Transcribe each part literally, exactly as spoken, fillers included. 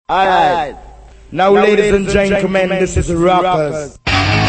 Alright. Now, ladies and gentlemen, this is Rockers.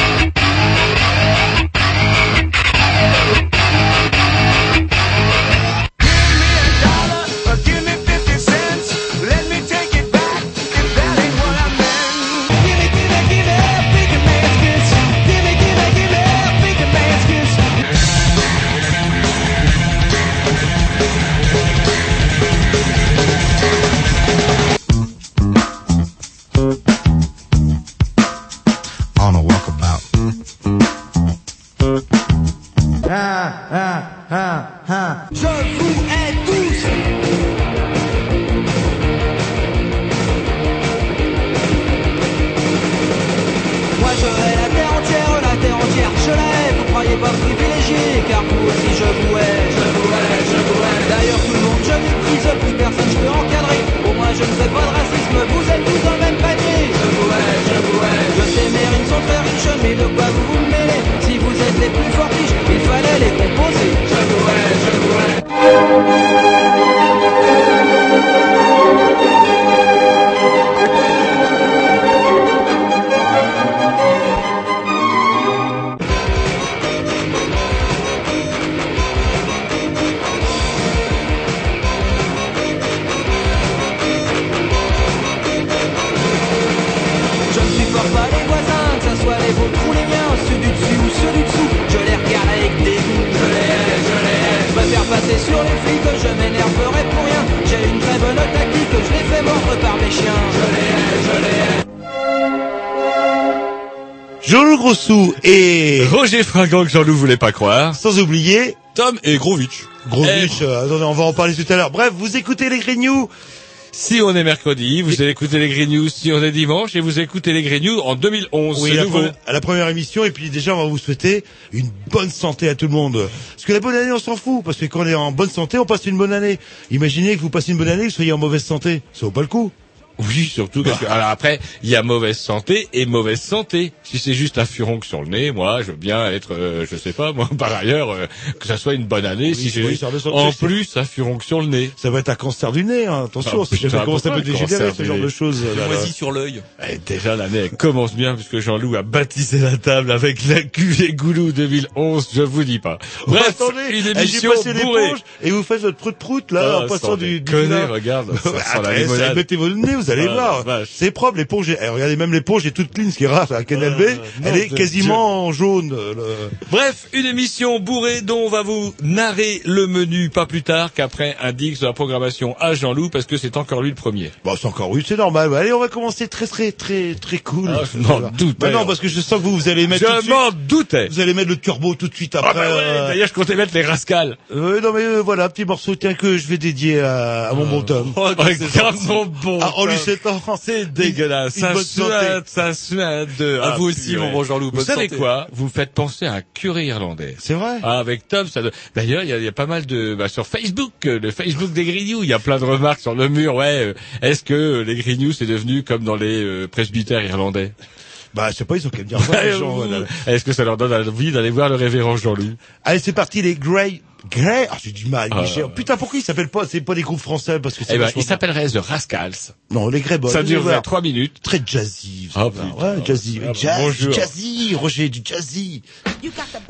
Et Roger Fringant que Jean-Loup voulait pas croire. Sans oublier Tom et Grovitch. Grovitch, euh, attendez, on va en parler tout à l'heure. Bref, vous écoutez les Grignoux. Si on est mercredi, vous et... allez écouter les Grignoux. Si on est dimanche, et vous écoutez les Grignoux en deux mille onze. Oui, c'est la nouveau. Pre- à la première émission. Et puis déjà, on va vous souhaiter une bonne santé à tout le monde. Parce que la bonne année, on s'en fout. Parce que quand on est en bonne santé, on passe une bonne année. Imaginez que vous passez une bonne année, que vous soyez en mauvaise santé. Ça vaut pas le coup. Oui, surtout parce que, alors après, il y a mauvaise santé et mauvaise santé. Si c'est juste un furoncle sur le nez, moi, je veux bien être, euh, je sais pas, moi, par ailleurs, euh, que ça soit une bonne année, oui, si j'ai oui, en plus un furoncle sur le nez. Ça va être un cancer du nez, hein. Attention, ah, c'est comment ça peut dégénérer, ce genre de choses. Moisi sur l'œil. Et déjà, l'année commence bien puisque Jean-Loup a baptisé la table avec la cuvée Goulou deux mille onze, je vous dis pas. Bref, oh, attendez, une émission j'ai passé bourrée. Et vous faites votre prout-prout, là, ah, en passant du, du connais, regarde, ça sent la limonade. Mettez votre nez, vous allez ah, voir. C'est propre, l'éponge est, regardez, même l'éponge est toute clean, ce qui est rare, la Canal B, euh, elle est quasiment Dieu. jaune. Le... Bref, une émission bourrée dont on va vous narrer le menu pas plus tard qu'après un dix de la programmation à Jean-Loup, parce que c'est encore lui le premier. Bon, c'est encore lui, c'est normal. Allez, on va commencer très très très très cool. Ah, je m'en doutais. Bah non, parce que je sens que vous, vous allez mettre Je m'en doutais. Vous allez mettre le turbo tout de suite après. Ah bah ouais, euh... d'ailleurs, je comptais mettre les rascals. Euh, non mais euh, voilà, petit morceau tiens que je vais dédier à, à mon bon Tom. Oh, regarde mon bon ah, en lui sept ans. C'est dégueulasse. Ça suinte, ça suinte de... À ah, vous aussi, mon bon Jean-Loup. Vous savez quoi? Vous me faites penser à un curé irlandais. C'est vrai? Ah, avec Tom, ça doit... D'ailleurs, il y a, y a pas mal de... Bah, sur Facebook, le Facebook des Grignoux, il y a plein de remarques sur le mur. Ouais, euh, est-ce que les Grignoux, c'est devenu comme dans les euh, presbytères irlandais? Bah, je sais pas, ils ont qu'à me dire ouais, les gens. Voilà. Est-ce que ça leur donne envie d'aller voir le révérend Jean-Loup? Allez, c'est parti, les Grey... Grey, ah, j'ai du mal, ah, Michel. Putain, pourquoi ils s'appellent pas, c'est pas des groupes français, parce que c'est eh ben, ils s'appelleraient The Rascals. Non, les Grey Boys. Ça dure trois minutes. Très jazzy. Ah, putain, ouais, jazzy. Ah, jazz, bonjour. Jazzy, Roger, du jazzy. You got the...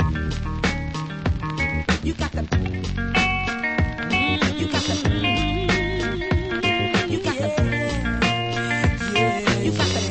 You got the... You got the... You got the... Yeah, you got the...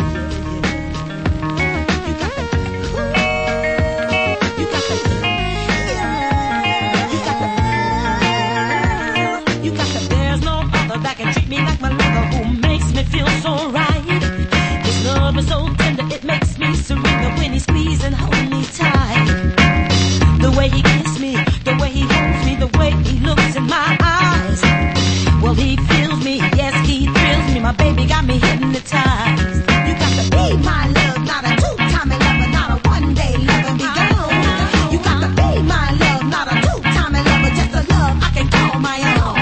That can treat me like my lover, who makes me feel so right. His love is so tender, it makes me surrender when he squeezes and holds me tight. The way he kisses me, the way he holds me, the way he looks in my eyes. Well, he fills me, yes, he thrills me. My baby got me hypnotized. You got to be my love, not a two-time lover, not a one-day lover, be gone. You got to be my love, not a two-time lover, just a love I can call my own.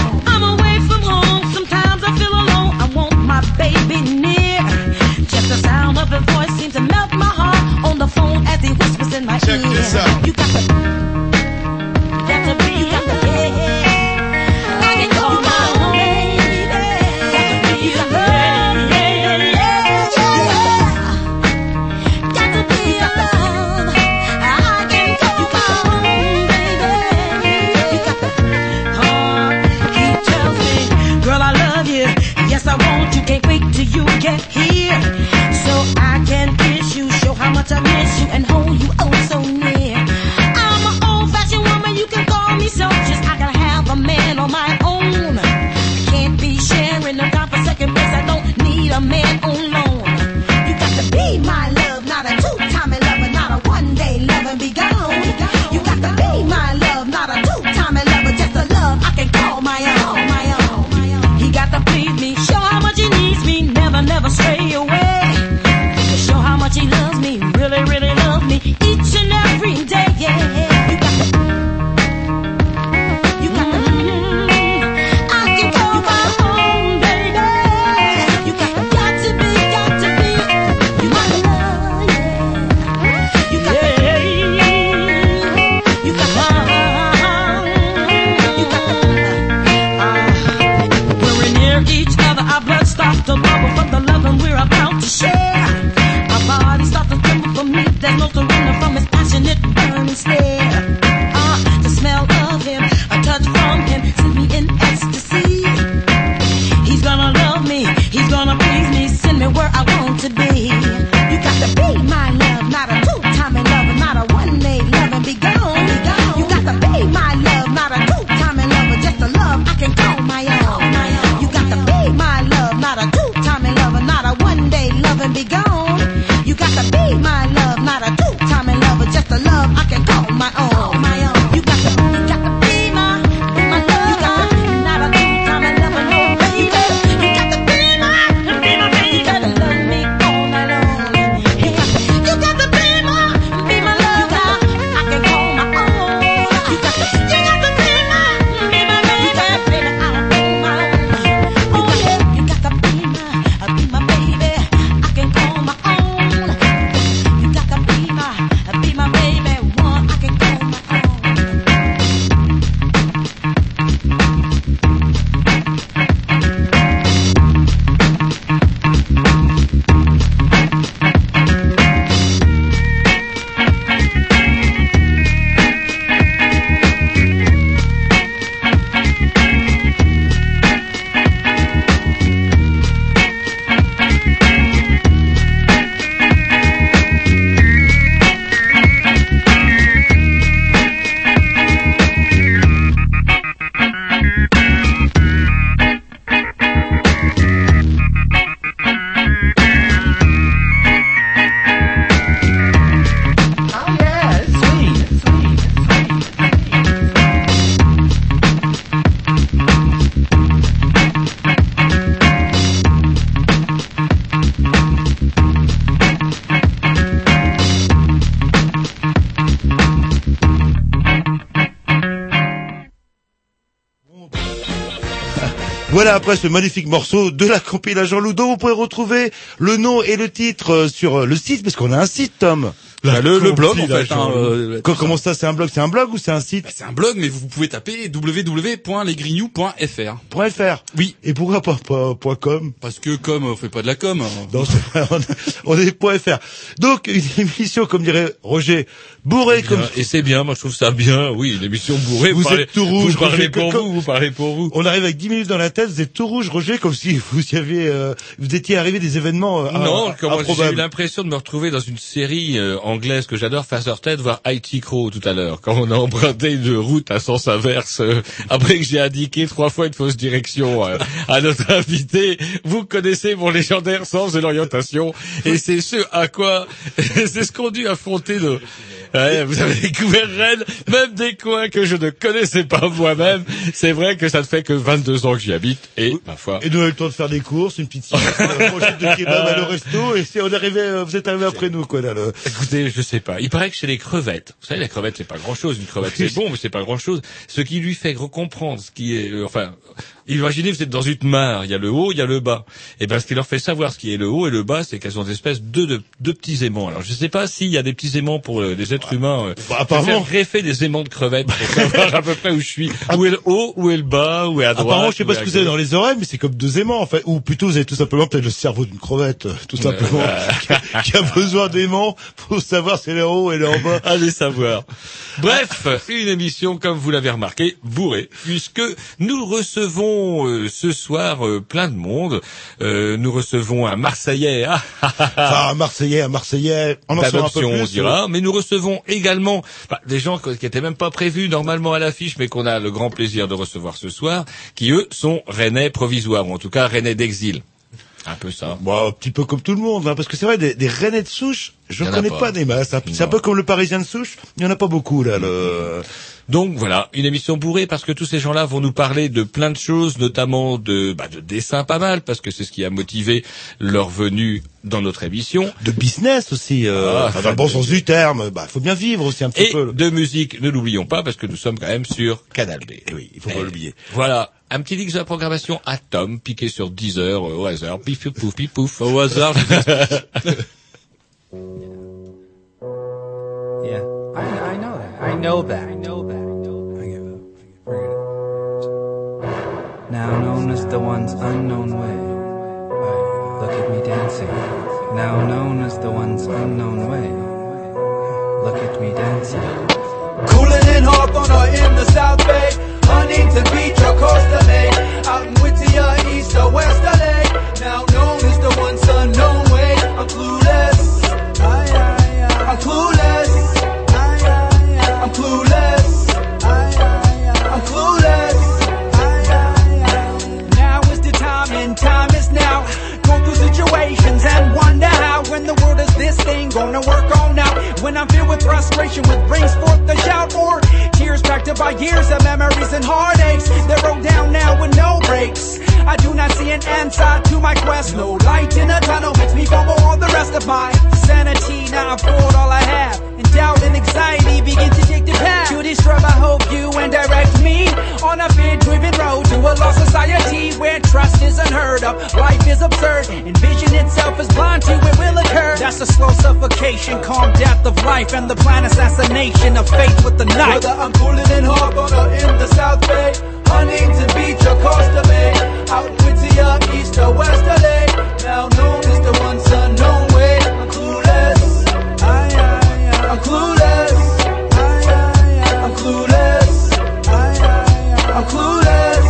Baby near, just the sound of her voice seems to melt my heart on the phone as he whispers in my Check ear. This out. You got to, got to be, you got to be. I can call my own baby. Got to be, you got to be. want, you can't wait till you get here. So I can kiss you, show how much I miss you, and hold you oh so near. I'm an old-fashioned woman, you can call me so. Just I gotta have a man on my own. I can't be sharing no time for second place. I don't need a man on loan. You got to be my love, not a two-time lover, not a one-day love and be gone. You got to be my love, not a two-time lover, just a love I can call my own. My own. He got to please me, show how much he needs me, never, never stray away. To show how much he loves me, really, really love me, each and every day. Yeah. You got to, you got to, mm, I can call my own, baby. You got to, got to be, got to be, you got to love, yeah. You got to, you got to, you got to, uh, we're near each other, our blood starts to bubble from the loving we're about to share. Our bodies start to tremble for me, there's no surrender from his passionate burning stare. Uh, the smell of him, a touch from him, sends me in ecstasy. He's gonna love me, he's gonna please me, send me where I want to be. You got to be my love, not a two-time lover, not a one-day love and be gone. You got to be my love, not a two-time lover, just a love I can call my own. You got to be my love, not a two-time lover, not a one-day love and be gone. You got to be my love, not a two-time lover, just a love I can call my own. You got to, you got to be my, be my love. You got to, not a two-time lover, no baby. You got to be my, be my baby. You got to love me all night long. You got to, you got to be my, be my love now. I can call my own. You got to, you got to be my, be my baby. You got to, baby, I can call my own. Oh yeah, you got to be my, be my baby. I can call my own. You got to be my, be my baby. One, I can call my own. Voilà, après ce magnifique morceau de la compilation Ludo, vous pouvez retrouver le nom et le titre sur le site, parce qu'on a un site, Tom. Bah, le, le blog, en fait. Hein, euh, Comment ça, c'est un blog? C'est un blog ou c'est un site? Bah, c'est un blog, mais vous pouvez taper w w w point lesgrignoux point f r. .fr. Oui. Et pourquoi pas, pas, pas .com? Parce que com, on fait pas de la com. Non, c'est vrai, on est .fr. Donc, une émission, comme dirait Roger, bourrée comme... Et c'est bien, moi je trouve ça bien, oui, une émission bourrée. Vous, vous parlez, êtes tout rouge, vous parlez Roger, pour comme... vous, vous parlez pour vous. On arrive avec dix minutes dans la tête, vous êtes tout rouge, Roger, comme si vous y avez, euh, vous étiez arrivé des événements, euh, Non, comment j'ai eu improbables. l'impression de me retrouver dans une série euh, anglaise que j'adore, Faster Ted, voir I T Crow tout à l'heure, quand on a emprunté une route à sens inverse, euh, après que j'ai indiqué trois fois une fausse direction euh, à notre invité. Vous connaissez mon légendaire sens de l'orientation, et c'est ce à quoi, c'est ce qu'ont dû affronter nos... Ouais, vous avez découvert Rennes, même des coins que je ne connaissais pas moi-même. C'est vrai que ça ne fait que vingt-deux ans que j'y habite, et, ma foi. Et nous avons eu le temps de faire des courses, une petite sieste, une brochette de kebab à le resto, et c'est, on est arrivé, vous êtes arrivé après nous, quoi, là, le... Écoutez, je sais pas. Il paraît que chez les crevettes, vous savez, la crevette, c'est pas grand chose. Une crevette, c'est bon, mais c'est pas grand chose. Ce qui lui fait comprendre ce qui est, euh, enfin, imaginez, vous êtes dans une mare, il y a le haut, il y a le bas. Et ben, ce qui leur fait savoir ce qui est le haut et le bas, c'est qu'elles ont des espèces de, de, de petits aimants. Alors, je sais pas s'il y a des petits aimants pour euh, les êtres humains. Euh, bah, apparemment. Je vais faire greffer des aimants de crevettes pour savoir à peu près où je suis. Où est le haut, où est le bas, où est à droite. Apparemment, je sais pas ce que vous avez dans les oreilles, mais c'est comme deux aimants, en fait. Ou plutôt, vous avez tout simplement peut-être le cerveau d'une crevette, tout simplement, qui, a, qui a besoin d'aimants pour savoir si elle est en haut et elle est en bas. Allez savoir. Bref, une émission, comme vous l'avez remarqué, bourrée, puisque nous recevons recevons euh, ce soir euh, plein de monde. Euh, nous recevons un Marseillais. Ah, ah, un Marseillais, un Marseillais. On en saura un peu plus, on dira. Mais nous recevons également bah, des gens qui étaient même pas prévus normalement à l'affiche, mais qu'on a le grand plaisir de recevoir ce soir, qui eux sont Rennais provisoires, ou en tout cas Rennais d'exil. Un peu ça. Bon, un petit peu comme tout le monde, hein, parce que c'est vrai, des, des Rennais de souche, je ne connais pas. pas des masses. C'est un peu comme le Parisien de souche, il y en a pas beaucoup là. Le... Donc voilà, une émission bourrée parce que tous ces gens-là vont nous parler de plein de choses, notamment de, bah, de dessin pas mal, parce que c'est ce qui a motivé leur venue dans notre émission. De business aussi, euh, ah, dans le bon sens du terme. Bah, faut bien vivre aussi un petit et peu. Et de musique, ne l'oublions pas, parce que nous sommes quand même sur Canal B. Et oui, il faut et pas l'oublier. Voilà. Un petit link de la programmation à Tom, piqué sur Deezer, euh, au hasard, pif, pouf, pif, pouf, au hasard. Yeah, I, I know that. I know that. I know that. I give up. Forget it. Now known as the one's unknown way. Look at me dancing. Now known as the one's unknown way. Look at me dancing. Cooling in Hawthorne or in the South Bay, Huntington Beach or Costa Lake, out in Whittier, East or West L A. Now known as the one's unknown way. I'm clueless. I'm clueless. I'm clueless. I'm clueless. Now is the time and time is now. Go through situations and wonder how. When the world is this thing gonna work on now. When I'm filled with frustration, with brings forth the shout, or tears packed up by years of memories and heartaches that roll down now with no breaks. I do not see an answer to my quest. No light in a tunnel makes me fumble all the rest of my sanity. Now I've poured all I have, and doubt and anxiety begin to take the path. To this trouble, I hope you and direct me on a fear-driven road to a lost society where trust is unheard of, life is absurd, and vision itself is blind to it will occur. That's the slow suffocation, calm death of life, and the planned assassination of faith with the knife. Whether I'm cooling in Hawthorne or in the South Bay, Huntington Beach or Costa Bay, out in Whittier, East or West L A, now known as the one's unknown way. I'm clueless. I'm clueless. I'm clueless. I'm clueless.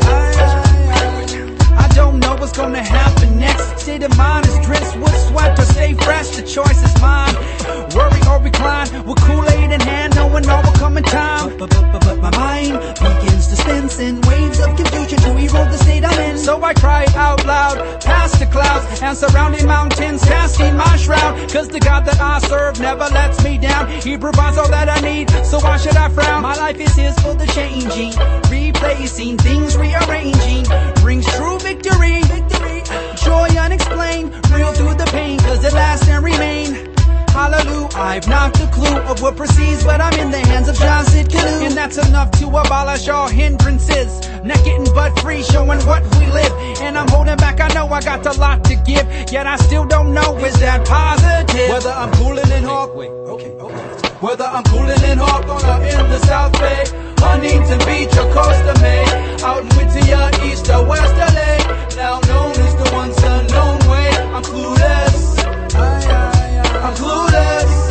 I don't know what's gonna happen next. State of mind is drenched with sweat or stay fresh. The choice is mine. Worry or recline with Kool-Aid in hand, knowing all will come in time. But, but, but, but my mind begins to spin in waves of confusion to erode the state I'm in. So I cry out loud past the clouds and surrounding mountains, casting my shroud. Cause the God that I serve never lets me down. He provides all that I need, so why should I frown? My life is his for the changing, replacing, things rearranging, brings true victory, victory, joy unexplained, real through the pain, cause it lasts and remain. Hallelujah, I've not the clue of what proceeds, but I'm in the hands of John Sid Canoe. And that's enough to abolish all hindrances. Not getting but free, showing what we live. And I'm holding back, I know I got a lot to give, yet I still don't know, is that positive? Whether I'm cooling in Hawthorne, okay, okay. Whether I'm cooling in Hawthorne or in the South Bay, Huntington Beach or Costa May, out in Whittier, East or West L A, now known as the one's unknown way. I'm clueless. I'm clueless.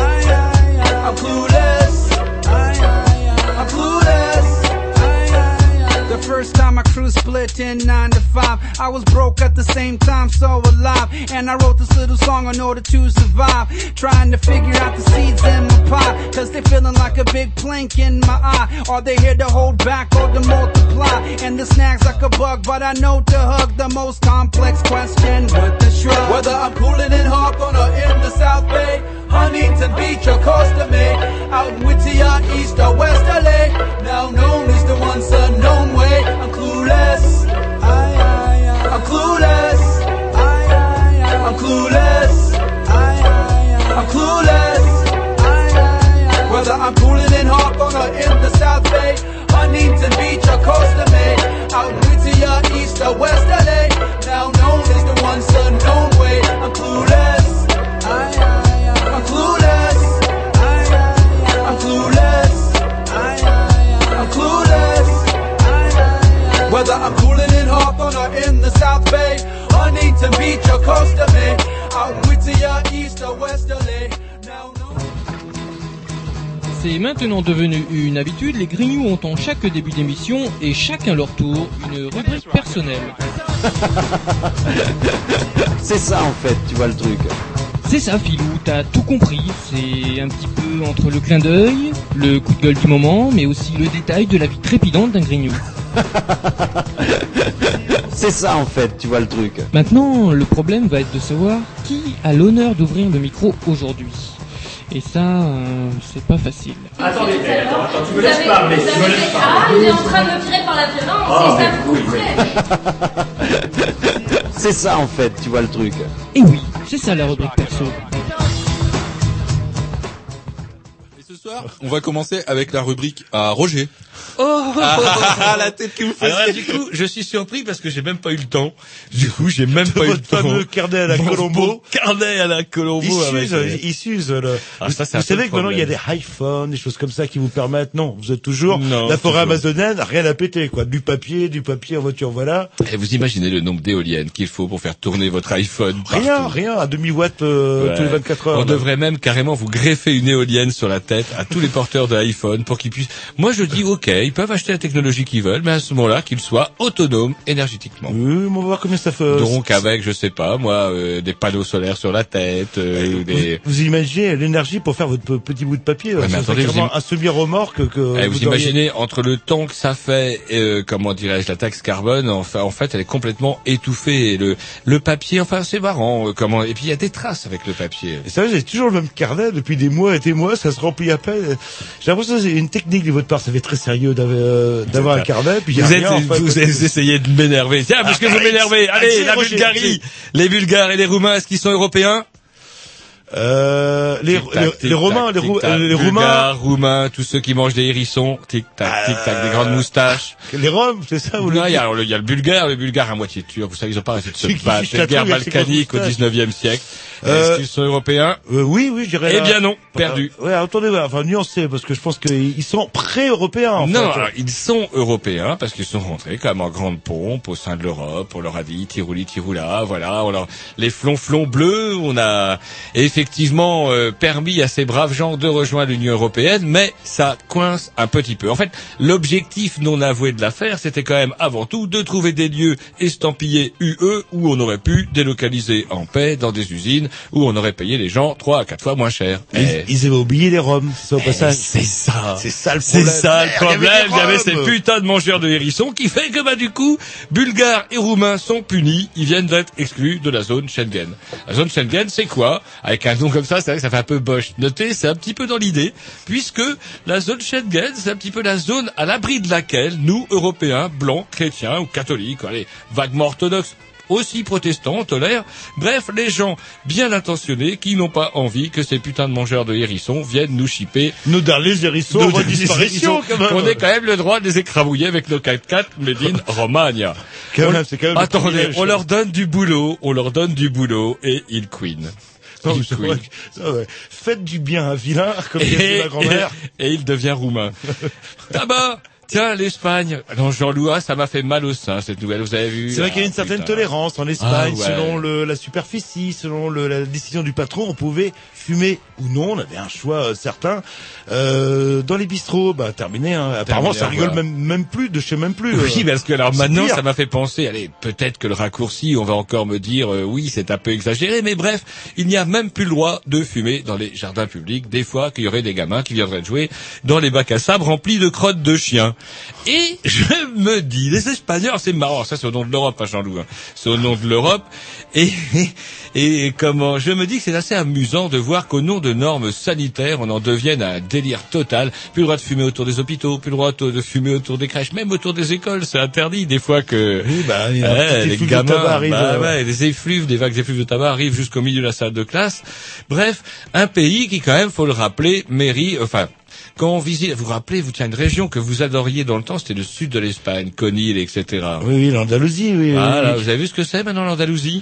I'm clueless. I'm clueless. The first time I crew split in nine to five, I was broke at the same time, so alive. And I wrote this little song in order to survive, trying to figure out the seeds in my pie. Cause they feeling like a big plank in my eye. Are they here to hold back or to multiply? And the snags like a bug, but I know to hug the most complex question with the shrug. Whether I'm cooling in Hawthorne or in the South Bay, Huntington Beach or Costa May, out in Whittier, East or West L A, now known as the one's unknown way. I'm clueless. I'm clueless. I'm clueless. I'm clueless. Whether I'm cooling in Hawthorne or in the South Bay, Huntington Beach or Costa May, out in Whittier, East or West L A, now known as the one's unknown way. I'm clueless. I'm clueless. I'm clueless. I'm clueless. Whether I'm cooling in Hawthorne or in the South Bay, Huntington Beach or Costa May, out in Whittier, East or West L A, now known. C'est maintenant devenu une habitude, les Grignoux ont en chaque début d'émission, et chacun leur tour, une rubrique personnelle. C'est ça en fait, tu vois le truc. C'est ça, Philou, t'as tout compris. C'est un petit peu entre le clin d'œil, le coup de gueule du moment, mais aussi le détail de la vie trépidante d'un Grignou. C'est ça en fait, tu vois le truc. Maintenant, le problème va être de savoir qui a l'honneur d'ouvrir le micro aujourd'hui. Et ça, euh, c'est pas facile. Attendez, attends, attends, tu me laisses parler, tu me laisses parler. Ah, il est en train de me tirer par la violence, oh, et ça vous coûterait. C'est ça en fait, tu vois le truc. Et oui, c'est ça la rubrique perso. Et ce soir, on va commencer avec la rubrique à Roger. Oh, ah, ah, ah, la tête que vous faites. Alors là, du coup, je suis surpris parce que j'ai même pas eu le temps. Du coup, j'ai même pas eu le temps. Votre fameux carnet à la bon, Colombo. Bon carnet à la Colombo. Il s'use, il s'use, le... Ah, vous, ça, vous savez que maintenant, il y a des iPhones, des choses comme ça qui vous permettent, non, vous êtes toujours, non, la forêt amazonienne, rien à péter, quoi. Du papier, du papier en voiture, voilà. Et vous imaginez le nombre d'éoliennes qu'il faut pour faire tourner votre iPhone? Rien, partout. rien, à demi watt, euh, ouais. tous les vingt-quatre heures. On là. devrait même carrément vous greffer une éolienne sur la tête à tous les porteurs de iPhone pour qu'ils puissent, moi je dis, ok, ils peuvent acheter la technologie qu'ils veulent, mais à ce moment-là, qu'ils soient autonomes énergétiquement. Oui, on va voir combien ça fait. Donc avec, je sais pas, moi, euh, des panneaux solaires sur la tête, euh, vous, des... Vous imaginez l'énergie pour faire votre petit bout de papier, ouais, ça attendez, c'est im... un semi-remorque que... Eh, vous, vous imaginez, entre le temps que ça fait, euh, comment dirais-je, la taxe carbone, enfin, en fait, elle est complètement étouffée. Et le, le papier, enfin, c'est marrant, euh, comment, et puis il y a des traces avec le papier. Et ça, j'ai toujours le même carnet depuis des mois et des mois, ça se remplit à peine. J'ai l'impression que c'est une technique de votre part, ça fait très sérieux d'avoir, euh, d'avoir un carnet, puis vous, êtes, rien, en fait, vous essayez de m'énerver. Tiens, parce que vous m'énervez. Allez, la Bulgarie. Les Bulgares et les Roumains, est-ce qu'ils sont européens? Euh, les, les, les Romains, les, Rou, les Bulgares, Roumains, Roumains, tous ceux qui mangent des hérissons, tic-tac, tic-tac, des grandes moustaches. Les Roms, c'est ça, vous non, il y a, il y a le Bulgare, le Bulgare à moitié turc. Vous savez, ils ont pas arrêté de se battre. C'est une guerre balkanique au dix-neuvième siècle. Euh, Est-ce qu'ils sont européens? euh, Oui, oui, je dirais. Eh bien non, perdu. Euh, ouais, attendez, enfin nuancé, parce que je pense qu'ils sont pré-européens. En non, fait. alors, ils sont européens parce qu'ils sont rentrés quand même en grande pompe au sein de l'Europe. On leur a dit tirouli, tiroula, voilà. On leur les flonflons bleus. On a effectivement euh, permis à ces braves gens de rejoindre l'Union européenne, mais ça coince un petit peu. En fait, l'objectif non avoué de l'affaire, c'était quand même avant tout de trouver des lieux estampillés U E où on aurait pu délocaliser en paix dans des usines où on aurait payé les gens trois à quatre fois moins cher. Ils, et... ils avaient oublié les Roms, c'est au passage. C'est ça. C'est ça le problème. C'est ça le problème. Il y avait ces putains de mangeurs de hérissons qui fait que bah du coup, Bulgares et Roumains sont punis. Ils viennent d'être exclus de la zone Schengen. La zone Schengen, c'est quoi? Avec un nom comme ça, c'est vrai que ça fait un peu boche. Notez, c'est un petit peu dans l'idée, puisque la zone Schengen, c'est un petit peu la zone à l'abri de laquelle nous, Européens, blancs, chrétiens ou catholiques, allez, vaguement orthodoxes, aussi protestants, on tolère. Bref, les gens bien intentionnés qui n'ont pas envie que ces putains de mangeurs de hérissons viennent nous chipper. Nos derniers hérissons en disparition, quand même. On ait quand même le droit de les écrabouiller avec nos quatre-quatre made in Romagna. Quand même, c'est quand même attendez, on leur donne du boulot, on leur donne du boulot et ils queen. Non, c'est vrai que, ça, ouais. Faites du bien à un vilain, comme disait ma grand-mère. Et, et il devient roumain. Tabac! Tiens, l'Espagne. Non, Jean-Louis, ça m'a fait mal au sein, cette nouvelle, vous avez vu. C'est vrai qu'il y a une certaine putain. tolérance en Espagne, ah, ouais. selon le, la superficie, selon le, la décision du patron, on pouvait fumer ou non, on avait un choix euh, certain. Euh, dans les bistrots, bah, terminé, hein. Apparemment, terminé, ça rigole voilà. même, même plus, de chez même plus. Oui, euh, parce que alors maintenant, pire. Ça m'a fait penser, allez, peut-être que le raccourci, on va encore me dire, euh, oui, c'est un peu exagéré, mais bref, il n'y a même plus le droit de fumer dans les jardins publics, des fois qu'il y aurait des gamins qui viendraient jouer dans les bacs à sable remplis de crottes de chiens. Et je me dis, les Espagnols, c'est marrant, ça c'est au nom de l'Europe, pas Jean-Loup, hein. C'est au nom de l'Europe. Et, et, et comment, je me dis que c'est assez amusant de voir qu'au nom de normes sanitaires, on en devienne un délire total. Plus le droit de fumer autour des hôpitaux, plus le droit de fumer autour des crèches, même autour des écoles, c'est interdit des fois que oui, bah, il y a ouais, les gamins, de tabac arrivent, bah, ouais, des effluves, des vagues d'effluves de tabac arrivent jusqu'au milieu de la salle de classe. Bref, un pays qui quand même, faut le rappeler, mérite, enfin, quand on visite, vous vous rappelez, vous tiens une région que vous adoriez dans le temps, c'était le sud de l'Espagne, Conil, et cetera. Oui, oui, l'Andalousie, oui. Voilà, oui. Vous avez vu ce que c'est maintenant l'Andalousie?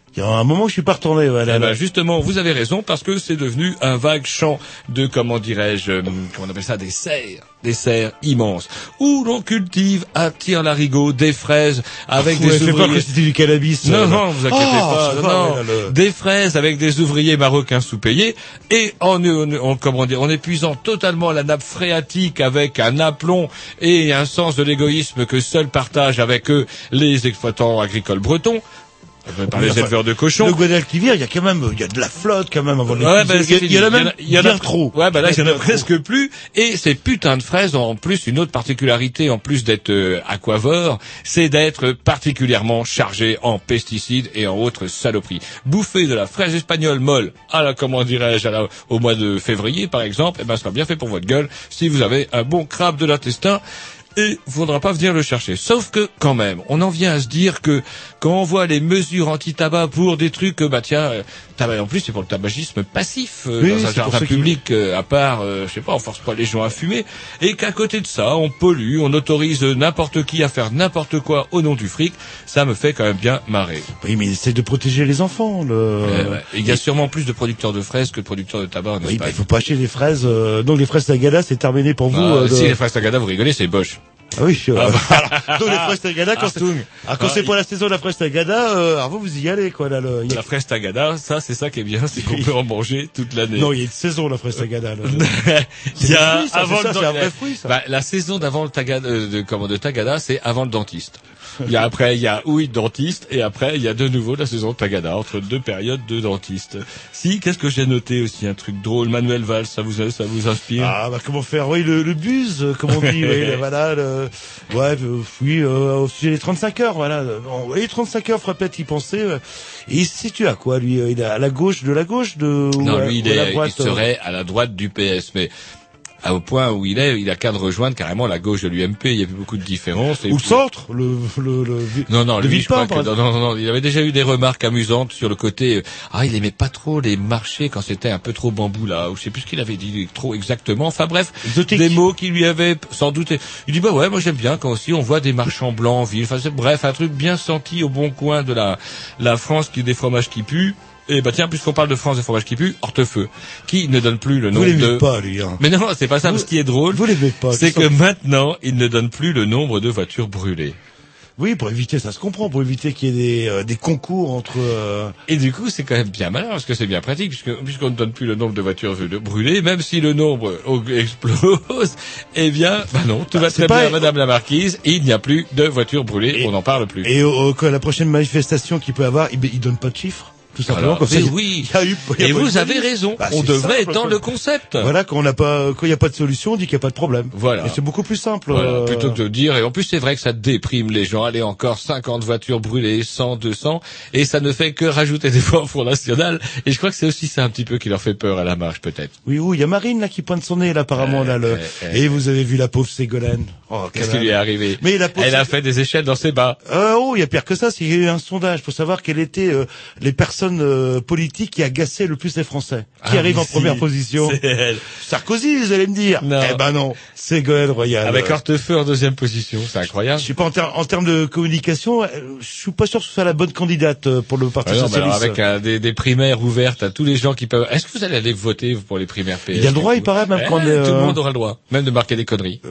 Il y a un moment où je suis pas retourné. Voilà. Eh ben justement, vous avez raison, parce que c'est devenu un vague champ de, comment dirais-je, euh, comment on appelle ça, des serres, des serres immenses, où l'on cultive à tire-larigot des fraises avec oh, ouais, des ouvriers. Pas que c'était du cannabis. Non, euh, non, vous inquiétez oh, pas, non, va, non. ouais, le... Des fraises avec des ouvriers marocains sous-payés, et en, en, en, comment dire, en épuisant totalement la nappe phréatique avec un aplomb et un sens de l'égoïsme que seuls partagent avec eux les exploitants agricoles bretons. Par les éleveurs de cochons. Le Guadalquivir, il y a quand même, il y a de la flotte quand même avant de ouais, bah, il, y a, il y en a même il y en a, bien trop. Ouais, bah là, il y en a presque plus. Et ces putains de fraises ont en plus une autre particularité, en plus d'être euh, aquavores, c'est d'être particulièrement chargées en pesticides et en autres saloperies. Bouffer de la fraise espagnole molle, à la, comment dirais-je, à la, au mois de février, par exemple, eh ben, ça sera bien fait pour votre gueule si vous avez un bon crabe de l'intestin. Et faudra pas venir le chercher. Sauf que, quand même, on en vient à se dire que, quand on voit les mesures anti-tabac pour des trucs, bah tiens, euh, tabac, en plus c'est pour le tabagisme passif, euh, oui, dans un jardin public, qui... euh, à part, euh, je sais pas, on force pas les gens à fumer, et qu'à côté de ça, on pollue, on autorise n'importe qui à faire n'importe quoi au nom du fric, ça me fait quand même bien marrer. Oui, mais c'est de protéger les enfants, le... Euh, ouais. Il y a sûrement plus de producteurs de fraises que de producteurs de tabac en Espagne. Oui, bah, il faut pas acheter des fraises, euh... donc les fraises Tagada, c'est terminé pour vous, bah, euh, de... Si les fraises Tagada, vous rigolez, c'est Bosch. Ah oui, je... ah bah, donc les fraises Tagada, quand c'est, ah, quand ah, c'est il... pas la saison de la fraise Tagada, euh, alors vous, vous y allez, quoi, là, le... a... La fraise Tagada, ça, c'est ça qui est bien, c'est qu'on peut en manger toute l'année. Non, il y a une saison, la fraise Tagada, là. Il y a, fruit, ça, avant c'est, le... ça, c'est un vrai fruit, ça. Bah, la saison d'avant le Tagada, euh, de, comment, de Tagada, c'est avant le dentiste. Il y a après, il y a oui dentiste, et après il y a de nouveau la saison Tagada, entre deux périodes de dentiste. Si, qu'est-ce que j'ai noté aussi, un truc drôle, Manuel Valls, ça vous, ça vous inspire? Ah, bah, comment faire, oui, le, le buzz, comme on dit, oui, voilà, le, ouais, euh, oui, euh, au sujet des trente-cinq heures, voilà, bon, les trente-cinq heures, ferait peut-être y penser, euh, et il se situe à quoi, lui, il est à la gauche, de la gauche, de, non, ou lui, il, ou est, à la droite, il serait à la droite du P S, mais, au point où il est, il a qu'à de rejoindre carrément la gauche de l'U M P. Il y a plus beaucoup de différences. Ou le centre, le, le, le, non, non, le lui, je crois que, non, non, non, il avait déjà eu des remarques amusantes sur le côté, euh, ah, il aimait pas trop les marchés quand c'était un peu trop bambou, là, ou je sais plus ce qu'il avait dit trop exactement. Enfin, bref, Exotique. Des mots qui lui avaient sans doute, il dit, bah ouais, moi j'aime bien quand aussi on voit des marchands blancs en ville. Enfin, c'est, bref, un truc bien senti au bon coin de la, la France qui, des fromages qui puent. Et bah tiens, puisqu'on parle de France des fromages qui puent, Hortefeux, qui ne donne plus le nom de... Vous l'aimez pas, lui, hein. Mais non, c'est pas ça, vous... ce qui est drôle. Vous l'aimez pas. C'est que maintenant, il ne donne plus le nombre de voitures brûlées. Oui, pour éviter, ça se comprend, pour éviter qu'il y ait des, euh, des concours entre... Euh... Et du coup, c'est quand même bien malin, parce que c'est bien pratique, puisque, puisqu'on ne donne plus le nombre de voitures brûlées, même si le nombre explose, eh bien, bah non, tout bah, va très pas... bien, Madame la Marquise, il n'y a plus de voitures brûlées, et, on n'en parle plus. Et au, au, la prochaine manifestation qu'il peut avoir, il, il donne pas de chiffres. Tout simplement. Alors, mais oui. Y a eu, y a et vous avez raison. Bah, on devrait simple, être dans le concept. Voilà, quand on n'a pas, quand il n'y a pas de solution, on dit qu'il n'y a pas de problème. Voilà. Et c'est beaucoup plus simple. Voilà, euh... plutôt que de dire, et en plus c'est vrai que ça déprime les gens. Allez, encore cinquante voitures brûlées, cent, deux cents, et ça ne fait que rajouter des fois au Front National. Et je crois que c'est aussi ça un petit peu qui leur fait peur à la marche, peut-être. Oui, oui, il y a Marine, là, qui pointe son nez, là, apparemment, euh, là, le... Euh, euh, et vous avez vu la pauvre Ségolène. Oh, qu'est-ce qui lui est arrivé? Mais la pauvre Elle a fait des échelles dans ses bas. Euh, oh, il y a pire que ça, c'est qu'il y a eu un sondage pour savoir quelles étaient, euh, les personnes, euh, politiques qui agaçaient le plus les Français. Qui ah, arrive en si, première position? C'est elle. Sarkozy, vous allez me dire. Non. Eh ben non. Ségolène Royal. Avec Hortefeux en deuxième position. C'est incroyable. Je sais pas, en, ter- en termes de communication, je suis pas sûr que ce soit la bonne candidate pour le Parti ah non, Socialiste. Alors avec euh, des, des primaires ouvertes à tous les gens qui peuvent... Est-ce que vous allez aller voter pour les primaires P S? Il y a le droit, il paraît, même eh, quand on est... Tout le monde aura le droit. Même de marquer des conneries.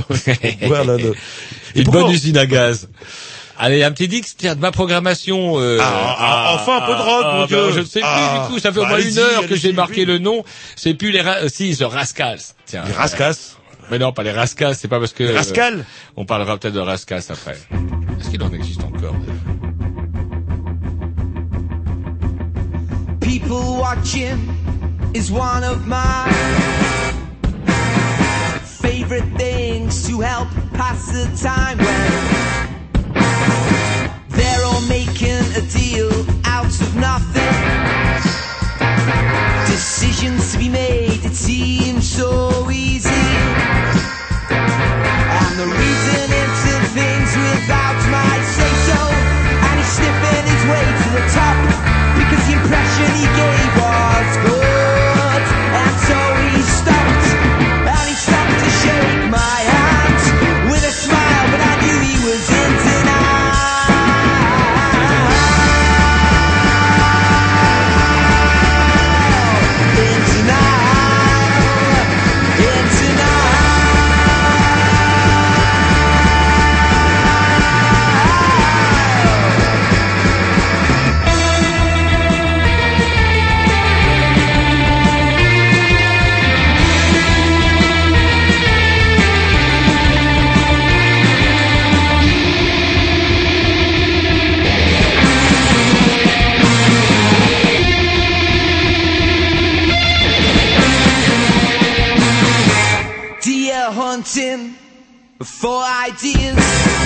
Voilà, le... Une bonne usine à gaz. Allez, un petit dix, tiens, de ma programmation. Euh, ah, ah, enfin un peu de rock, ah, mon Dieu. Ben, je ne sais ah, plus, du coup, ça fait au bah, moins une heure que j'ai marqué oui. le nom. C'est plus les... Ra- euh, si, The Rascals. Tiens, les Rascals. Mais non, pas les Rascals, c'est pas parce que... Les Rascals. Euh, on parlera peut-être de Rascals après. Est-ce qu'il en existe encore? People watching is one of my favorite things to help pass the time when they're all making a deal out of nothing. Decisions to be made, it seems so easy. And the reason into things without my say-so. And he's sniffing his way to the top because the impression he gave was good. And so he stopped, and he stopped to shake my hand with a smile, but I knew he was in denial. For ideas,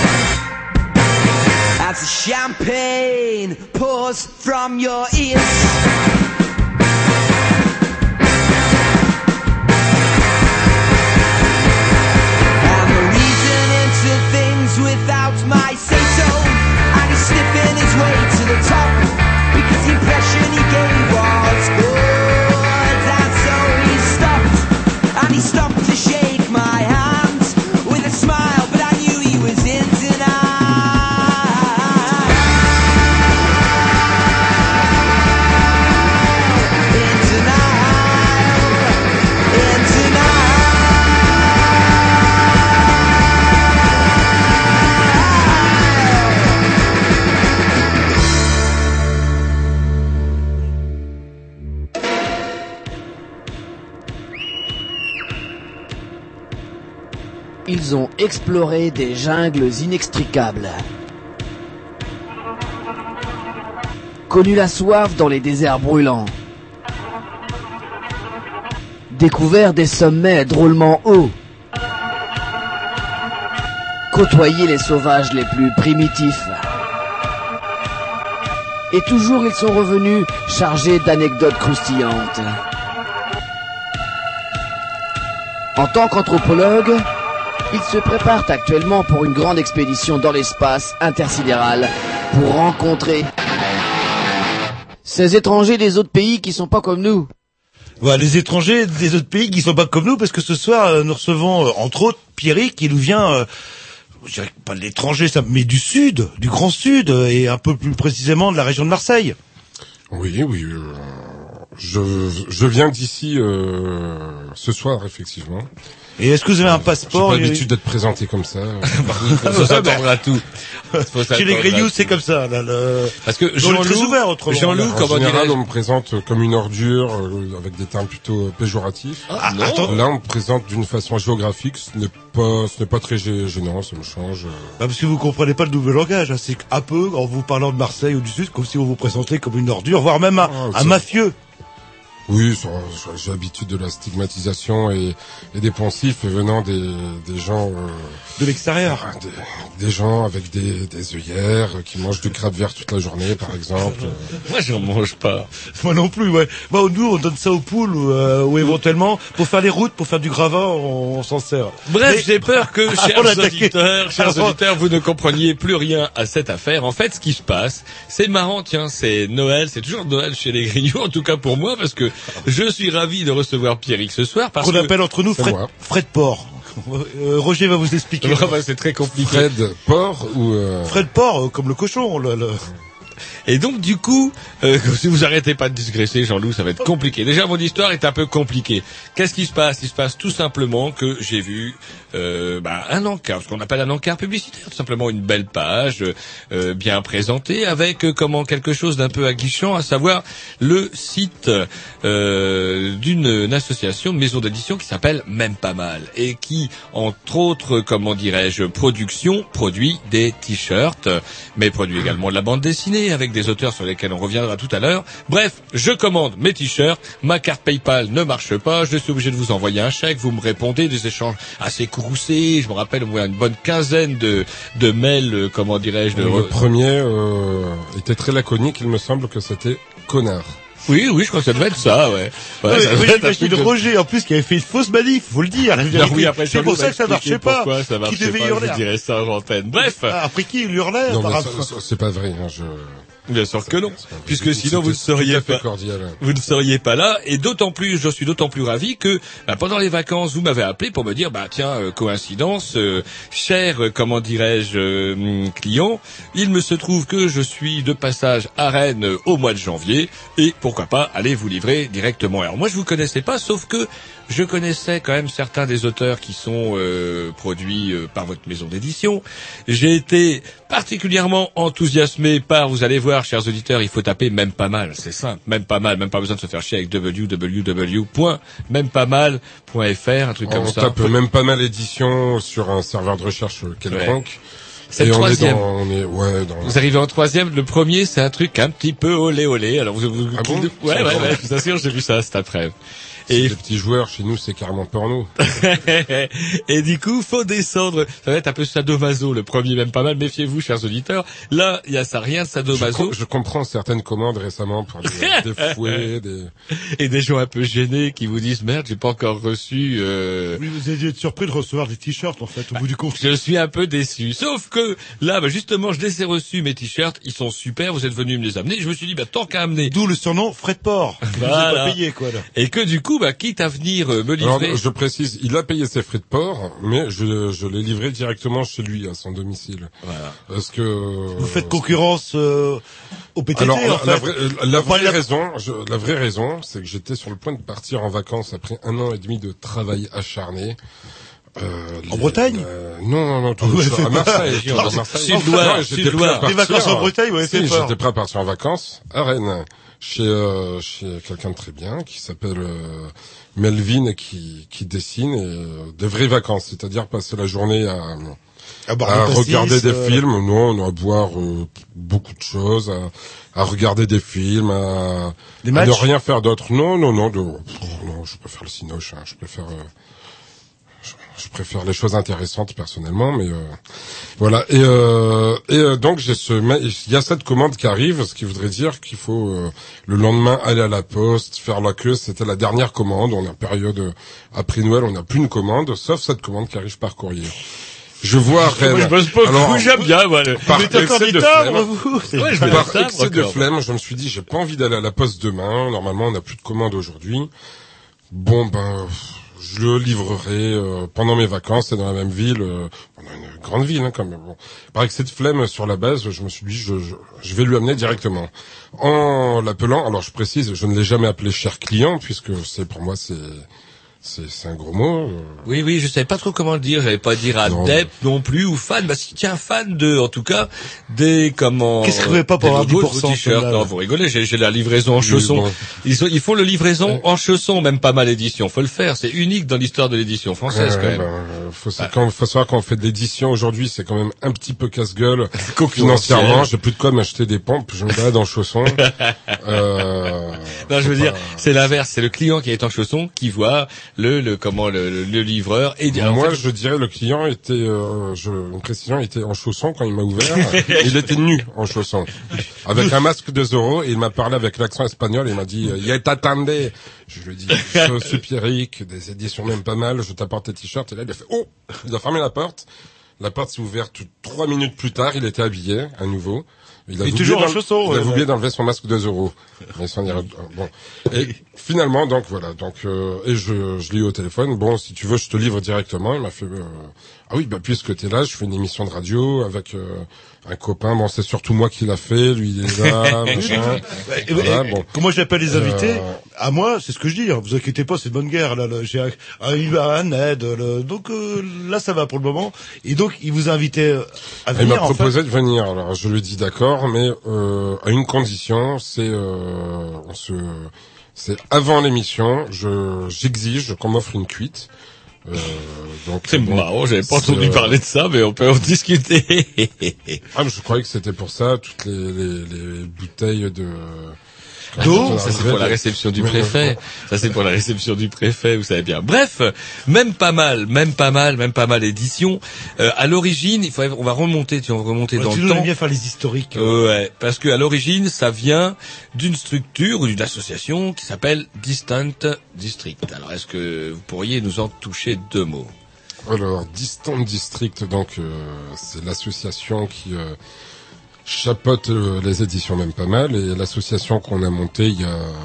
as the champagne pours from your ears. And the reason into things without my say-so. And he's sniffing his way to the top, because the impression he gave was good. And so he stopped, and he stopped to shake my hand with a smile, but I knew he was in denial. In denial. In denial. Ils ont exploré des jungles inextricables, connu la soif dans les déserts brûlants, découvert des sommets drôlement hauts, côtoyé les sauvages les plus primitifs. Et toujours ils sont revenus chargés d'anecdotes croustillantes. En tant qu'anthropologue, ils se préparent actuellement pour une grande expédition dans l'espace intersidéral pour rencontrer ces étrangers des autres pays qui sont pas comme nous. Voilà, les étrangers des autres pays qui sont pas comme nous, parce que ce soir, euh, nous recevons, euh, entre autres, Pierrick, qui nous vient, euh, je dirais pas de l'étranger, ça, mais du sud, du grand sud, euh, et un peu plus précisément de la région de Marseille. Oui, oui, euh, je, je viens d'ici euh, ce soir, effectivement. Et est-ce que vous avez un passeport? J'ai pas l'habitude d'être présenté comme ça. Faut s'attendre à tout. Faut Chez les Grignoux, c'est comme ça. Là, le... Parce que Jean-Loup, Jean-Loup, en général, on me présente comme une ordure, euh, avec des termes plutôt péjoratifs. Ah, non. Là, on me présente d'une façon géographique. Ce n'est pas, ce n'est pas très gênant. Ça me change. Bah parce que vous comprenez pas le double langage. Hein. C'est un peu, en vous parlant de Marseille ou du Sud, comme si vous vous présentez comme une ordure, voire même un, ah, un mafieux. Oui, j'ai l'habitude de la stigmatisation et, et des poncifs venant des, des gens... Euh, de l'extérieur. Des, des gens avec des, des œillères qui mangent du crabe vert toute la journée, par exemple. Moi, j'en mange pas. Moi non plus, ouais. Moi, nous, on donne ça aux poules ou, euh, ou éventuellement, pour faire les routes, pour faire du gravat, on, on s'en sert. Bref, Mais, j'ai peur que, chers auditeurs, chers Alors, auditeurs, vous ne compreniez plus rien à cette affaire. En fait, ce qui se passe, c'est marrant, tiens, c'est Noël, c'est toujours Noël chez les Grignoux, en tout cas pour moi, parce que je suis ravi de recevoir Pierrick ce soir, parce qu'on que... appelle entre nous Fred, Fred Porc. Euh, Roger va vous expliquer. Ouais, bah, c'est très compliqué. Fred Porc ou... Euh... Fred Porc, euh, comme le cochon, le... le... Et donc, du coup, euh, si vous arrêtez pas de digresser, Jean-Loup, ça va être compliqué. Déjà, mon histoire est un peu compliquée. Qu'est-ce qui se passe? Il se passe tout simplement que j'ai vu euh, bah, un encart, ce qu'on appelle un encart publicitaire, tout simplement une belle page, euh, bien présentée, avec euh, comment quelque chose d'un peu aguichant, à savoir le site euh, d'une association, maison d'édition qui s'appelle Même Pas Mal, et qui, entre autres, comment dirais-je, production, produit des t-shirts, mais produit également de la bande dessinée, avec des auteurs sur lesquels on reviendra tout à l'heure. Bref, je commande mes t-shirts, ma carte PayPal ne marche pas, je suis obligé de vous envoyer un chèque, vous me répondez, des échanges assez courroucés, je me rappelle au moins une bonne quinzaine de, de mails, euh, comment dirais-je... De... Le premier euh, était très laconique, il me semble que c'était connard. Oui, oui, je crois que ça devait être ça, ouais. ouais oui, ça oui, j'imagine de... Roger, en plus, qui avait fait une fausse manif, faut le dire. La non, oui, après, c'est pour ça que ça marchait pas. Pourquoi ça marchait qui devait pas, hurler. Je dirais ça en antenne. Bref. Ah, après qui il hurlait? Non, mais ça, c'est pas vrai, hein, je... Bien sûr que non, puisque sinon vous ne seriez pas, vous ne seriez pas là, et d'autant plus, je suis d'autant plus ravi que bah, pendant les vacances, vous m'avez appelé pour me dire, bah tiens, euh, coïncidence, euh, cher, euh, comment dirais-je, euh, client, il me se trouve que je suis de passage à Rennes euh, au mois de janvier, et pourquoi pas aller vous livrer directement. Alors moi, je vous connaissais pas, sauf que je connaissais quand même certains des auteurs qui sont euh, produits euh, par votre maison d'édition. J'ai été particulièrement enthousiasmé par, vous allez voir, chers auditeurs, il faut taper Même Pas Mal, c'est simple, Même Pas Mal, même pas besoin de se faire chier avec w w w point même pas mal point f r, un truc on comme ça. On tape Même Pas Mal édition sur un serveur de recherche quelconque. Ouais. C'est le troisième. On est, dans, on est, ouais, dans... Vous arrivez en troisième. Le premier, c'est un truc un petit peu olé olé. Alors vous, vous ah bon ouais, ouais, ouais, je vous assure, j'ai vu ça cet après-midi. Et les petits joueurs, chez nous, c'est carrément porno. Et du coup, faut descendre. Ça va être un peu sadomaso, le premier, même pas mal. Méfiez-vous, chers auditeurs. Là, il y a ça, rien de sadomaso. Je, com- je comprends certaines commandes récemment pour des, des fouets, des... Et des gens un peu gênés qui vous disent, merde, j'ai pas encore reçu, euh... Oui, vous avez été surpris de recevoir des t-shirts, en fait, au bout du compte. Je suis un peu déçu. Sauf que, là, bah, justement, je les ai reçus, mes t-shirts. Ils sont super. Vous êtes venus me les amener. Je me suis dit, bah, tant qu'à amener. D'où le surnom frais de port. Voilà. Vous avez pas payé, quoi, là. Et que du coup, bah, quitte à venir me livrer. Alors, je précise, il a payé ses frais de port, mais je, je l'ai livré directement chez lui, à son domicile. Voilà. Parce que... Vous faites concurrence, euh, au P T T, Alors, en la, fait. la vraie, la vraie la... raison, je, la vraie raison, c'est que j'étais sur le point de partir en vacances après un an et demi de travail acharné. Euh, en les, Bretagne euh, Non, non, non, tout ouais, à Marseille. À Marseille. Sud-Loire, Sud-Loire. Les vacances en Bretagne, ouais, c'est fort. J'étais prêt à partir en vacances à Rennes, chez euh, chez quelqu'un de très bien qui s'appelle euh, Melvin, qui qui dessine et, euh, des vraies vacances, c'est-à-dire passer la journée à à, à regarder des euh... films, non, à boire euh, beaucoup de choses, à, à regarder des films, à, des à ne rien faire d'autre. Non, non, non, de, pff, non, je préfère le cinoche, hein, je préfère. Euh, Je préfère les choses intéressantes personnellement, mais euh, voilà. Et, euh, et euh, donc j'ai ce, il y a cette commande qui arrive, ce qui voudrait dire qu'il faut euh, le lendemain aller à la poste, faire la queue. C'était la dernière commande. On est en période après Noël, on n'a plus une commande, sauf cette commande qui arrive par courrier. Je vois Rennes. Moi, je bosse pas beaucoup, j'aime bien, moi. Par excès de flemme, ouais, je par excès de flemme, je me suis dit, j'ai pas envie d'aller à la poste demain. Normalement, on n'a plus de commande aujourd'hui. Bon, ben. Je le livrerai euh, pendant mes vacances et dans la même ville, euh, pendant une grande ville hein, quand même. Bon. Par excès de flemme sur la base, je me suis dit je, je, je vais lui amener directement. En l'appelant, alors je précise, je ne l'ai jamais appelé cher client puisque c'est pour moi c'est c'est c'est un gros mot. Oui oui, je savais pas trop comment le dire, j'allais pas dire adepte non, non plus ou fan, bah si tiens fan de en tout cas des comment Qu'est-ce que vous n'avez pas pour avoir dix pour cent Non, vous rigolez, j'ai j'ai la livraison en chaussons. Bon. Ils sont, ils font le livraison ouais. en chaussons, même pas mal édition, faut le faire, c'est unique dans l'histoire de l'édition française ouais, quand même. Ben, faut ça, quand, faut savoir quand on fait de l'édition aujourd'hui, c'est quand même un petit peu casse-gueule financièrement, j'ai plus de quoi m'acheter des pompes, je me balade en chaussons. euh, non, je veux dire, c'est l'inverse, c'est le client qui est en chaussons qui voit le, le comment le, le, le livreur et alors, moi fait, je dirais le client était euh, je une précision était en chaussons quand il m'a ouvert il était nu en chaussons avec un masque de Zorro et il m'a parlé avec l'accent espagnol et il m'a dit "Ya t'attendais". Je lui ai dit "Je suis Pierrick, des éditions même pas mal, je t'apporte tes t-shirts" et là il a fait "Oh", il a fermé la porte. La porte s'est ouverte trois minutes plus tard, il était habillé à nouveau. Il a il toujours en chaussons. Il a oublié d'enlever son masque de Zorro. Mais sans dire, bon. Et finalement, donc voilà. Donc euh, et je, je l'ai eu au téléphone. Bon, si tu veux, je te livre directement. Il m'a fait. Euh, ah oui, bah puisque t'es là, je fais une émission de radio avec euh, un copain. Bon, c'est surtout moi qui l'a fait. Lui, il est là. machin. Voilà, bon. Comment j'appelle les invités euh... À moi, c'est ce que je dis. Hein. Vous inquiétez pas, c'est de bonne guerre. Là, là. J'ai un, un, un aide. Là. Donc euh, là, ça va pour le moment. Et donc, il vous a invité à venir. Il m'a proposé en fait. de venir. Alors, je lui ai dit d'accord, mais euh, à une condition, c'est euh, on se, c'est avant l'émission, je j'exige qu'on m'offre une cuite. Euh, donc c'est bon, marrant, j'avais pas entendu euh... parler de ça, mais on peut en discuter. Ah, mais je croyais que c'était pour ça, toutes les, les, les bouteilles de d'eau, ça c'est pour la réception du préfet. Ça c'est pour la réception du préfet, vous savez bien. Bref, même pas mal, même pas mal, même pas mal édition. Euh, à l'origine, il faut, on va remonter, tu vas remonter ouais, dans tu le temps. temps. Tu bien faire les historiques. Euh, ouais, parce que à l'origine, ça vient d'une structure ou d'une association qui s'appelle Distant District. Alors, est-ce que vous pourriez nous en toucher deux mots? Alors, Distant District, donc euh, c'est l'association qui euh, chapeaute euh, les éditions même pas mal, et l'association qu'on a montée il y a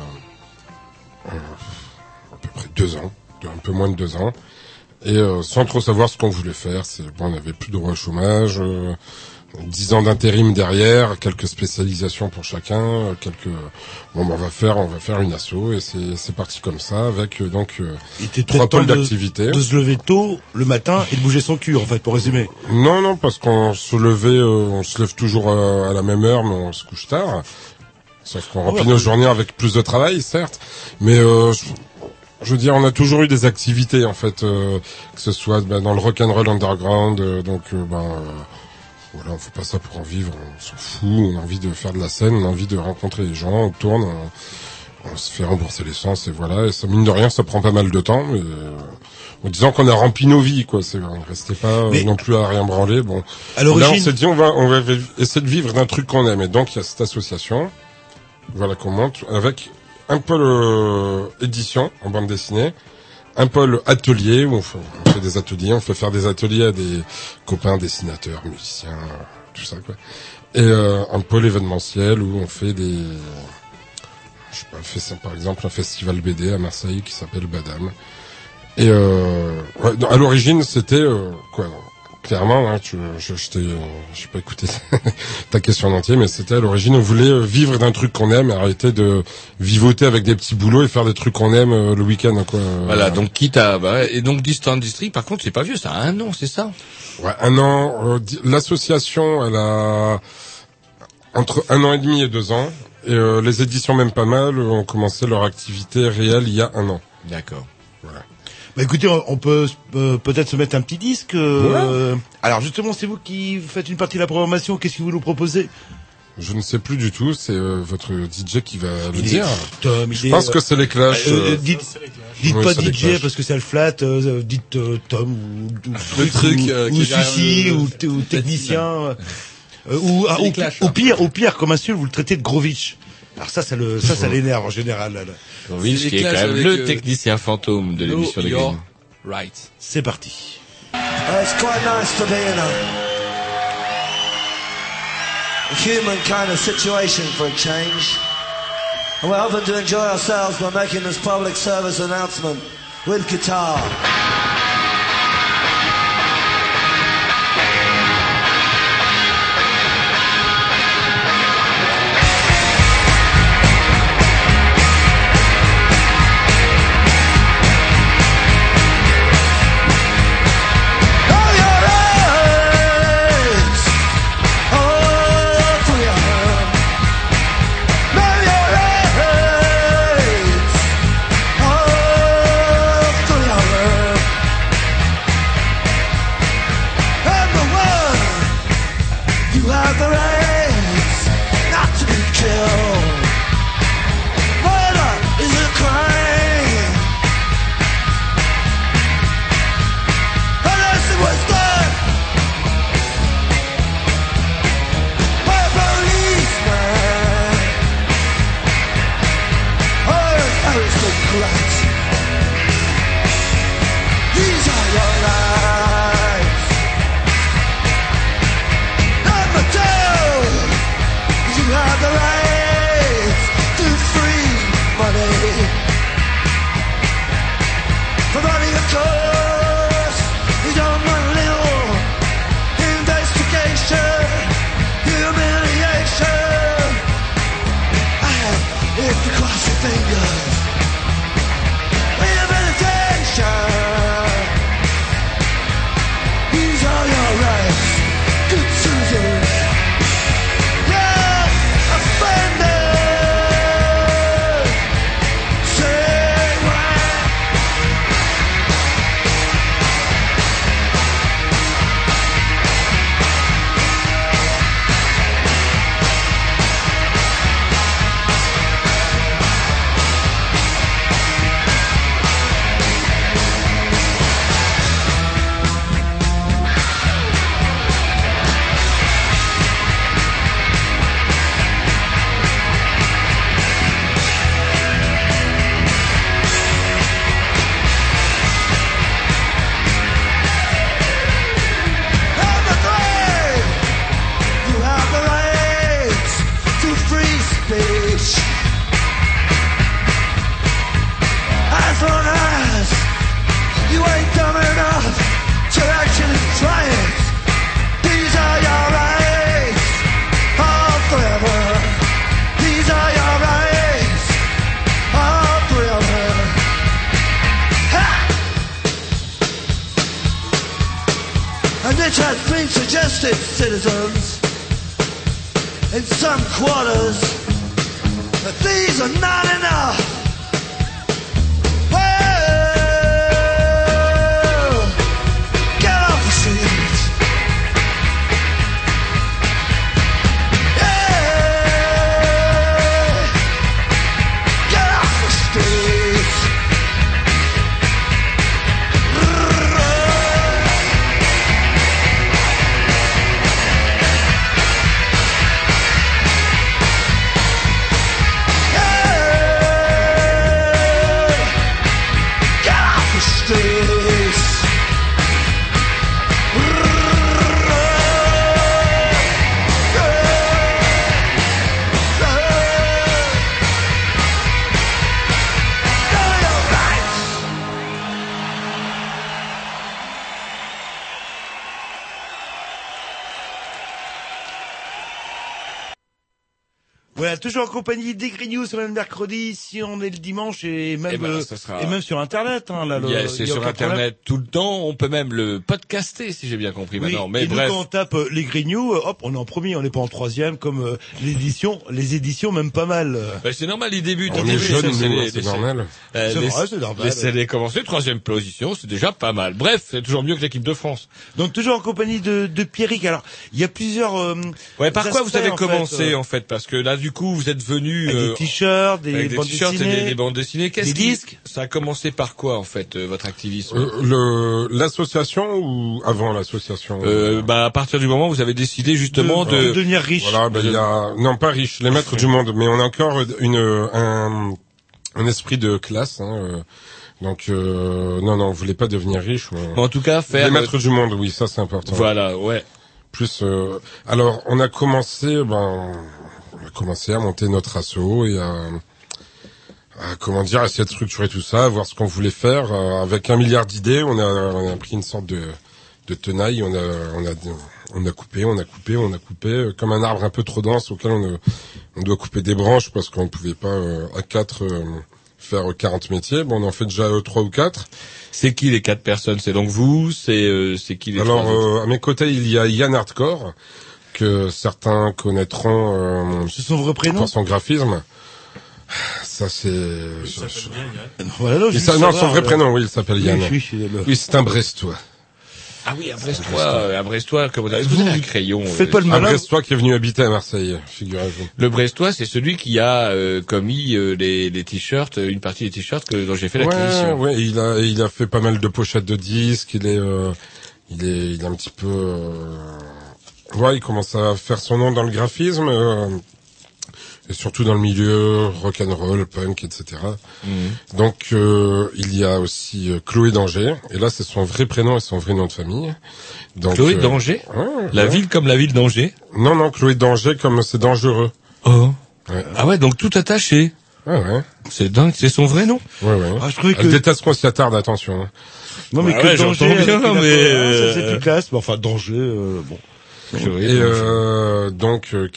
euh, à peu près deux ans, un peu moins de deux ans, et euh, sans trop savoir ce qu'on voulait faire. C'est bon, on n'avait plus de droit au chômage, euh, dix ans d'intérim derrière, quelques spécialisations pour chacun, quelques bon, ben, on va faire, on va faire une asso, et c'est c'est parti comme ça avec euh, donc euh, trois pôles d'activité. De se lever tôt le matin et de bouger son cul, en fait, pour résumer. Non, non, parce qu'on se levait, euh, on se lève toujours à, à la même heure, mais on se couche tard. Sauf qu'on remplit oh, nos journées avec plus de travail, certes, mais euh, je, je veux dire, on a toujours eu des activités, en fait, euh, que ce soit ben, dans le rock'n'roll underground, euh, donc euh, ben euh, voilà, on fait pas ça pour en vivre, on s'en fout, on a envie de faire de la scène, on a envie de rencontrer les gens, on tourne, on, on se fait rembourser l'essence et voilà. Et ça, mine de rien, ça prend pas mal de temps, mais euh, en disant qu'on a rempli nos vies, quoi. C'est, on restait pas mais, non plus à rien branler. Bon, à l'origine, là, on s'est dit, on va, on va essayer de vivre d'un truc qu'on aime. Et donc, il y a cette association, voilà, qu'on monte avec un pôle euh, édition en bande dessinée, un pôle atelier où on fait, on fait des ateliers, on fait faire des ateliers à des copains dessinateurs, musiciens, tout ça, quoi. Et euh, un pôle événementiel où on fait des, je sais pas, fait ça, par exemple un festival B D à Marseille qui s'appelle Badam. Et euh, ouais, non, à l'origine c'était euh, quoi, non, clairement, hein, tu, je, je t'ai, j'ai pas écouté ta question en entier, mais c'était à l'origine on voulait vivre d'un truc qu'on aime, et arrêter de vivoter avec des petits boulots et faire des trucs qu'on aime euh, le week-end, quoi. Voilà, donc quitte à, bah, et donc Distant District, par contre, c'est pas vieux, ça a un an, c'est ça? Ouais, un an. Euh, l'association, elle a entre un an et demi et deux ans, et euh, les éditions même pas mal ont commencé leur activité réelle il y a un an. D'accord. Voilà. Bah écoutez, on, on peut euh, peut-être se mettre un petit disque. Euh, ouais. Alors justement, c'est vous qui faites une partie de la programmation. Qu'est-ce que vous nous proposez? Je ne sais plus du tout. C'est euh, votre D J qui va le il dire. Est, Tom, je pense est, que c'est les Clash. Euh, euh, dites dites oui, pas D J parce que c'est le flat. Euh, dites euh, Tom ou, ou le truc ou, euh, ou Sucy ou, ou technicien. Euh, ou ah, au, clash, au pire, au pire, comme insulte, vous le traitez de Grovitch. Alors ça, ça le, ça, ça l'énerve en général. Là, là. Grovitch qui est quand même le euh, technicien fantôme de l'émission de Game. Right. C'est parti. Uh, it's quite nice to be in a, a human kind of situation for a change. And we're hoping to enjoy ourselves by making this public service announcement with guitar. Citizens in some quarters, but these are not enough. Well, get off the street. Yeah, get off Voilà, toujours en compagnie des Grignoux sur le mercredi, si on est le dimanche et même Eh ben, euh, ça sera- et même sur internet. Hein, là, le, Il y a- c'est il y a sur aucun internet tout le temps. On peut même le podcaster si j'ai bien compris problème. maintenant. Oui, Mais et nous, bref. quand on tape euh, les Grignoux, euh, hop, on est en premier, on n'est pas en troisième, comme euh, l'édition, les éditions même pas mal. euh. Bah, c'est normal, les débuts. On les est débuts, jeunes, c'est nous, les- c'est les- normal. euh, C'est les- vrai, c'est normal. Les C D commencé, troisième position, c'est déjà pas mal. Bref, c'est toujours mieux que l'équipe de France. Donc toujours en compagnie de, de Pierrick. Alors, il y a plusieurs. Euh, Ouais, par quoi vous aspects, avez en fait, commencé euh, en fait? Parce que là, du coup, vous êtes venu avec euh, des t-shirts, des avec des bandes t-shirts et dessinées, des, des bandes dessinées. Qu'est-ce des qui- disques. Ça a commencé par quoi en fait, euh, votre activisme? Euh, le l'association ou avant l'association? Euh, bah à partir du moment où vous avez décidé justement de, de devenir riche. Voilà, ben il y a non pas riche, les maîtres du monde, mais on a encore une un un esprit de classe. Hein, euh, donc euh, non non, on voulait pas devenir riche. On... en tout cas faire les maîtres du monde, oui, ça c'est important. Voilà, ouais. Plus euh, alors on a commencé, ben on a commencé à monter notre asso et à, à comment dire, à essayer de structurer tout ça, à voir ce qu'on voulait faire euh, avec un milliard d'idées. On a on a pris une sorte de de tenaille, on a on a on a coupé, on a coupé, on a coupé euh, comme un arbre un peu trop dense auquel on euh, on doit couper des branches parce qu'on ne pouvait pas euh, à quatre euh, faire quarante métiers. Bon, on en fait déjà euh, trois ou quatre. C'est qui les quatre personnes? C'est donc vous? C'est euh, c'est qui les Alors trois autres euh, à mes côtés, il y a Yann Hardcore que certains connaîtront euh, C'est son vrai prénom. pour son graphisme. Ça c'est Voilà, non, Il juste s'a- non, savoir, son vrai euh, prénom, oui, il s'appelle Yann. Oui, oui, le- Oui, c'est un Brestois. Ah oui, à Brestois, euh, à Brestois, comme vous avez, vous avez un crayon. euh, Faites pas le Un malin. Brestois qui est venu habiter à Marseille, figurez-vous. Le Brestois, c'est celui qui a euh, commis euh, les, les t-shirts, euh, une partie des t-shirts que, dont j'ai fait Ouais, l'acquisition. ouais, il a, il a fait pas mal de pochettes de disques. Il est, euh, il est, il est un petit peu, euh, ouais, il commence à faire son nom dans le graphisme. Euh, et surtout dans le milieu rock'n'roll, punk, et cetera. Mhm. Donc euh, il y a aussi euh, Chloé Danger, et là c'est son vrai prénom et son vrai nom de famille. Donc, Chloé euh, Danger, ouais, la ouais. ville comme la ville d'Angers. Non, non, Chloé Danger comme c'est dangereux. Oh. Ouais. Ah ouais, donc tout attaché. Ouais, ouais. C'est dingue, c'est son vrai nom. Ouais, ouais. Ah, je trouvais Elle que déteste qu'on s'y attarde, attention. Hein. non mais Ah que ouais, danger, j'entends bien, avec une mais, apparence, euh, ça c'est plus classe. Mais enfin danger, euh, bon. Chloé Et Danger. euh, donc euh,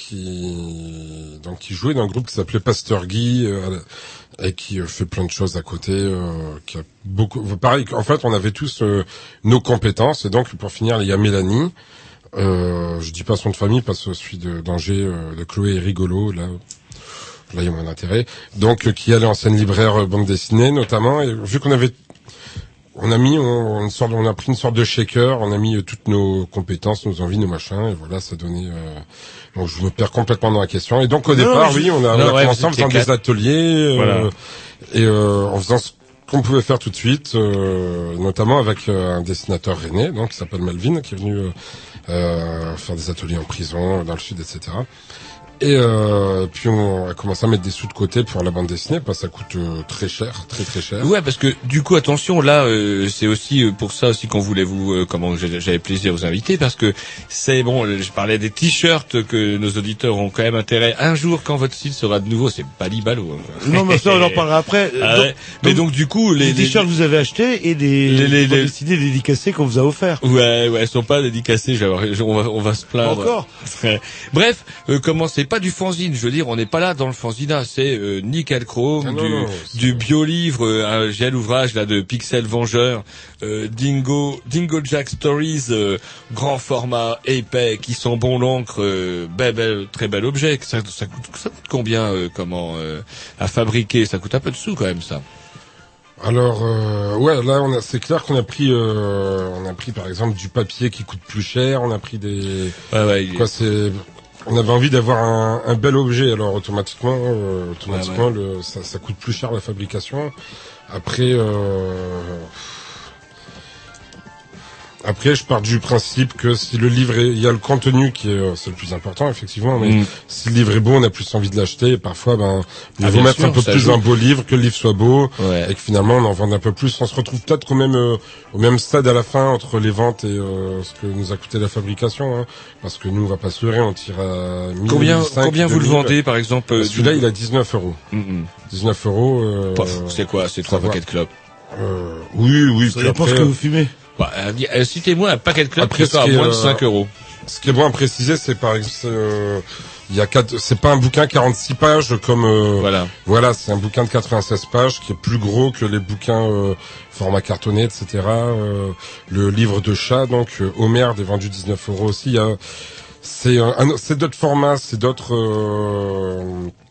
qui donc qui jouait dans un groupe qui s'appelait Pasteur Guy euh, et qui euh, fait plein de choses à côté, euh, qui a beaucoup pareil. En fait, on avait tous euh, nos compétences et donc pour finir, il y a Mélanie. Euh, je dis pas son de famille parce que celui de d'Angers euh, de Chloé est rigolo là. Là, il y a mon intérêt. Donc, euh, qui est l'ancienne libraire euh, bande dessinée, notamment. Et vu qu'on avait, on a mis, on, une sorte, on a pris une sorte de shaker, on a mis euh, toutes nos compétences, nos envies, nos machins, et voilà, ça donnait. Euh, donc, je me perds complètement dans la question. Et donc, au Non, départ, mais oui, on a, non, on a ouais, commencé vous en faisant étiez des ateliers, euh, Voilà. et euh, en faisant ce qu'on pouvait faire tout de suite, euh, notamment avec euh, un dessinateur rennais, donc qui s'appelle Melvin, qui est venu euh, euh, faire des ateliers en prison, dans le sud, et cetera. Et euh, puis on a commencé à mettre des sous de côté pour la bande dessinée parce que ça coûte euh, très cher, très très cher. Ouais, parce que du coup, attention, là, euh, c'est aussi euh, pour ça aussi qu'on voulait vous, euh, comment j'ai- j'avais plaisir à vous inviter, parce que c'est bon. euh, Je parlais des t-shirts que nos auditeurs ont quand même intérêt. Un jour, quand votre site sera de nouveau, c'est balibalo. hein. Non mais ça on en parlera après. Ah Donc, ouais. Mais donc du coup, les, les t-shirts que vous avez achetés et des Les- les- bandes les- dessinées dédicacées qu'on vous a offert. Ouais, ouais, elles sont pas dédicacées. je vais avoir- je- On va, on va se plaindre. Encore. Bref, euh, comment c'est pas du fanzine. Je veux dire, on n'est pas là dans le fanzina. C'est euh, Nickel Chrome, Ah non, du, non, du bio-livre, euh, j'ai l'ouvrage là de Pixel Vengeur, euh, Dingo, Dingo Jack Stories, euh, grand format, épais, qui sont bon l'encre, euh, bel, bel, très bel objet. Ça, ça coûte, ça coûte combien, euh, comment euh, à fabriquer? Ça coûte un peu de sous quand même, ça. Alors euh, ouais, là on a, c'est clair qu'on a pris, euh, on a pris par exemple du papier qui coûte plus cher, on a pris des, Ouais, ouais. il- quoi c'est, on avait envie d'avoir un, un bel objet, alors automatiquement, euh, automatiquement le, ça, ça coûte plus cher la fabrication. Après, euh, après je pars du principe que si le livre est, il y a le contenu qui est, euh, c'est le plus important effectivement, mais Mm. si le livre est beau, on a plus envie de l'acheter. Et parfois, ben, il Ah, faut bien mettre sûr, un peu ça plus joue. un beau livre, que le livre soit beau. Ouais. Et que finalement on en vende un peu plus. On se retrouve peut-être quand même euh, au même stade à la fin entre les ventes et euh, ce que nous a coûté la fabrication, hein, parce que nous on va pas se leurrer, on tire à mille, Combien, mille cinq, combien vous le deux mille. vendez, par exemple euh, Celui-là du- il a dix-neuf euros. Mm, mm. dix-neuf euros. Euh, Pof, c'est quoi? C'est trois ça va. paquets de clopes. euh, Oui, oui. Ça puis dépend ce après, que vous fumez. Bah, euh, dis- euh, citez-moi un paquet de clopes Après, qui soit à ce qui est, moins de euh, cinq euros. Ce qui est bon à préciser, c'est par exemple, euh, il y a quatre, c'est pas un bouquin quarante-six pages comme, euh, voilà. Voilà, c'est un bouquin de quatre-vingt-seize pages qui est plus gros que les bouquins euh, format cartonné, et cetera. Euh, le livre de chat, donc euh, Homer, est vendu dix-neuf euros aussi. Il y a, c'est un, c'est d'autres formats, c'est d'autres. Euh,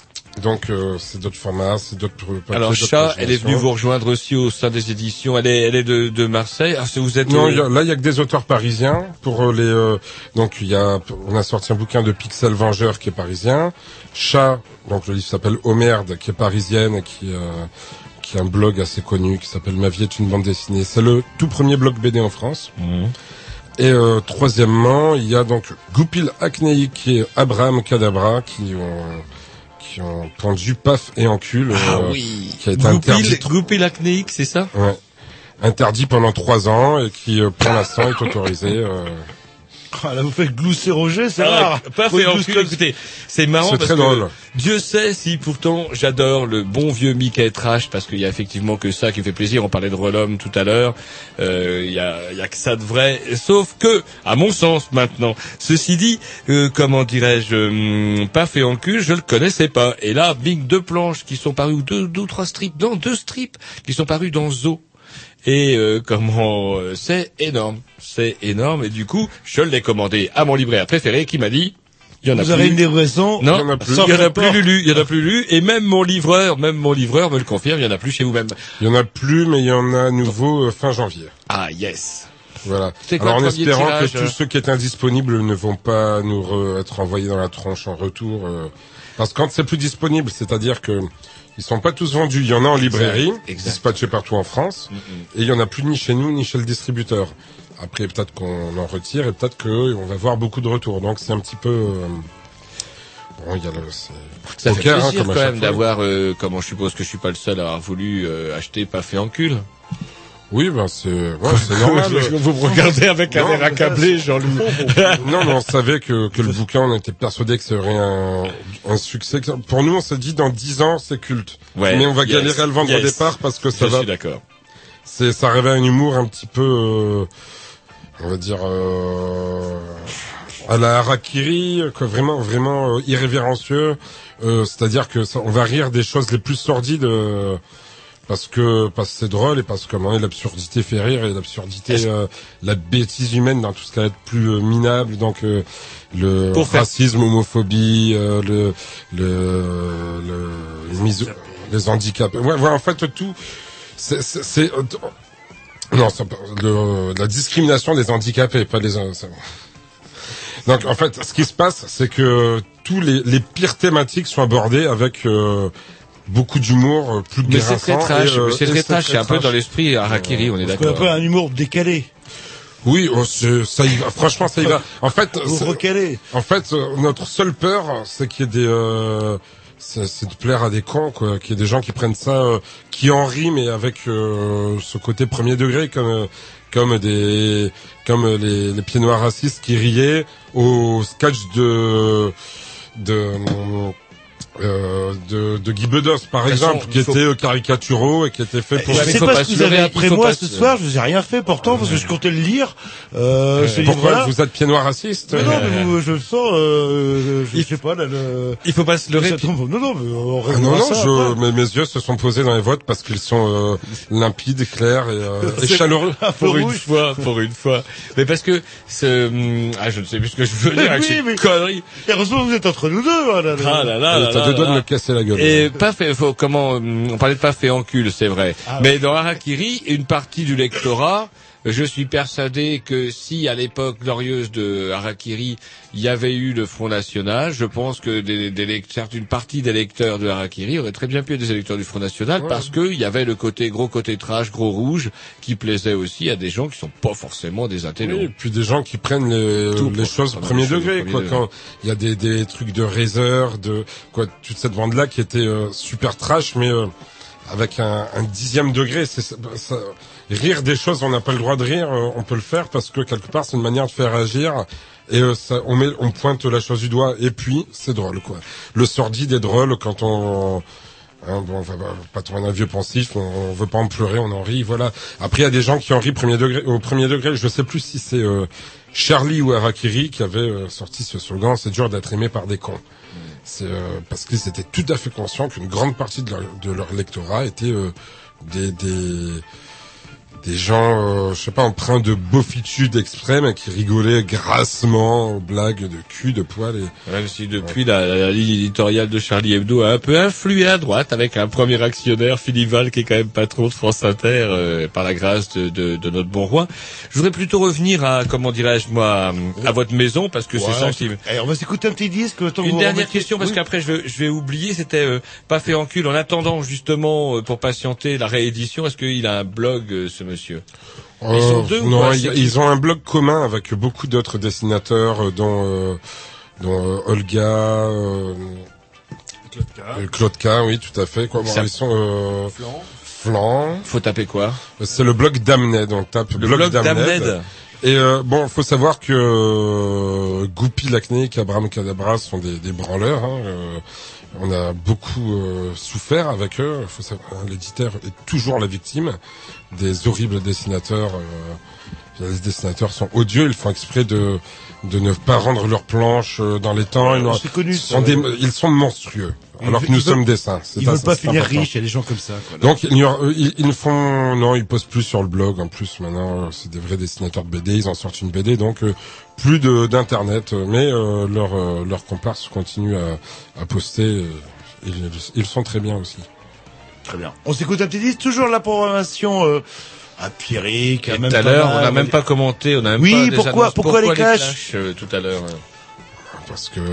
Donc euh, c'est d'autres formats, c'est d'autres. Alors Chat, elle est venue vous rejoindre aussi au sein des éditions. Elle est, elle est de, de Marseille. Alors, si vous êtes non, euh... y a, là il y a que des auteurs parisiens. Pour les, euh, donc il y a, on a sorti un bouquin de Pixel Vengeur qui est parisien. Chat, donc le livre s'appelle Homerde, qui est parisienne et qui, euh, qui a un blog assez connu qui s'appelle Ma vie est une bande dessinée. C'est le tout premier blog B D en France. Mmh. Et euh, troisièmement, il y a donc Goupil Acnéique et Abraham Cadabra qui ont qui ont pendu Paf et Encule. Ah euh, oui. Qui a été Goupil, interdit. Goupil Acnéique, c'est ça? Ouais. Interdit pendant trois ans et qui, euh, pour l'instant, est autorisé. Euh... Ah, là, vous faites glousser Roger, c'est ah, rare. Paf et Encule, écoutez, c'est marrant c'est parce très que drôle. Dieu sait si pourtant j'adore le bon vieux Mickey Trash parce qu'il y a effectivement que ça qui fait plaisir. On parlait de Rolom tout à l'heure. Euh, il y a, il y a que ça de vrai. Sauf que, à mon sens maintenant, ceci dit, euh, comment dirais-je, euh, Paf et Encule, je le connaissais pas. Et là, bing, deux planches qui sont parues ou deux, deux ou trois strips, non, deux strips qui sont parus dans Zo. Et euh, comment euh, c'est énorme, c'est énorme. Et du coup, je l'ai commandé à mon libraire préféré qui m'a dit. Il y en a Vous plus. avez une livraison? Non, il y en a plus, il y en a plus Lulu, il y en a plus Lulu, et même mon livreur, même mon livreur me le confirme, il y en a plus chez vous-même. Il y en a plus, mais il y en a à nouveau euh, fin janvier. Ah yes. Voilà. C'est quoi Alors en le premier espérant tirage que tous ceux qui étaient indisponibles ne vont pas nous re- être envoyés dans la tronche en retour, euh, parce que quand c'est plus disponible, c'est-à-dire que ils sont pas tous vendus. Il y en a en librairie, dispatchés partout en France, mm-hmm. et il y en a plus ni chez nous ni chez le distributeur. Après, peut-être qu'on en retire et peut-être qu'on va voir beaucoup de retours. Donc c'est un petit peu. Euh, bon, il y a le. C'est... Ça okay, fait plaisir hein, comme quand même fois. d'avoir. Euh, comment je suppose que je suis pas le seul à avoir voulu euh, acheter Paf et Encule. Oui, ben c'est, ouais, c'est normal. Vous me regardez avec un air accablé, Jean-Louis. Non, mais on savait que, que le bouquin, on était persuadé que ce serait un, un succès. Pour nous, on s'est dit, dans dix ans, c'est culte. Ouais, mais on va yes, galérer à le vendre yes. au départ parce que ça Je va. suis d'accord. C'est, ça révèle un humour un petit peu, euh, on va dire, euh, à la harakiri, quoi, vraiment, vraiment euh, irrévérencieux. Euh, c'est-à-dire que ça, on va rire des choses les plus sordides. Euh, Parce que parce que c'est drôle et parce que comment l'absurdité fait rire et l'absurdité euh, la bêtise humaine dans tout ce qui va être plus euh, minable donc euh, le Pour racisme, homophobie, euh, le le le les, miso- les handicaps. Ouais, ouais, en fait tout c'est c'est, c'est euh, non, c'est le, la discrimination des handicapés, pas des ça, donc en fait ce qui se passe c'est que tous les les pires thématiques sont abordées avec euh, beaucoup d'humour, plus mais c'est très trash, et, euh, mais c'est très trash, c'est un peu dans l'esprit Harakiri, on est d'accord. C'est un peu un humour décalé. Oui, oh, c'est, ça y va. Franchement, ça y va. En fait, vous recalez. En fait, notre seule peur, c'est qu'il y ait des, euh, c'est, c'est de plaire à des cons, quoi. Qu'il y ait des gens qui prennent ça, euh, qui en rient, mais avec euh, ce côté premier degré, comme comme des, comme les, les pieds noirs racistes qui riaient au sketch de de Euh, de, de Guy Bedos par exemple, façon, qui faut... était euh, caricaturaux et qui était fait pour. Je sais pas ce que vous avez après moi ce soir. Je vous ai rien fait pourtant parce que je comptais le lire. Euh, euh, pourquoi vous êtes pied noir raciste? Mais non, mais vous, je le sens. Euh, je, je sais pas. Là, le... Il faut pas se leurrer. Tombe... Non, non, mais on ah, non, non. Je... Mais mes yeux se sont posés dans les votes parce qu'ils sont euh, limpides, clairs et, euh, et chaleureux. Pour une fois, pour une fois. Mais parce que ce... ah, je ne sais plus ce que je veux dire. Mais oui, mais connerie. Heureusement vous êtes entre nous deux. Là, là. Ah là là. là, là deux doigts de me casser la gueule. Et Paf et, faut, comment, on parlait de Paf et Encule, c'est vrai. Ah, mais ouais. Dans Harakiri, une partie du lectorat, je suis persuadé que si à l'époque glorieuse de Harakiri, il y avait eu le Front National, je pense que des, des lecteurs, une partie des lecteurs de Harakiri auraient très bien pu être des électeurs du Front National ouais. Parce que il y avait le côté gros côté trash, gros rouge, qui plaisait aussi à des gens qui sont pas forcément des intellectuels. Oui, et puis des gens qui prennent les, Tout, les choses au premier degré, quoi. Degré. Quand il y a des, des trucs de Razer, de quoi, toute cette bande-là qui était euh, super trash, mais euh, avec un, un dixième degré, c'est ça, ça, rire des choses, on n'a pas le droit de rire, euh, on peut le faire parce que quelque part c'est une manière de faire agir et euh, ça, on met, on pointe la chose du doigt et puis c'est drôle quoi. Le sordide est drôle quand on, Hein, bon, on va pas tourner un vieux pensif, on, on veut pas en pleurer, on en rit, voilà. Après, il y a des gens qui en rient premier degré, au premier degré. Je sais plus si c'est euh, Charlie ou Harakiri qui avait euh, sorti ce slogan. C'est dur d'être aimé par des cons. C'est euh, parce qu'ils étaient tout à fait conscients qu'une grande partie de leur, de leur lectorat était euh, des, des des gens, euh, je sais pas, empreints de beaufitude extrême, qui rigolaient grassement aux blagues de cul, de poil. Et... Même si depuis ouais. la, la ligne éditoriale de Charlie Hebdo a un peu influé à droite, avec un premier actionnaire, Philippe Val, qui est quand même patron de France Inter, euh, par la grâce de, de, de notre bon roi. Je voudrais plutôt revenir à, comment dirais-je moi, à, à votre maison, parce que ouais, c'est sensible. Allez, on va s'écouter un petit disque. Une dernière question, parce oui. qu'après je vais, je vais oublier, c'était euh, pas fait en cul. En attendant justement, euh, pour patienter la réédition, est-ce qu'il a un blog, euh, ce monsieur? Euh, ils sont deux non, ils, ils ont un blog commun avec beaucoup d'autres dessinateurs, dont euh, dont euh, Olga, euh, Claude K. Euh, Claude K, oui, tout à fait. Quoi, bon, ils sont euh, Flan. Flan. Faut taper quoi? C'est le blog Damned. On tape le blog, blog Damned. Et euh, bon, faut savoir que euh, Goupil, Lacnic, Abraham Cadabra sont des, des branleurs. Hein, euh, on a beaucoup euh, souffert avec eux. Faut savoir, hein, l'éditeur est toujours la victime des horribles dessinateurs. Euh, les dessinateurs sont odieux. Ils font exprès de de ne pas rendre leurs planches dans les temps. Ils, c'est connu, ils, sont, des, ils sont monstrueux. Alors que nous sommes des saints. Ils veulent pas finir riches, il y a des gens comme ça. Quoi, donc ils, ils, ils font, non, ils postent plus sur le blog. En plus maintenant, c'est des vrais dessinateurs de B D. Ils en sortent une B D, donc euh, plus de d'internet. Mais euh, leurs euh, leurs comparses continuent à, à poster. Euh, ils, ils sont très bien aussi. Très bien. On s'écoute un petit disque. Toujours la programmation. Euh... À Pierrick, tout à l'heure, on n'a même pas commenté, on n'a même oui, pas des pourquoi, pourquoi, pourquoi les clashs, clashs euh, tout à l'heure. Parce que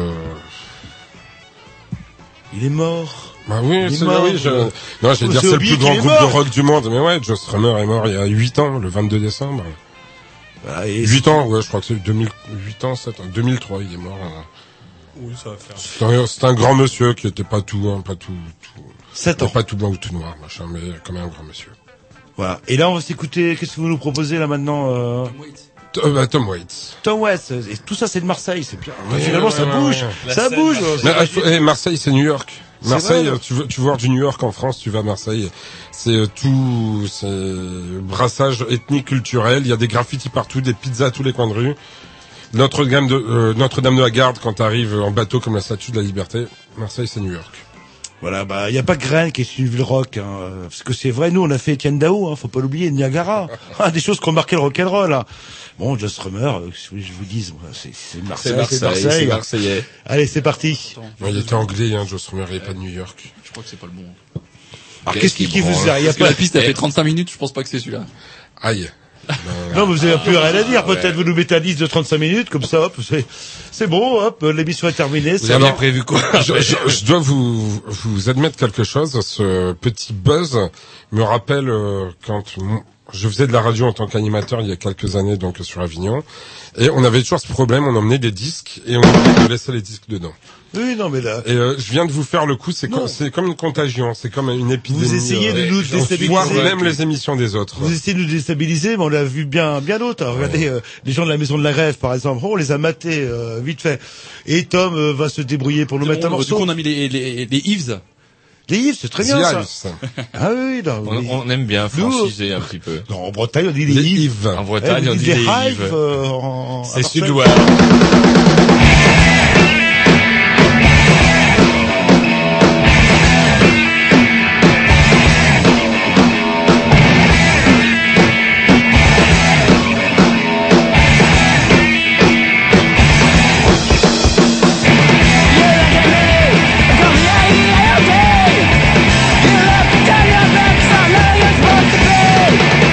il est mort. Bah oui, il c'est est mort. Oui, je... non, je vais dire c'est le plus grand groupe de rock du monde, mais ouais, Joe Strummer est mort il y a huit ans, le vingt-deux décembre. Voilà, et huit ans, ouais, je crois que c'est deux mille huit ans, sept ans, deux mille trois, il est mort. Hein. Oui, ça va faire. C'est un, c'est un grand monsieur qui était pas tout, hein, pas tout, tout sept ans. Pas tout blanc ou tout noir, machin, mais quand même un grand monsieur. Voilà. Et là, on va s'écouter. Qu'est-ce que vous nous proposez là maintenant euh... Tom Waits. Euh, bah, Tom Waits. Tom Waits. Et tout ça, c'est de Marseille, c'est bien. Ouais, finalement, ouais, ça, ouais, bouge. Ouais. ça bouge. Ça bouge. Mais, euh, Marseille, c'est New York. Marseille, vrai, tu veux, tu veux voir du New York en France, tu vas à Marseille. C'est euh, tout, c'est brassage ethnique, culturel. Il y a des graffitis partout, des pizzas à tous les coins de rue. Notre-Dame de euh, Notre-Dame de la Garde, quand t'arrives en bateau comme la Statue de la Liberté. Marseille, c'est New York. Voilà, bah, il y a pas que Graines qui est une ville rock, hein, parce que c'est vrai, nous, on a fait Étienne Dao, hein, faut pas l'oublier, Niagara, ah, des choses qui ont marqué le rock'n'roll, hein. Bon, Joe Strummer, euh, je vous dise, c'est, c'est Marseille, c'est Marseille, c'est, c'est Marseillais. Allez, c'est parti. Ouais, il était anglais, hein, Joe Strummer, il est pas de New York. Je crois que c'est pas le bon. Alors, qu'est-ce qui, qui vous a, il y a pas... la piste a fait trente-cinq minutes, je pense pas que c'est celui-là. Aïe. Non, non, mais vous avez plus rien à dire. Peut-être ouais. Vous nous mettez un disque de trente-cinq minutes, comme ça, hop, c'est, c'est bon, hop, l'émission est terminée. Vous avez prévu quoi? je, je, je dois vous, vous admettre quelque chose. Ce petit buzz me rappelle euh, quand je faisais de la radio en tant qu'animateur il y a quelques années, donc sur Avignon, et on avait toujours ce problème. On emmenait des disques et on oubliait de laisser les disques dedans. Oui, non, mais là. Et euh, je viens de vous faire le coup. C'est comme, c'est comme une contagion. C'est comme une épidémie. Vous essayez de nous déstabiliser. Voir même les émissions des autres. Vous essayez de nous déstabiliser, mais on l'a vu bien, bien d'autres. Regardez, ouais. euh, les gens de la Maison de la Grève, par exemple. Oh, on les a matés euh, vite fait. Et Tom euh, va se débrouiller pour nous mettre un morceau. Du coup, on a mis les les, les Yves. Les Yves, c'est très bien ça. ça. Ah oui, non, on, les... on aime bien franciser un petit peu. Non, en Bretagne, on dit les, les Yves. Yves. En Bretagne, eh, on dit les Yves. Euh, en... C'est sud-ouest.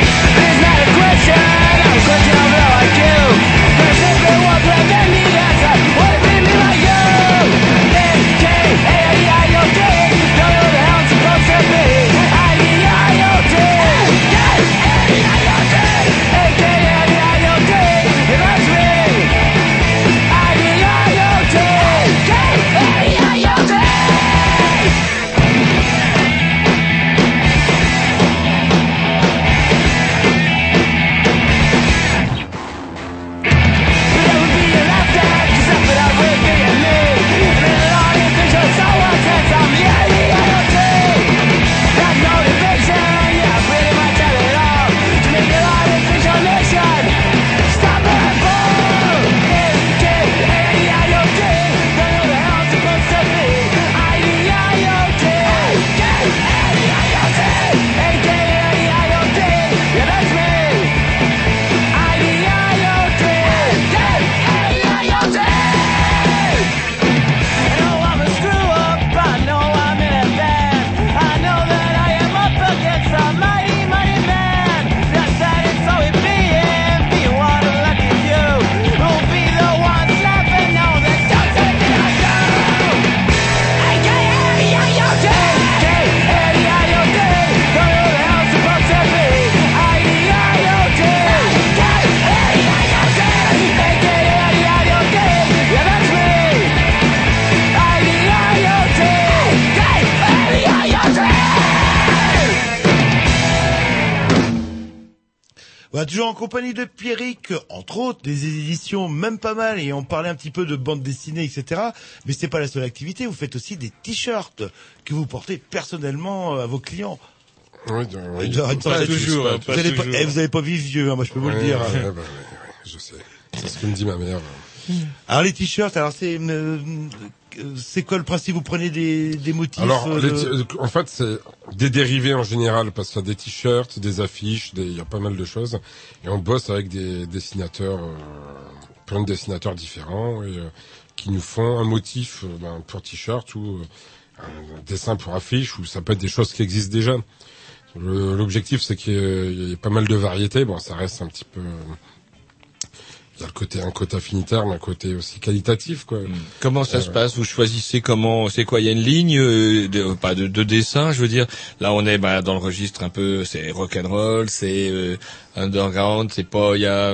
Question of like you. There's simply one place that me that's Voilà, toujours en compagnie de Pierrick, entre autres, des éditions même pas mal, et on parlait un petit peu de bande dessinée, et cetera. Mais c'est pas la seule activité, vous faites aussi des t-shirts que vous portez personnellement à vos clients. Oui, oui. Genre, Pas pas toujours, vous, pas allez toujours. Pas, eh, vous allez pas vivre vieux, hein, moi je peux vous ouais, le dire. Ouais, ouais, bah, ouais, je sais. C'est ce que me dit ma mère. Alors les t-shirts, alors c'est euh, c'est quoi le principe? Vous prenez des, des motifs? Alors, euh, les de... t- en fait, c'est des dérivés en général, parce qu'il y a des t-shirts, des affiches, des... il y a pas mal de choses, et on bosse avec des dessinateurs, euh, plein de dessinateurs différents, et, euh, qui nous font un motif euh, ben, pour t-shirt ou euh, un dessin pour affiche, ou ça peut être des choses qui existent déjà. Le, l'objectif, c'est qu'il y ait, il y ait pas mal de variétés. Bon, ça reste un petit peu... Il y a le côté, un côté affinitaire, mais un côté aussi qualitatif, quoi. Comment ça euh, se passe? Vous choisissez comment? C'est quoi? Il y a une ligne, euh, de, pas de, de dessin, je veux dire. Là, on est bah, dans le registre un peu, c'est rock'n'roll, c'est euh, underground, c'est pas, il y a.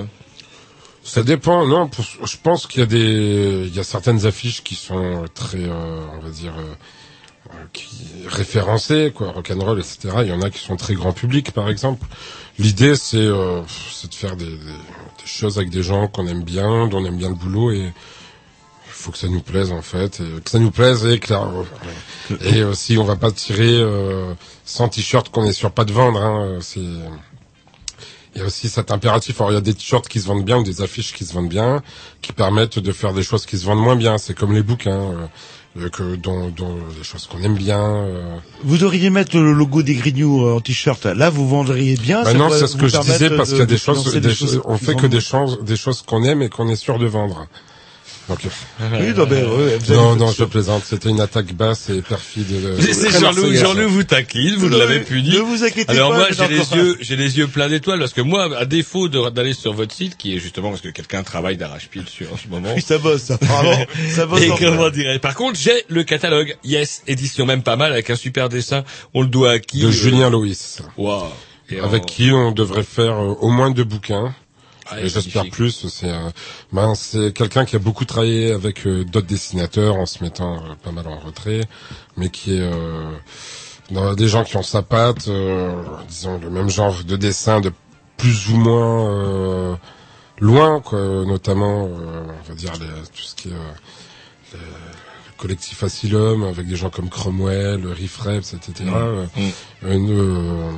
Ça dépend. Non, pour, je pense qu'il y a des, il y a certaines affiches qui sont très, euh, on va dire, euh, qui référencées, quoi, rock'n'roll, et cetera. Il y en a qui sont très grand public, par exemple. L'idée, c'est, euh, c'est de faire des, des, des choses avec des gens qu'on aime bien, dont on aime bien le boulot, et il faut que ça nous plaise, en fait, et que ça nous plaise, et que là, et aussi, on va pas tirer euh, cent t-shirts qu'on est sûr pas de vendre, hein, c'est... Il y a aussi cet impératif. Alors, il y a des t-shirts qui se vendent bien ou des affiches qui se vendent bien, qui permettent de faire des choses qui se vendent moins bien. C'est comme les bouquins, euh, que, dont, dont des choses qu'on aime bien. Euh. Vous devriez mettre le logo des Grignoux en t-shirt. Là, vous vendriez bien. Bah non, c'est ce que je disais, parce de, qu'il y a des de choses, des des choses, choses on fait que des choses, des choses qu'on aime et qu'on est sûr de vendre. Donc, oui, non, mais, ouais, vous non, non, je plaisante. C'était une attaque basse et perfide. C'est Jean-Loup, Jean-Loup vous taquine, vous ne l'avez puni. Ne vous inquiétez Alors pas. Alors moi, j'ai les encore... yeux, j'ai les yeux pleins d'étoiles, parce que moi, à défaut de, d'aller sur votre site, qui est justement parce que quelqu'un travaille d'arrache-pile sur en ce moment. Oui, ça bosse, ça. Pardon, ça bosse. Et comment dirais Par contre, j'ai le catalogue. Yes, édition même pas mal, avec un super dessin. On le doit à qui? De euh... Julien Loïs. Waouh. Avec en... qui on devrait faire euh, au moins deux bouquins. Ah, et j'espère plus. C'est euh, ben c'est quelqu'un qui a beaucoup travaillé avec euh, d'autres dessinateurs en se mettant euh, pas mal en retrait, mais qui est euh, dans des gens qui ont sa patte, euh, disons le même genre de dessin de plus ou moins euh, loin, quoi. Notamment, euh, on va dire les, tout ce qui est euh, les, le collectif Asylum avec des gens comme Cromwell, Riff Raps, et cetera. Mmh. Euh, une, euh,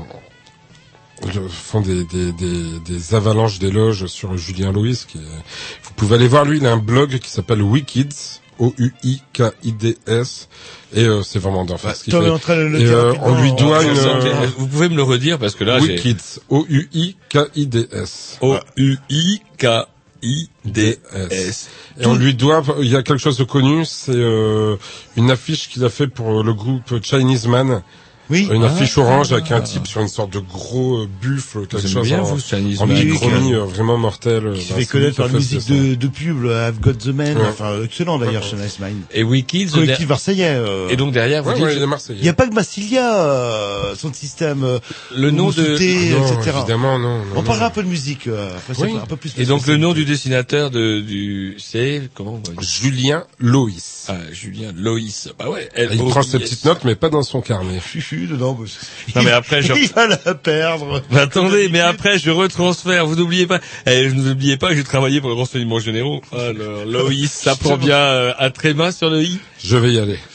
font des, des, des, des avalanches d'éloges sur Julien Loïs. Qui est... Vous pouvez aller voir, lui, il a un blog qui s'appelle Wikids, O U I K I D S, et euh, c'est vraiment d'enfer. Bah, ce qu'il fait. En train de le et euh, on lui doit une... Euh... Vous pouvez me le redire, parce que là, Wikids, O U I K I D S. O U I K I D S. Et on lui doit, il y a quelque chose de connu, c'est euh, une affiche qu'il a fait pour le groupe Chinese Man. Oui. Une ah, affiche orange ah, avec un type sur une sorte de gros euh, buffle, quelque chose bien, en, vous, en bichromie euh, vraiment mortel. Qui se fait connaître par la musique de, de pub, I've Got the Man, ouais. Enfin, excellent d'ailleurs, chez Nice Mind. Et Wikids, collectif marseillais. Euh... Et donc derrière, vous ouais, dites... ouais, il est marseillais. Il n'y a pas que Massilia, euh, son système, euh, le nom de... Souté, non, et cetera. Évidemment, non. non On non. parlera un peu de musique, euh, après, oui. un peu plus. Et donc le nom du dessinateur de, du, c'est, comment on va dire? Julien Loïs. Ah, Julien Loïs. Bah ouais. Il prend ses petites notes, mais pas dans son carnet. Fufu, dedans, non mais après je... il va la perdre. Mais attendez, mais après je retransfère. Vous n'oubliez pas, eh, n'oubliez pas que j'ai travaillé pour le renseignement généraux. Alors Loïs, ça prend bien euh, un tréma sur le i. Je vais y aller.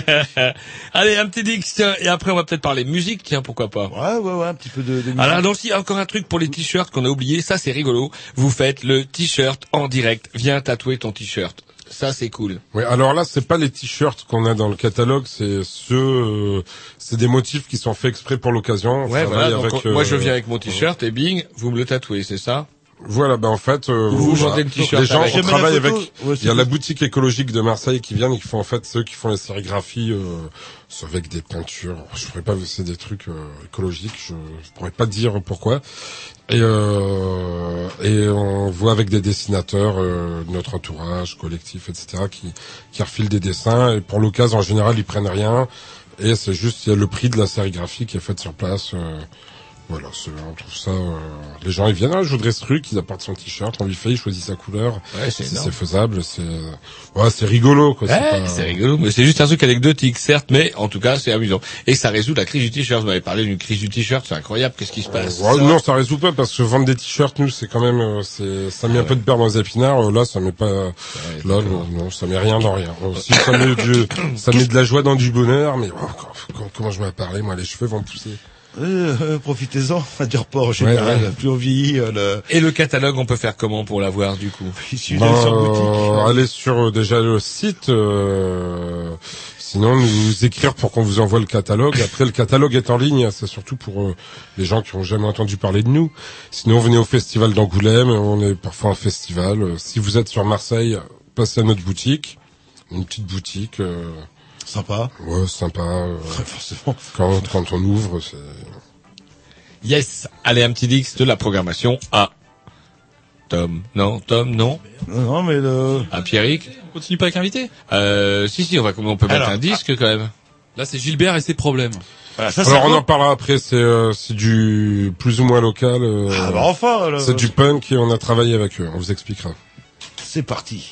Allez, un petit dix, tiens, et après on va peut-être parler musique, tiens, pourquoi pas. Ouais, ouais, ouais, un petit peu de, de musique. Alors, donc, si, encore un truc pour les t-shirts qu'on a oublié, ça c'est rigolo. Vous faites le t-shirt en direct. Viens tatouer ton t-shirt. Ça, c'est cool. Oui, alors là, c'est pas les t-shirts qu'on a dans le catalogue, c'est ceux, euh, c'est des motifs qui sont faits exprès pour l'occasion. Ouais, voilà, donc, avec, euh, moi je viens euh, avec mon t-shirt et bing, vous me le tatouez, c'est ça? Voilà, ben en fait, euh, vous vendez voilà, le t-shirt. Les gens, on travaille avec. Ouais, il y a la boutique écologique de Marseille qui vient et qui font en fait ceux qui font les sérigraphies euh, avec des peintures. Je pourrais pas, c'est des trucs euh, écologiques. Je, je pourrais pas dire pourquoi. Et euh, et on voit avec des dessinateurs, euh, notre entourage, collectif, et cetera, qui qui refilent des dessins. Et pour l'occasion, en général, ils prennent rien. Et c'est juste il y a le prix de la sérigraphie qui est faite sur place. Euh, Voilà, c'est, on trouve ça, euh, les gens ils viennent, ah, je voudrais ce truc, ils apportent son t-shirt, on lui fait, il choisit sa couleur. Ouais, c'est, c'est, c'est faisable, c'est, ouais, c'est rigolo, quoi. Ouais, c'est, pas... c'est rigolo, mais c'est juste un truc anecdotique, certes, mais en tout cas, c'est amusant. Et ça résout la crise du t-shirt. Vous m'avez parlé d'une crise du t-shirt, c'est incroyable, qu'est-ce qui se passe? Ouais, non, ça résout pas, parce que vendre des t-shirts, nous, c'est quand même, c'est, ça met ah, un ouais. peu de beurre dans les épinards, là, ça met pas, ouais, là, non, non, ça met rien dans rien. Si ça met du, ça met de la joie dans du bonheur, mais oh, comment je m'ai parlé, moi, les cheveux vont pousser. Euh, euh, profitez-en, à du report en général, ouais, ouais. plus on vieillit. Euh, le... Et le catalogue, on peut faire comment pour l'avoir du coup? Ici, ben, sur boutique. Allez sur euh, déjà le site, euh, sinon nous, nous écrire pour qu'on vous envoie le catalogue. Après, le catalogue est en ligne, c'est surtout pour euh, les gens qui ont jamais entendu parler de nous. Sinon, venez au festival d'Angoulême, on est parfois en festival. Si vous êtes sur Marseille, passez à notre boutique, une petite boutique. Euh, Sympa. Ouais, sympa. Euh, ouais, forcément. Quand, quand on ouvre, c'est... Yes. Allez, un petit dix de la programmation à Tom. Non, Tom, non. Non, non mais le... À Pierrick. On continue pas avec l'invité? Euh, si, si, on va, on peut mettre Alors, un disque ah. quand même. Là, c'est Gilbert et ses problèmes. Voilà, ça, alors on en parlera après, c'est, euh, c'est du plus ou moins local. Euh, ah bah enfin. Le... C'est du punk et on a travaillé avec eux, on vous expliquera. C'est parti.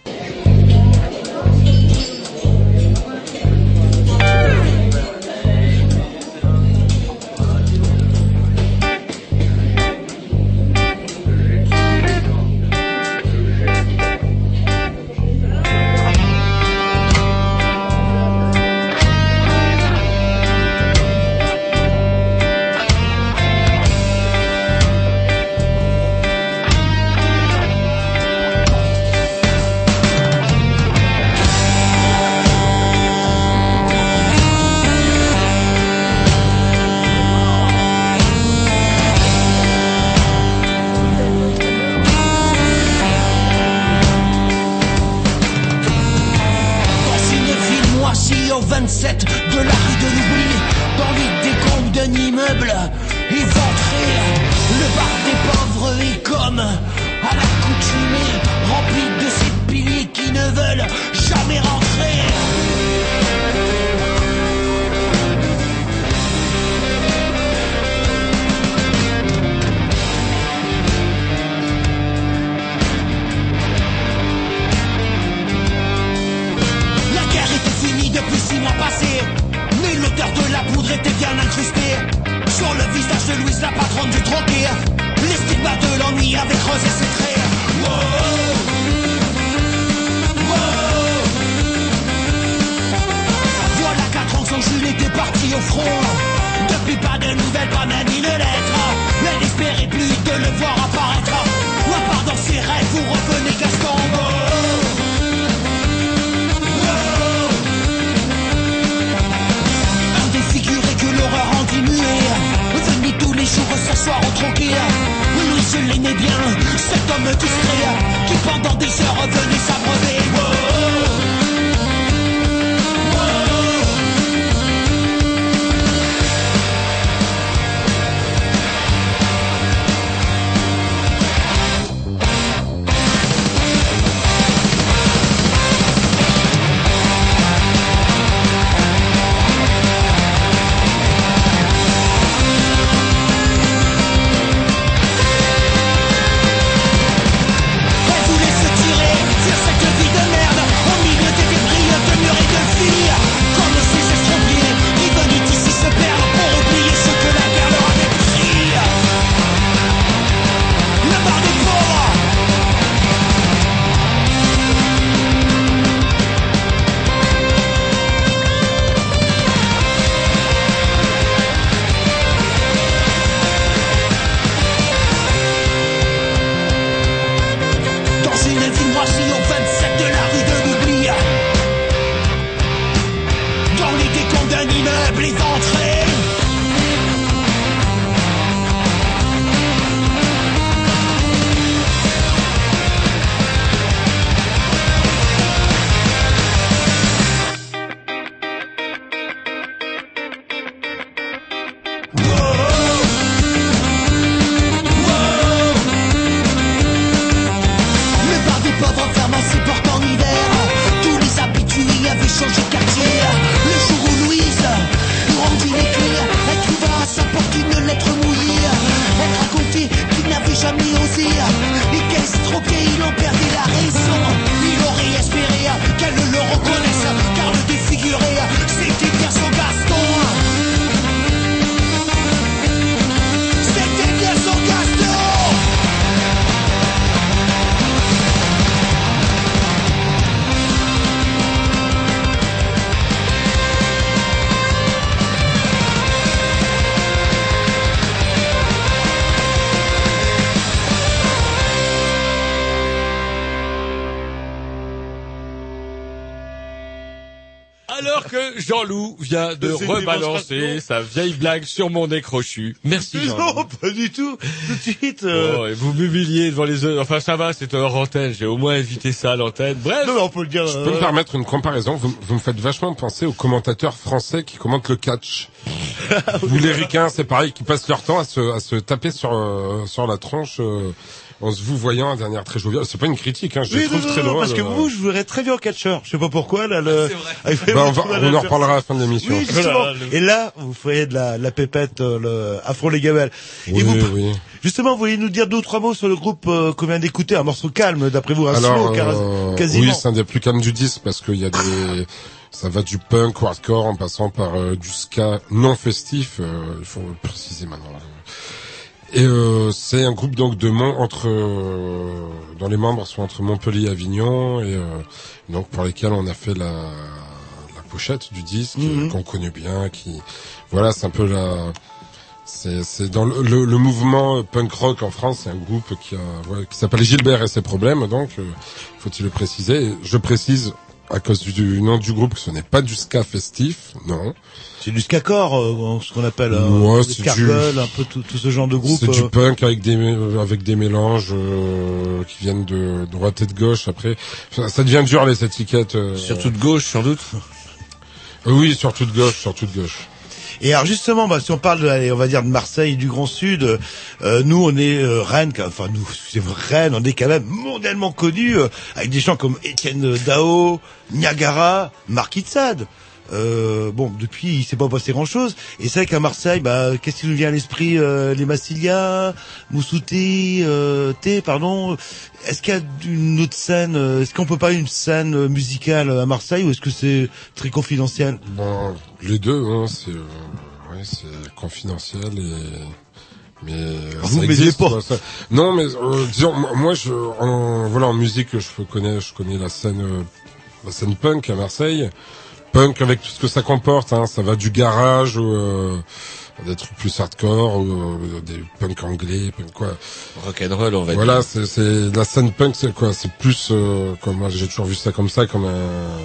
de la rue de l'oubli, dans les décombres d'un immeuble éventré. Le bar des pauvres est comme à l'accoutumée, rempli de ces piliers qui ne veulent jamais rentrer. Mais l'odeur de la poudre était bien incrustée sur le visage de Louise, la patronne du troquet. Les stigmates de l'ennui avaient creusé ses traits. Wow, wow. Voilà quatre ans que son Jules était parti au front. Depuis pas de nouvelles, pas même une lettre. Elle n'espérait plus de le voir apparaître. Ou à part dans ses rêves, vous revenez Gaston. Wow. L'horreur en diminué, venez tous les jours s'asseoir au troquet. Louis, je l'aimais bien, cet homme distrait qui pendant des heures venait s'abreuver. Wow. Vie de Alors que Jean-Loup vient de, De rebalancer sa vieille blague sur mon nez crochu. Merci Jean-Loup. Non, pas du tout. Tout de suite. Euh... Oh, et vous m'humiliez devant les autres. Enfin, ça va, c'était hors antenne. J'ai au moins évité ça à l'antenne. Bref. Non, mais on peut le dire. Je peux euh... me permettre une comparaison. Vous, vous me faites vachement penser aux commentateurs français qui commentent le catch. Vous les ricains, c'est pareil, qui passent leur temps à se, à se taper sur, euh, sur la tronche. Euh... en se vous voyant à dernière très joviale. C'est pas une critique, hein, je oui, les trouve non, très non, drôles. parce que vous, je verrais très bien en catcheur. Je sais pas pourquoi, là, le... Ah, c'est vrai. Bah, on va, on en reparlera à la fin de l'émission. Oui, justement. Voilà, le... Et là, vous feriez de la, la pépette, euh, le Afro les Gamelles. Oui, Et vous, oui. Justement, vous voulez nous dire deux ou trois mots sur le groupe euh, qu'on vient d'écouter, un morceau calme, d'après vous, un Alors, slow, euh, quasiment. Oui, c'est un des plus calmes du disque, parce qu'il y a des, ça va du punk, hardcore, en passant par euh, du ska non festif, euh, il faut le préciser maintenant. Et euh, c'est un groupe donc de Mont entre euh, dont les membres sont entre Montpellier et Avignon, et euh, donc pour lesquels on a fait la la pochette du disque, mm-hmm. qu'on connaît bien, qui voilà, c'est un peu la c'est c'est dans le, le, le mouvement punk rock en France, c'est un groupe qui a voilà, qui s'appelle Gilbert et ses problèmes, donc euh, faut-il le préciser. Et je précise à cause du, du nom du groupe que ce n'est pas du ska festif, non. C'est du skacore, euh, ce qu'on appelle euh, ouais, du Scarvel, un peu tout, tout ce genre de groupe. C'est euh... du punk avec des avec des mélanges euh, qui viennent de droite et de gauche. Après, ça, ça devient dur les étiquettes. Euh... Surtout de gauche, sans doute. Euh, oui, surtout de gauche, surtout de gauche. Et alors justement, bah, si on parle de, allez, on va dire de Marseille, du Grand Sud, euh, nous on est euh, Rennes, enfin nous, c'est Rennes, on est quand même mondialement connus euh, avec des gens comme Étienne Dao, Niagara, Marquis de Sade. Euh, bon, depuis, il s'est pas passé grand-chose. Et c'est vrai qu'à Marseille, bah, qu'est-ce qui nous vient à l'esprit, euh, les Massilia, Moussouti, euh, T, pardon. Est-ce qu'il y a une autre scène, est-ce qu'on peut pas une scène musicale à Marseille, ou est-ce que c'est très confidentiel? Bon, les deux, hein, c'est, euh, ouais, c'est confidentiel et, mais vous ça existe, pas. Quoi, ça... Non, mais euh, disons, moi, je, en, voilà, en musique, je connais, je connais la scène, euh, la scène punk à Marseille. Punk avec tout ce que ça comporte, hein, ça va du garage ou euh, des trucs plus hardcore, ou euh, des punk anglais, punk quoi. Rock'n'roll, on va voilà, dire. c'est c'est la scène punk, c'est quoi, c'est plus euh, comme moi j'ai toujours vu ça comme ça, comme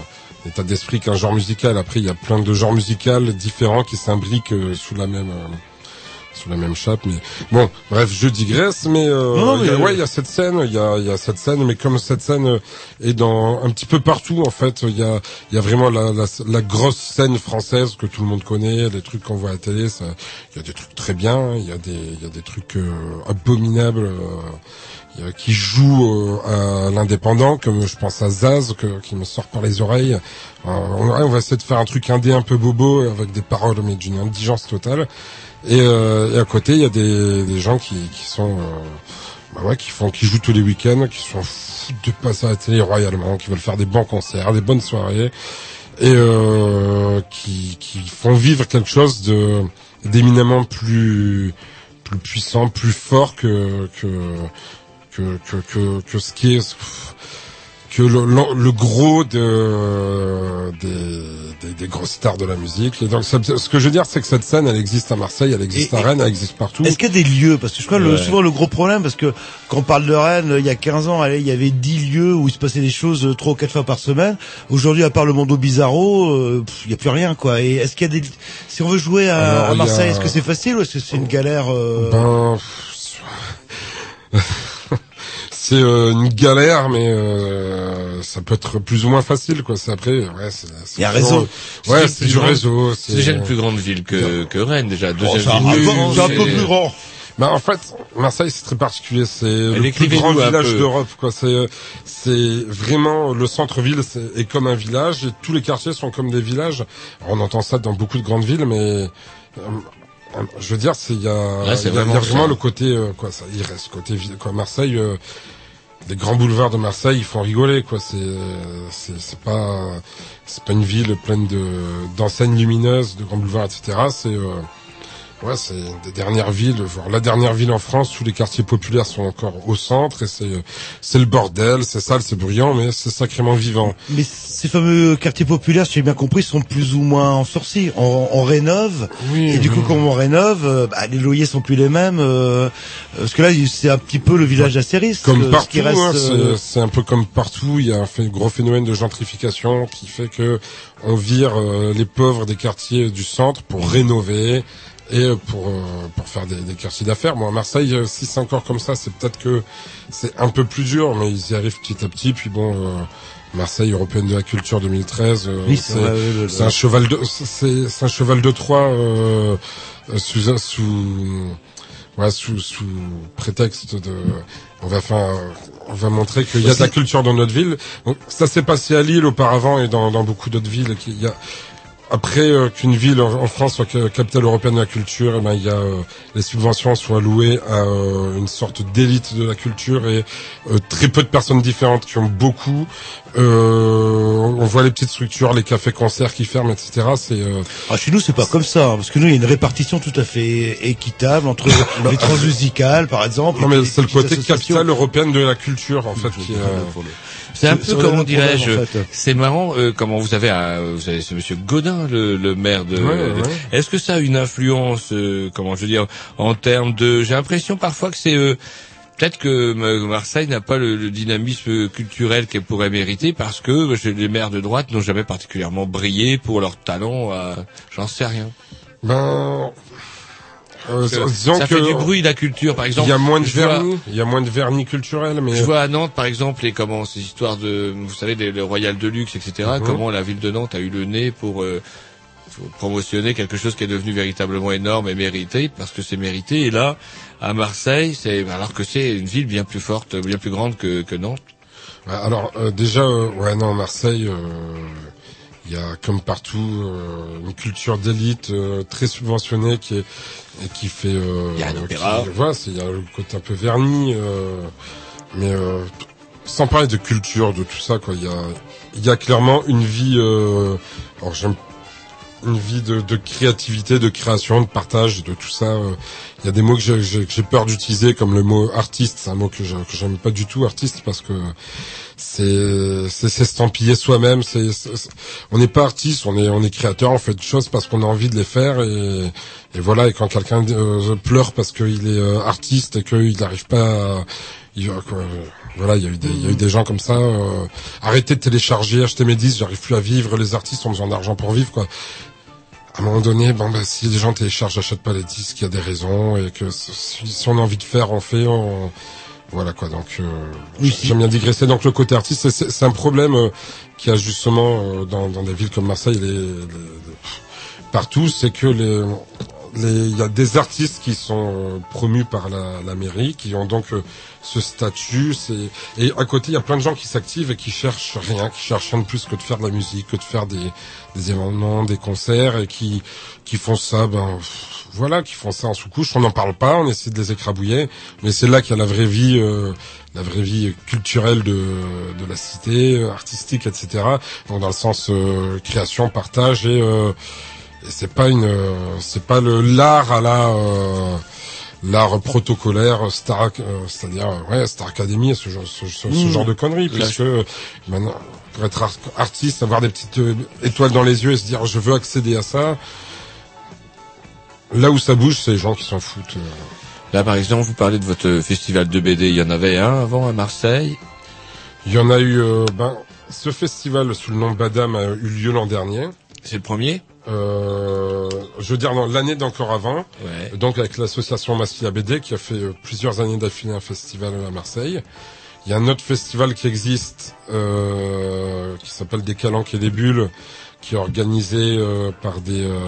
un état d'esprit qu'un genre musical. Après, il y a plein de genres musicaux différents qui s'imbriquent euh, sous la même euh, sous la même chape, mais bon, bref, je digresse, mais, euh, non, mais y a, ouais, il y a cette scène, il y a, il y a cette scène, mais comme cette scène est dans un petit peu partout, en fait, il y a, il y a vraiment la, la, la grosse scène française que tout le monde connaît, les trucs qu'on voit à la télé, ça, il y a des trucs très bien, il y a des, il y a des trucs euh, abominables, euh, y a, qui jouent euh, à l'indépendant, comme je pense à Zaz, que, qui me sort par les oreilles. Euh, on, on va essayer de faire un truc indé un peu bobo, avec des paroles, mais d'une indigence totale. Et, euh, et à côté, il y a des, des gens qui, qui sont, euh, bah ouais, qui font, qui jouent tous les week-ends, qui sont fous de passer à la télé royalement, qui veulent faire des bons concerts, des bonnes soirées, et euh, qui, qui font vivre quelque chose de d'éminemment plus, plus puissant, plus fort que que que que que, que ce qui est que le, le, le gros de, des, des, des grosses stars de la musique. Et donc, ça, ce que je veux dire, c'est que cette scène, elle existe à Marseille, elle existe et, à Rennes, elle existe partout. Est-ce qu'il y a des lieux? Parce que je crois, ouais. le, souvent, le gros problème, parce que quand on parle de Rennes, il y a quinze ans, allez, il y avait dix lieux où il se passait des choses trois ou quatre fois par semaine. Aujourd'hui, à part le Mondo Bizarro, euh, pff, il y a plus rien, quoi. Et est-ce qu'il y a des, si on veut jouer à, Alors, à Marseille, a... est-ce que c'est facile ou est-ce que c'est une galère, euh... Ben, c'est euh, une galère, mais euh, ça peut être plus ou moins facile, quoi. C'est après, ouais, c'est. Il y a réseau. Ouais, c'est du réseau. C'est déjà une plus grande ville que que Rennes, déjà. Deuxième oh, ville. C'est un peu plus grand. Bah en fait, Marseille c'est très particulier. C'est le plus grand village d'Europe, quoi. C'est c'est vraiment le centre-ville est, est comme un village et tous les quartiers sont comme des villages. Alors, on entend ça dans beaucoup de grandes villes, mais euh, je veux dire, c'est il y a, ouais, il y a, vraiment, il y a vraiment ça. le côté euh, quoi. Ça, il reste côté quoi. Marseille. Euh, les grands boulevards de Marseille, ils font rigoler, quoi. C'est, c'est, c'est pas, c'est pas une ville pleine de, d'enseignes lumineuses, de grands boulevards, et cetera. C'est, euh, Ouais, c'est des dernières villes, genre la dernière ville en France, tous les quartiers populaires sont encore au centre et c'est c'est le bordel, c'est sale, c'est bruyant, mais c'est sacrément vivant. Mais ces fameux quartiers populaires, si j'ai bien compris, sont plus ou moins en sursis. On, on rénove, oui, et du coup, oui. comme on rénove, euh, bah, les loyers sont plus les mêmes. Euh, parce que là, c'est un petit peu le village astérisque. Comme partout, qui reste, hein, euh... c'est, c'est un peu comme partout. Il y a un fait, gros phénomène de gentrification qui fait que on vire euh, les pauvres des quartiers du centre pour rénover. Et pour euh, pour faire des, des quartiers d'affaires. Bon, à Marseille, euh, si c'est encore comme ça, c'est peut-être que c'est un peu plus dur, mais ils y arrivent petit à petit. Puis bon, euh, Marseille européenne de la culture deux mille treize, euh, oui, c'est, c'est, vrai, oui, le, c'est un cheval de c'est, c'est un cheval de Troie euh, sous sous ouais, sous sous prétexte de on va faire on va montrer qu'il y a de la culture dans notre ville. Donc, ça s'est passé à Lille auparavant et dans dans beaucoup d'autres villes. Il y a Après euh, qu'une ville en, en France soit capitale européenne de la culture, eh ben il y a euh, les subventions sont allouées à euh, une sorte d'élite de la culture et euh, très peu de personnes différentes qui ont beaucoup. Euh, on voit les petites structures, les cafés-concerts qui ferment, et cetera. C'est euh... ah, chez nous c'est pas comme ça, hein, parce que nous il y a une répartition tout à fait équitable entre les transmusicales par exemple. Non mais c'est le côté capitale européenne de la culture en fait qui. Euh... C'est un peu comment dirais-je, en fait. C'est marrant euh, comment vous avez un, vous avez ce monsieur Godin, le, le maire de, ouais, de... Ouais. Est-ce que ça a une influence euh, comment je veux dire en termes de j'ai l'impression parfois que c'est euh, peut-être que Marseille n'a pas le, le dynamisme culturel qu'elle pourrait mériter parce que les maires de droite n'ont jamais particulièrement brillé pour leur talent à... j'en sais rien. Ben Euh, ça que fait du bruit la culture, par exemple. Il y a moins de vernis, vois, il y a moins de vernis culturel, mais je vois à Nantes, par exemple, les comment ces histoires de, vous savez, les, les Royal de luxe, et cetera. Mm-hmm. Comment la ville de Nantes a eu le nez pour, euh, pour promotionner quelque chose qui est devenu véritablement énorme et mérité, parce que c'est mérité. Et là, à Marseille, c'est alors que c'est une ville bien plus forte, bien plus grande que, que Nantes. Alors euh, déjà, euh, ouais, non, Marseille. Euh... Il y a, comme partout, euh, une culture d'élite euh, très subventionnée qui est qui fait. Euh, il y a un opéra. Qui, voilà, c'est il y a le côté un peu verni, euh, mais euh, sans parler de culture, de tout ça, quoi. Il y a il y a clairement une vie. Euh, alors j'aime une vie de, de créativité, de création, de partage, de tout ça. Euh, il y a des mots que j'ai, j'ai, que j'ai peur d'utiliser, comme le mot artiste. C'est un mot que, je, que j'aime pas du tout, artiste, parce que c'est c'est s'estampiller soi-même. C'est, c'est, c'est on n'est pas artiste, on est on est créateur. On fait des choses parce qu'on a envie de les faire et, et voilà. Et quand quelqu'un euh, pleure parce qu'il est euh, artiste et qu'il n'arrive pas, à, il, quoi, voilà, il y a eu des il y a eu des gens comme ça. Euh, arrêtez de télécharger, acheter mes disques, j'arrive plus à vivre. Les artistes ont besoin d'argent pour vivre, quoi. À un moment donné, bon bah si les gens téléchargent, achètent pas les disques, il y a des raisons et que si, si on a envie de faire, on fait. On... Voilà quoi. Donc euh, oui, j'aime bien digresser. Donc le côté artiste, c'est, c'est un problème euh, qu'il y a justement euh, dans, dans des villes comme Marseille, les, les, les, partout, c'est que les il y a des artistes qui sont euh, promus par la, la mairie, qui ont donc euh, ce statut. C'est... Et à côté, il y a plein de gens qui s'activent et qui cherchent rien, qui cherchent rien de plus que de faire de la musique, que de faire des, des événements, des concerts, et qui, qui font ça, ben voilà, qui font ça en sous-couche. On n'en parle pas, on essaie de les écrabouiller, mais c'est là qu'il y a la vraie vie, euh, la vraie vie culturelle de, de la cité, artistique, et cetera. Donc dans le sens euh, création, partage et euh, Et c'est pas une, c'est pas le l'art à la euh, l'art protocolaire Star, euh, c'est-à-dire ouais Star Academy, ce genre, ce, ce, ce genre de conneries, puisque maintenant pour être art, artiste, avoir des petites euh, étoiles dans les yeux et se dire je veux accéder à ça, là où ça bouge, c'est les gens qui s'en foutent. Euh. Là, par exemple, vous parlez de votre festival de B D, il y en avait un avant à Marseille. Il y en a eu, euh, ben ce festival sous le nom Badam a eu lieu l'an dernier. C'est le premier. Euh, je veux dire non, l'année d'encore avant, ouais. Donc avec l'association Massia B D qui a fait euh, plusieurs années d'affilée un festival à Marseille. Il y a un autre festival qui existe euh, qui s'appelle Des Calanques et des Bulles, qui est organisé euh, par des euh,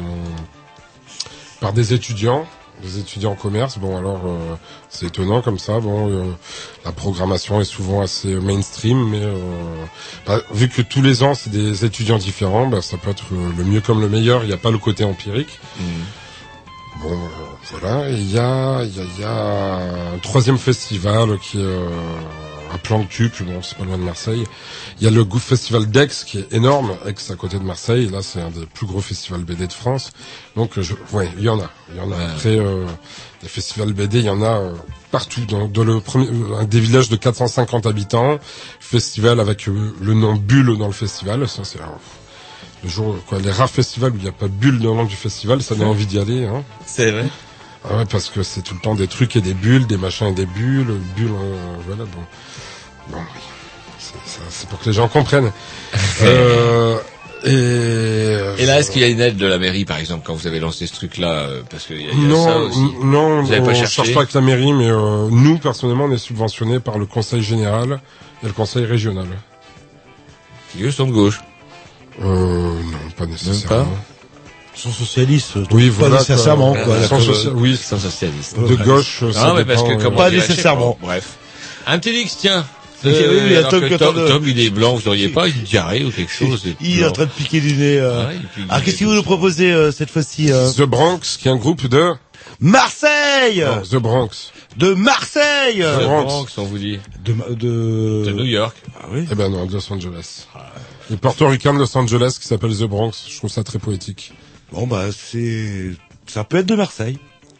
par des étudiants, des étudiants en commerce. Bon alors euh, c'est étonnant comme ça. Bon, euh, la programmation est souvent assez mainstream, mais euh, bah, vu que tous les ans c'est des étudiants différents, bah, ça peut être le mieux comme le meilleur. Il n'y a pas le côté empirique. Mmh. Bon, euh, voilà. Et il y a, il y a, il y a un troisième festival qui est euh, un plan de cul, puis bon, c'est pas loin de Marseille. Il y a le Gouffre Festival d'Aix, qui est énorme, Aix à côté de Marseille, là c'est un des plus gros festivals B D de France. Donc, je, ouais, il y en a. Il y en a. Ouais. Après, euh, des festivals B D, il y en a euh, partout. Dans, dans le premier, un des villages de quatre cent cinquante habitants, festival avec euh, le nom Bulle dans le festival, ça c'est... Euh, le jour, quoi, les rares festivals où il n'y a pas Bulle dans le nom du festival, ça donne envie d'y aller, hein. C'est vrai. Ah ouais, parce que c'est tout le temps des trucs et des bulles, des machins et des bulles, bulles, euh, voilà, bon. Bon, oui. C'est, c'est, c'est pour que les gens comprennent. euh, et, et là, est-ce qu'il y a une aide de la mairie, par exemple, quand vous avez lancé ce truc-là, parce qu'il y a, il y a non, ça aussi. Non, vous avez on pas ne cherché cherche pas avec la mairie, mais euh, nous, personnellement, on est subventionné par le conseil général et le conseil régional. Qui eux sont de gauche. Euh, non, pas nécessairement. Ils sont socialistes. Oui, pas voilà. nécessairement, quoi. quoi. Ils sont socia- oui, ils sont socialistes. De gauche, ça ah, mais parce que, comme pas nécessairement. Bon, bref. Un petit X, tiens. Euh, oui, oui, alors Tom, que Tom, Tom, Tom, il est blanc, vous auriez pas une diarrhée ou quelque chose? Il est en train de piquer du nez. Euh... Ouais, ah, qu'est-ce que vous nous proposez euh, cette fois-ci euh... The Bronx, qui est un groupe de Marseille. Non, The Bronx. De Marseille. The Bronx, Bronx on vous dit. De de, de New York. Ah oui. Eh ben non, de Los Angeles. Ah. Les portoricains de Los Angeles qui s'appelle The Bronx. Je trouve ça très poétique. Bon bah c'est, ça peut être de Marseille.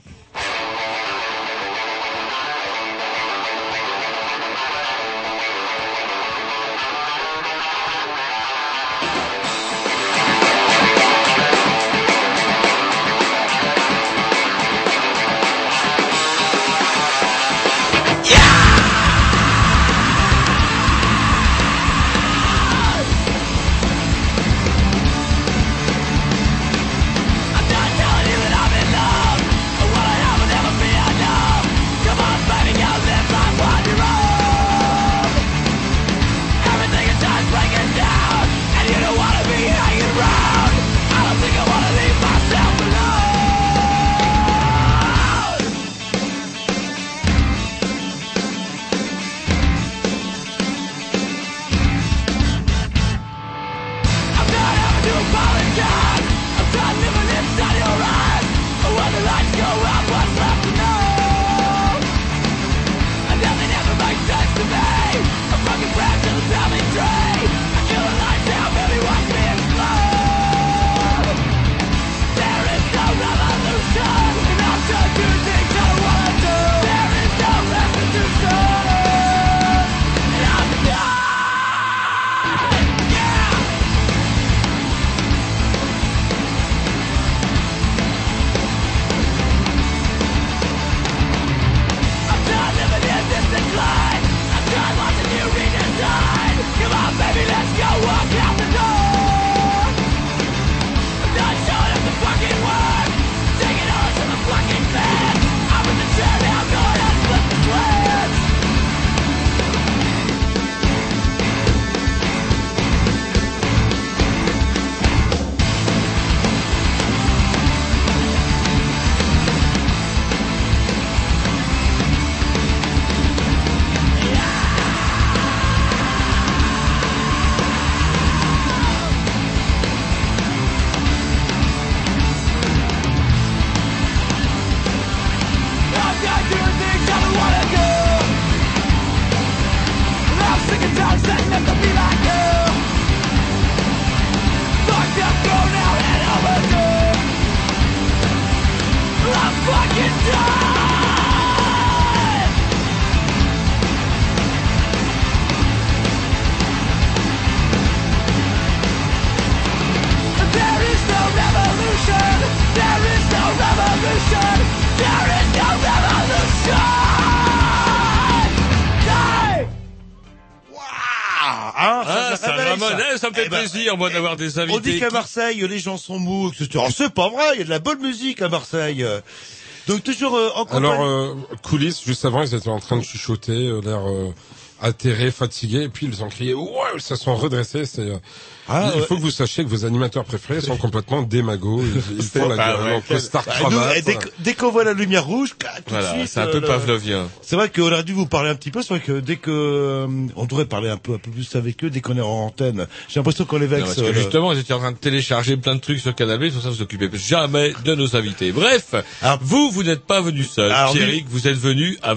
Ça me fait eh ben, plaisir, moi, d'avoir des invités. On dit qu'à Marseille, les gens sont mous, et cetera. C'est pas vrai, il y a de la bonne musique à Marseille. Donc toujours euh, en campagne. Alors, euh, coulisses, juste avant, ils étaient en train de chuchoter, euh, l'air euh, atterrés, fatigués, et puis ils ont crié, ouais, ils se sont redressés. C'est, euh, ah, il ouais. faut que vous sachiez que vos animateurs préférés sont complètement démagos. Ils, ils font la gueule, ouais, costard cravate. Dès, dès qu'on voit la lumière rouge, tout voilà, de suite. C'est un peu euh, pavlovien. C'est vrai qu'on aurait dû vous parler un petit peu. C'est vrai que dès que euh, on devrait parler un peu, un peu plus avec eux dès qu'on est en antenne. J'ai l'impression qu'on les vexe. Non, parce que justement, ils étaient en train de télécharger plein de trucs sur Canal B, sur ça vous occupez jamais de nos invités. Bref, alors, vous, vous n'êtes pas venu seul. Pierrick, vous êtes venu avec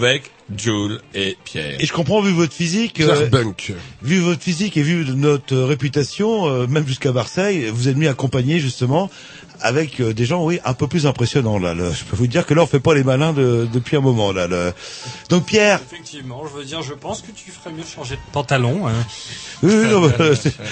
Jules et Pierre. Et je comprends, vu votre physique, Pierre euh, Bunk. vu votre physique et vu notre euh, réputation, euh, même jusqu'à Marseille, vous êtes mis accompagné justement avec euh, des gens, oui, un peu plus impressionnants là. là. Je peux vous dire que là, on fait pas les malins de, depuis un moment là. Le... Donc Pierre. Effectivement, je veux dire, je pense que tu ferais mieux de changer de pantalon. Hein. Oui, oui, non, bah,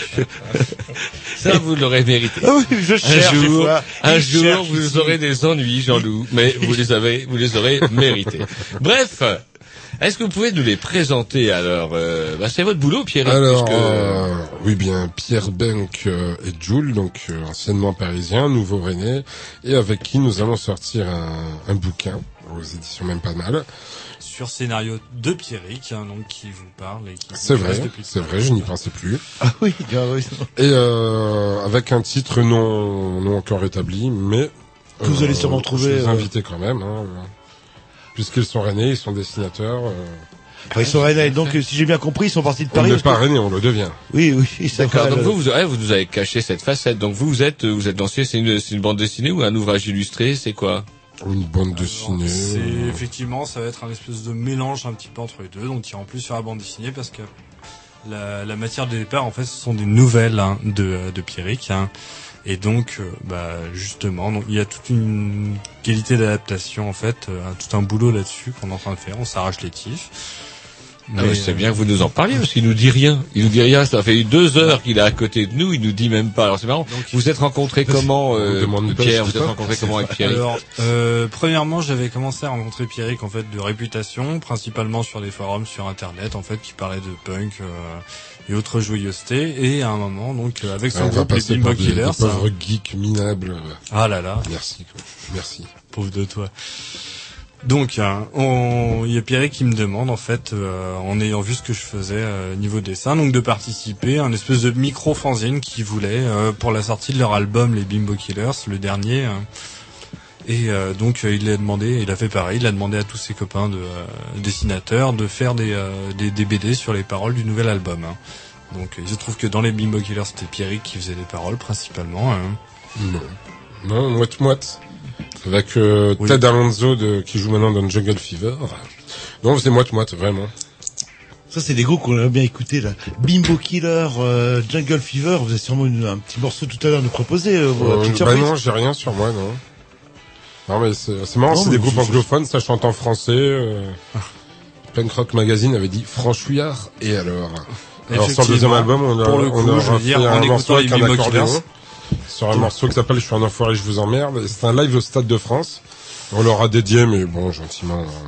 ça vous l'aurez mérité. Ah oui, je cherche un jour, des fois. un Il jour, cherche vous ici. aurez des ennuis, Jean-Loup, mais vous les avez, vous les aurez mérités. Bref. Est-ce que vous pouvez nous les présenter alors euh, bah, c'est votre boulot, Pierre. Alors, puisque... euh, oui bien, Pierre Bunk euh, et Jules, donc euh, anciennement parisien, nouveau Rennais, et avec qui nous allons sortir un, un bouquin aux éditions Même Pas Mal. Sur scénario de Pierrick, hein, donc qui vous parle et qui. C'est vrai, c'est vrai, je n'y pensais plus. Ah oui, ah oui. Et euh, avec un titre non non encore établi, mais que vous euh, allez sûrement trouver. Je les euh... inviter quand même. Hein, puisqu'ils sont rennais, ils sont dessinateurs. Euh... Enfin, ils sont rennais, donc si j'ai bien compris, ils sont partis de Paris. On n'est pas rennais, on le devient. Oui, oui. D'accord. Donc vous, vous, ouais, vous nous avez caché cette facette. Donc vous, vous êtes, vous êtes lancé. C'est une, c'est une bande dessinée ou un ouvrage illustré, c'est quoi? Une bande dessinée. C'est euh... effectivement, ça va être un espèce de mélange un petit peu entre les deux. Donc il en plus sur la bande dessinée parce que la, la matière de départ, en fait, ce sont des nouvelles hein, de, de Pierrick. Hein. Et donc, euh, bah, justement, donc, il y a toute une qualité d'adaptation, en fait, euh, tout un boulot là-dessus qu'on est en train de faire. On s'arrache les tifs. Mais, ah, c'est bien que vous nous en parliez, parce qu'il nous dit rien. Il nous dit rien, ça fait deux heures qu'il est à côté de nous, il nous dit même pas. Alors c'est marrant. Donc, vous êtes rencontrés comment, euh, Pierre? Vous êtes rencontrés comment avec Pierrick? Alors, euh, premièrement, j'avais commencé à rencontrer Pierrick, en fait, de réputation, principalement sur des forums sur Internet, en fait, qui parlaient de punk, euh, et autres joyeusetés. Et à un moment, donc, avec son on groupe, va les passer Bimbo par des, Killers. des pauvres hein. geeks minables. Ah là là. Merci, quoi. Merci. Pauvre de toi. Donc, hein, on... il y a Pierrick qui me demande, en fait, euh, en ayant vu ce que je faisais euh, niveau dessin, donc de participer à un espèce de micro-fanzine qu'ils voulaient euh, pour la sortie de leur album, les Bimbo Killers, le dernier. Hein. Et euh, donc, euh, il a demandé, il a fait pareil, il a demandé à tous ses copains de euh, dessinateurs de faire des, euh, des, des B D sur les paroles du nouvel album. Hein. Donc, il se trouve que dans les Bimbo Killers, c'était Pierrick qui faisait les paroles, principalement. Hein. Non. Non, moite-moite. Avec euh, oui. Ted Alonso de, qui joue maintenant dans Jungle Fever. Non, c'est moite-moite, vraiment. Ça, c'est des groupes qu'on a bien écouté là. Bimbo Killer, euh, Jungle Fever, vous avez sûrement une, un petit morceau tout à l'heure à nous proposer. Euh, euh, bah non, j'ai rien sur moi, non. Non, mais c'est, c'est marrant, non, c'est des groupes anglophones, ça chante en français. Euh... Punk Rock Magazine avait dit franchouillard, et alors Alors sur le deuxième album, on a, coup, on a je veux fait dire, un morceau avec un accordéon. Killers. Sur un morceau qui s'appelle Je suis un enfoiré, je vous emmerde. Et c'est un live au Stade de France. On leur a dédié, mais bon, gentiment. Hein,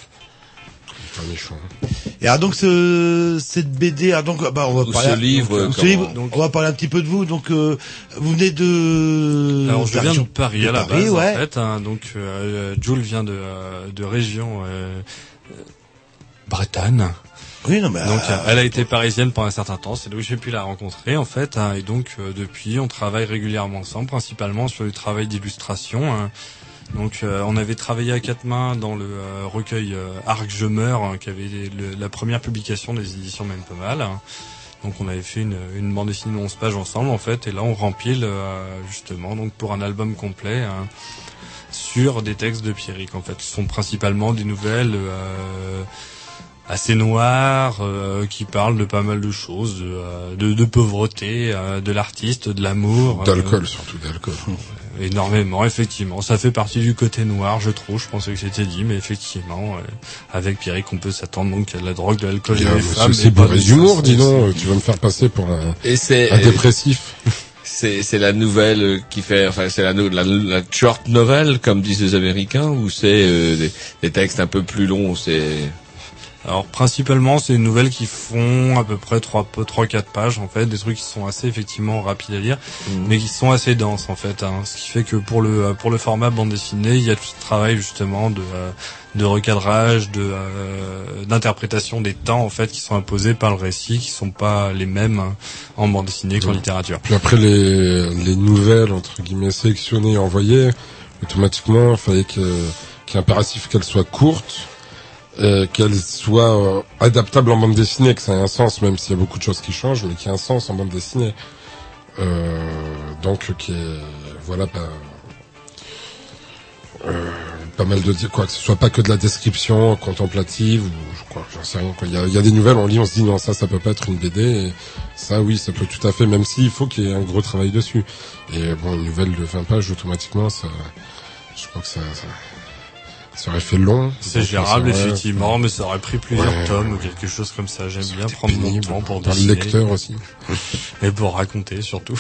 mais... pas méchant. Et alors donc ce, cette B D, alors donc bah on va Ou parler. Ce livre, donc, ce livre, donc on va parler un petit peu de vous. Donc euh, vous venez de. Alors je de viens de Paris de à la Paris, base ouais. en fait. Hein, donc euh, Jules vient de euh, de région euh, Bretagne. Oui, non, mais donc euh, elle a été parisienne pendant un certain temps, c'est là où j'ai pu la rencontrer en fait, hein, et donc euh, depuis on travaille régulièrement ensemble, principalement sur du travail d'illustration. Hein. Donc euh, on avait travaillé à quatre mains dans le euh, recueil euh, Arc je meurs, hein, qui avait le, la première publication des éditions Même Pas Mal. Hein. Donc on avait fait une, une bande dessinée de onze pages ensemble en fait, et là on rempile euh, justement donc pour un album complet. Hein, sur des textes de Pierrick en fait, ce sont principalement des nouvelles euh, assez noir, euh, qui parle de pas mal de choses, de, euh, de, de pauvreté, euh, de l'artiste, de l'amour. D'alcool euh, surtout, d'alcool. Euh, énormément, effectivement. Ça fait partie du côté noir, je trouve. Je pensais que c'était dit, mais effectivement, euh, avec Pierrick, on peut s'attendre donc à de la drogue, de l'alcool et des femmes. C'est bourré d'humour, dis donc. Tu vas me faire passer pour un, et c'est, un dépressif. C'est, c'est la nouvelle qui fait, enfin, c'est la, la, la short novel, comme disent les Américains, ou c'est euh, des, des textes un peu plus longs, c'est... Alors principalement c'est des nouvelles qui font à peu près trois trois quatre pages en fait, des trucs qui sont assez effectivement rapides à lire, mmh. mais qui sont assez denses en fait, hein, ce qui fait que pour le pour le format bande dessinée, il y a tout ce travail justement de de recadrage, de euh, d'interprétation des temps en fait qui sont imposés par le récit, qui sont pas les mêmes hein, en bande dessinée qu'en ouais. littérature. Puis après les les nouvelles entre guillemets sélectionnées et envoyées, automatiquement il fallait que qu'il y ait impératif qu'elles soient courtes. Euh, qu'elle soit euh, adaptable en bande dessinée, que ça ait un sens, même s'il y a beaucoup de choses qui changent, mais qu'il y ait un sens en bande dessinée. Euh, donc, qui est, voilà, bah, euh, pas mal de quoi, que ce soit pas que de la description contemplative ou quoi, j'en sais rien quoi. Il y a, il y a des nouvelles, on lit, on se dit non ça ça peut pas être une B D. Et ça oui, ça peut tout à fait, même s'il faut qu'il y ait un gros travail dessus. Et bon, une nouvelle de vingt pages automatiquement, ça, je crois que ça, ça, ça aurait fait long. C'est gérable effectivement, mais ça aurait pris plusieurs ouais, tomes ou quelque chose comme ça. J'aime bien prendre mon temps pour dessiner. Dans le lecteur aussi. Et pour raconter surtout.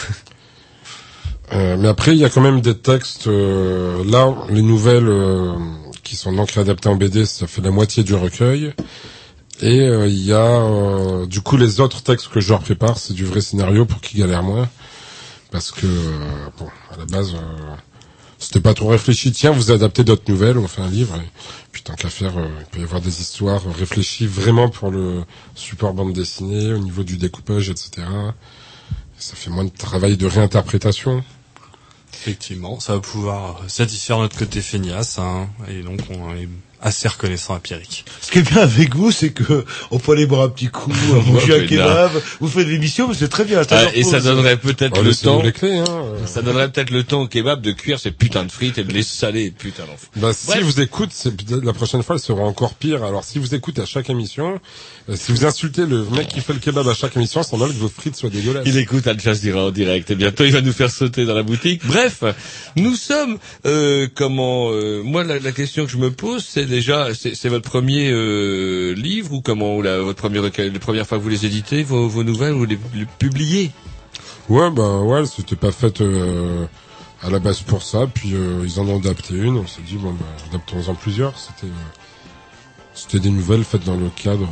Euh, mais après, il y a quand même des textes. Euh, là, les nouvelles euh, qui sont donc réadaptées en B D, ça fait la moitié du recueil. Et euh, il y a euh, du coup les autres textes que je leur prépare, c'est du vrai scénario pour qu'ils galèrent moins, parce que euh, bon, à la base, euh, c'était pas trop réfléchi. Tiens, vous adaptez d'autres nouvelles, on fait un livre. Et puis tant qu'à faire, euh, il peut y avoir des histoires réfléchies vraiment pour le support bande dessinée, au niveau du découpage, et cetera. Ça fait moins de travail de réinterprétation. Effectivement, ça va pouvoir satisfaire notre côté feignasse, hein, et donc on est assez reconnaissant à Pierrick. Ce qui est bien avec vous, c'est que on peut aller boire un petit coup, manger un kebab, vous faites l'émission, mais c'est très bien. Ah, et ça donnerait peut-être le temps. Les clés, hein. Ça donnerait peut-être le temps au kebab de cuire ces putains de frites et de les saler, putain d'enfant. Bah, si vous écoutez, c'est la prochaine fois, elle sera encore pire. Alors, si vous écoutez à chaque émission, euh, si vous insultez le mec qui fait le kebab à chaque émission, c'est normal que vos frites soient dégueulasses. Il écoute Al Jazeera en direct et bientôt il va nous faire sauter dans la boutique. Bref, nous sommes euh, comment euh, moi la, la question que je me pose, c'est déjà c'est, c'est votre premier euh, livre ou comment ou la, votre premier recueil, la première fois que vous les éditez, vos, vos nouvelles, vous les, les publiez? Ouais, bah ouais, c'était pas fait euh, à la base pour ça. Puis euh, ils en ont adapté une. On s'est dit bon, bah, adaptons-en plusieurs. C'était euh, c'était des nouvelles faites dans le cadre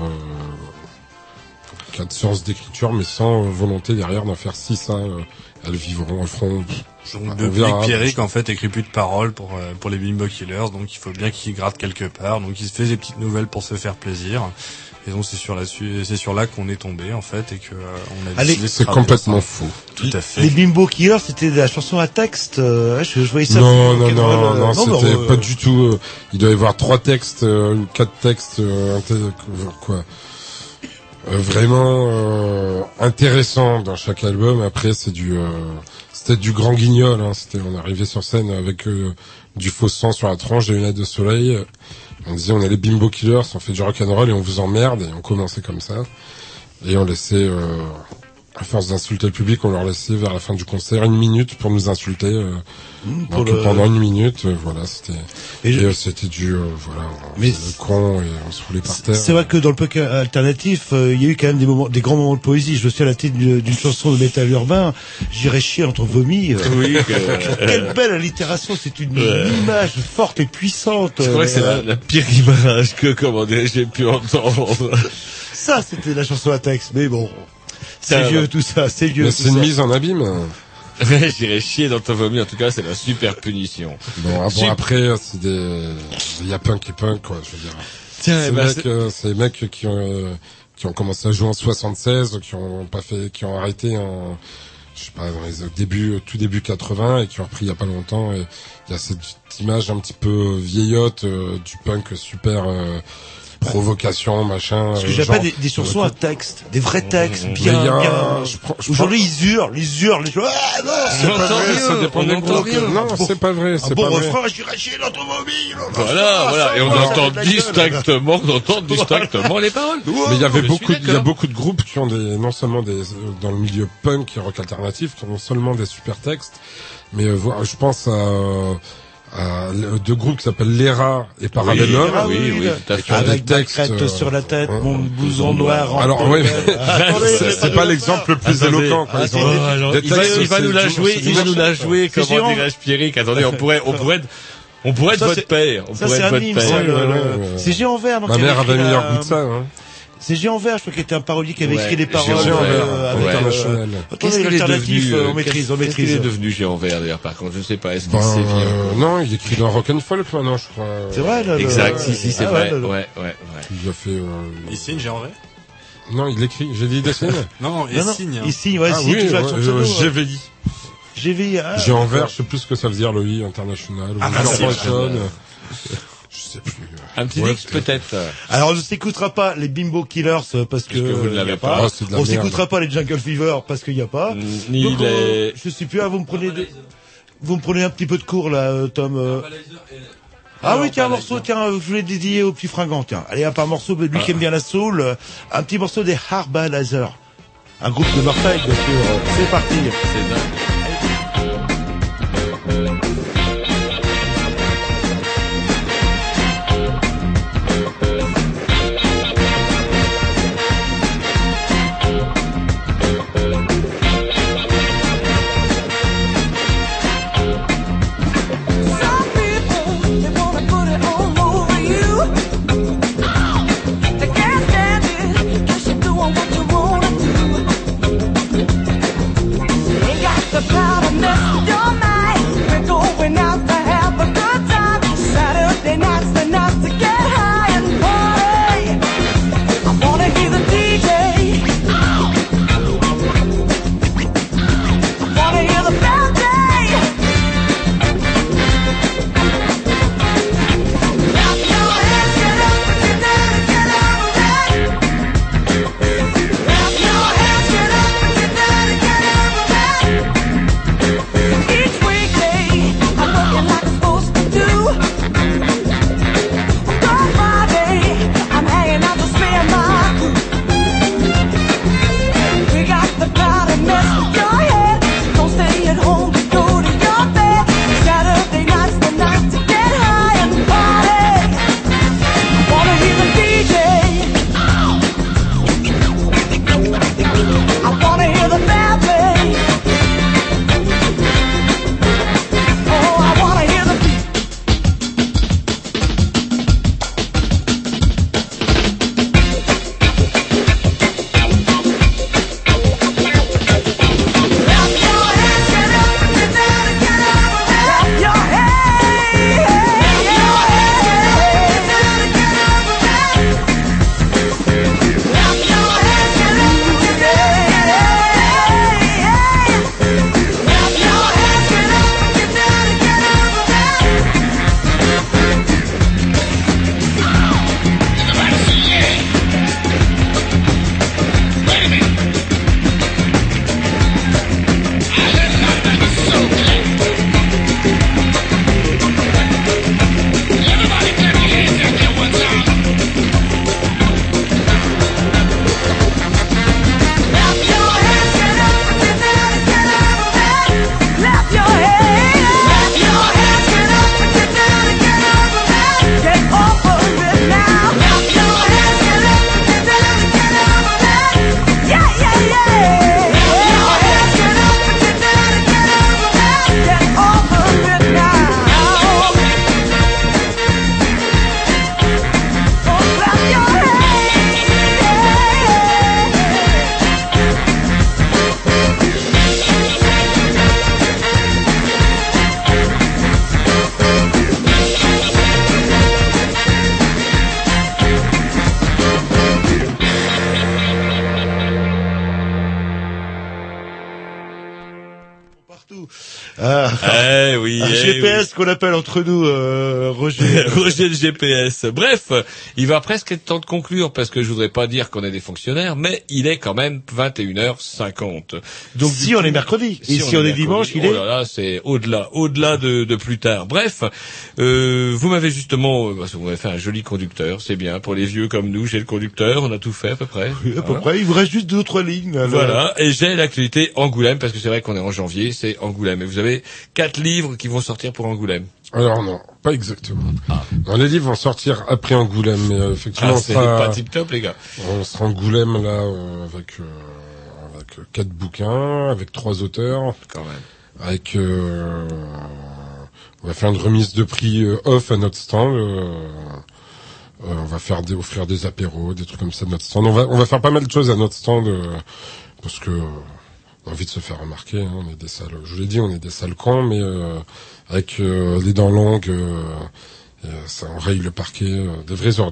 euh, cadre sciences d'écriture, mais sans euh, volonté derrière d'en faire six. Hein, euh, elles vivront, elles feront. Donc depuis que Pierrick en fait écrit plus de paroles pour euh, pour les Bimbo Killers, donc il faut bien qu'il gratte quelque part. Donc il se fait des petites nouvelles pour se faire plaisir. Et donc c'est sur là c'est sur là qu'on est tombé en fait et que euh, on a décidé de c'est complètement faux. Tout à fait. Les Bimbo Killers, c'était de la chanson à texte. Euh, je, je voyais ça. Non non non non, non, non c'était euh... pas du tout. Euh, il doit y avoir trois textes, euh, quatre textes, euh, quoi. Euh, vraiment euh, intéressant dans chaque album. Après c'est du euh, c'était du grand guignol. Hein. C'était on arrivait sur scène avec euh, du faux sang sur la tranche, des lunettes de soleil. On disait on est les Bimbo Killers, on fait du rock'n'roll et on vous emmerde, et on commençait comme ça. Et on laissait, euh, à force d'insulter le public, on leur laissait vers la fin du concert une minute pour nous insulter. Euh, mmh, donc le... pendant une minute, euh, voilà, c'était et, et je... euh, c'était du, euh, voilà, on mais faisait le con et on se roulait par terre. C'est vrai que dans le punk alternatif, il euh, y a eu quand même des moments, des grands moments de poésie. Je me suis à la tête d'une, d'une chanson de métal urbain, j'irais chier entre vomis. Euh, oui, que... Quelle belle allitération, c'est une ouais. image forte et puissante. Je crois euh, que c'est la, la pire image que, comment dire, j'ai pu entendre. Ça, c'était la chanson à texte, mais bon. C'est ça, vieux va. Tout ça, c'est vieux. Mais tout c'est une ça. mise en abîme. J'irais chier dans ton vomi, en tout cas, c'est la super punition. Bon, ah, bon Sup- après, c'est des, il y a punk et punk, quoi, je veux dire. Tiens, c'est bah, mecs, euh, c'est des mecs qui ont, euh, qui ont commencé à jouer en soixante-seize, qui ont pas fait, qui ont arrêté en, je sais pas, dans les débuts, tout début quatre-vingts, et qui ont repris il y a pas longtemps, et il y a cette image un petit peu vieillotte, euh, du punk super, euh, provocation, machin. Parce que j'ai pas des, des chansons à texte, des vrais textes, mmh, bien, a, bien. Je prends, je Aujourd'hui, prends... ils hurlent, ils hurlent, les gens, ah, non, c'est pas vrai, rien, ça dépend des groupes. Non, bon, c'est pas vrai, c'est un bon pas vrai. refrain, j'irai chier dans ton vomi. Voilà, voilà, et on entend distinctement, on entend distinctement les paroles. Mais il y avait beaucoup, il y a beaucoup de groupes qui ont des, non seulement des, dans le milieu punk et rock alternatif, qui ont non seulement des super textes, mais euh, je pense à, Euh, deux groupes qui s'appellent L'Era et Parallelum. Oui, oui, oui, oui, tout à fait. Avec des crêtes euh, sur la tête, mon blouson noir. Alors, oui, c'est, c'est pas l'exemple le plus attendez, éloquent. Quoi. Attendez, oh, alors, il, va, il va nous la jouer, il va nous la jouer, comment dirais-je, Pierrick. Attendez, on pourrait, on pourrait, on pourrait être ça, votre père. On ça, pourrait c'est être un votre hymne, père. ça, le, le... C'est Géant Vert. Ma mère avait mis leur goût de ça, hein. C'est Géant Vert, je crois qu'il était un parolier qui avait ouais, écrit les paroles. Géant Vert, euh, avec ouais. international. Euh, Qu'est-ce qu'il est devenu, euh, on maîtrise, on maîtrise. Qu'est-ce qu'il est devenu Géant Vert, d'ailleurs, par contre, je ne sais pas, est-ce qu'il ben, sait bien? Euh, non, il écrit dans Rock'n'Folk maintenant, je crois. C'est vrai, là. Exact, le... si, si, c'est ah, vrai. Ouais, ouais, ouais, ouais. Il a fait, euh... Il signe Géant Vert? Non, il l'écrit, j'ai dit il dessine. Non, il signe. Il signe, ouais, ah, signe, oui, tu vas ouais, G V I. G V I, ah. Géant Vert, je sais plus ce que ça veut dire, le I international. Ah, Corporation. Je sais plus. Un petit ouais, X peut-être. Alors on ne s'écoutera pas les Bimbo Killers parce que, que vous ne l'avez pas. pas. Oh, on s'écoutera pas les Jungle Fever parce qu'il n'y a pas. Ni Donc, les... euh, je sais plus. Ah, vous me prenez, de... vous me prenez un petit peu de cours là, Tom. Euh... Ah oui, tiens, un morceau, tiens, je voulais dédier au petit fringant, tiens. Allez, hop, un morceau, lui qui aime bien la soul, euh, un petit morceau des Harbalazer. Un groupe de Marseille, bien sûr. C'est parti. C'est dingue. Ah, eh oui, un eh G P S oui. qu'on appelle entre nous euh, Roger. Roger le G P S. Bref, il va presque être temps de conclure parce que je voudrais pas dire qu'on est des fonctionnaires, mais il est quand même vingt et une heures cinquante. Donc si on est mercredi, et si on est dimanche, il est... Oh là là, c'est au-delà, au-delà de, de plus tard. Bref, euh, vous m'avez justement, euh, vous m'avez fait un joli conducteur, c'est bien. Pour les vieux comme nous, j'ai le conducteur, on a tout fait à peu près. Oui, à peu hein. près, il vous reste juste deux ou trois lignes. Alors. Voilà, et j'ai l'actualité Angoulême, parce que c'est vrai qu'on est en janvier, c'est Angoulême. Et vous avez quatre livres qui vont sortir pour Angoulême. Alors non, pas exactement. Ah. Non, les livres vont sortir après Angoulême, mais euh, effectivement, ah, c'est sera, pas tip top les gars. On sera Angoulême là euh, avec euh, avec quatre bouquins, avec trois auteurs, quand même. Avec euh, on va faire une remise de prix euh, off à notre stand. Euh, euh, on va faire des, offrir des apéros, des trucs comme ça à notre stand. On va on va faire pas mal de choses à notre stand euh, parce que on a envie de se faire remarquer. Hein, on est des sales, je vous l'ai dit, on est des sales cons, mais euh, avec euh, les dents longues, euh, ça enraye le parquet, euh, des vraies ordures.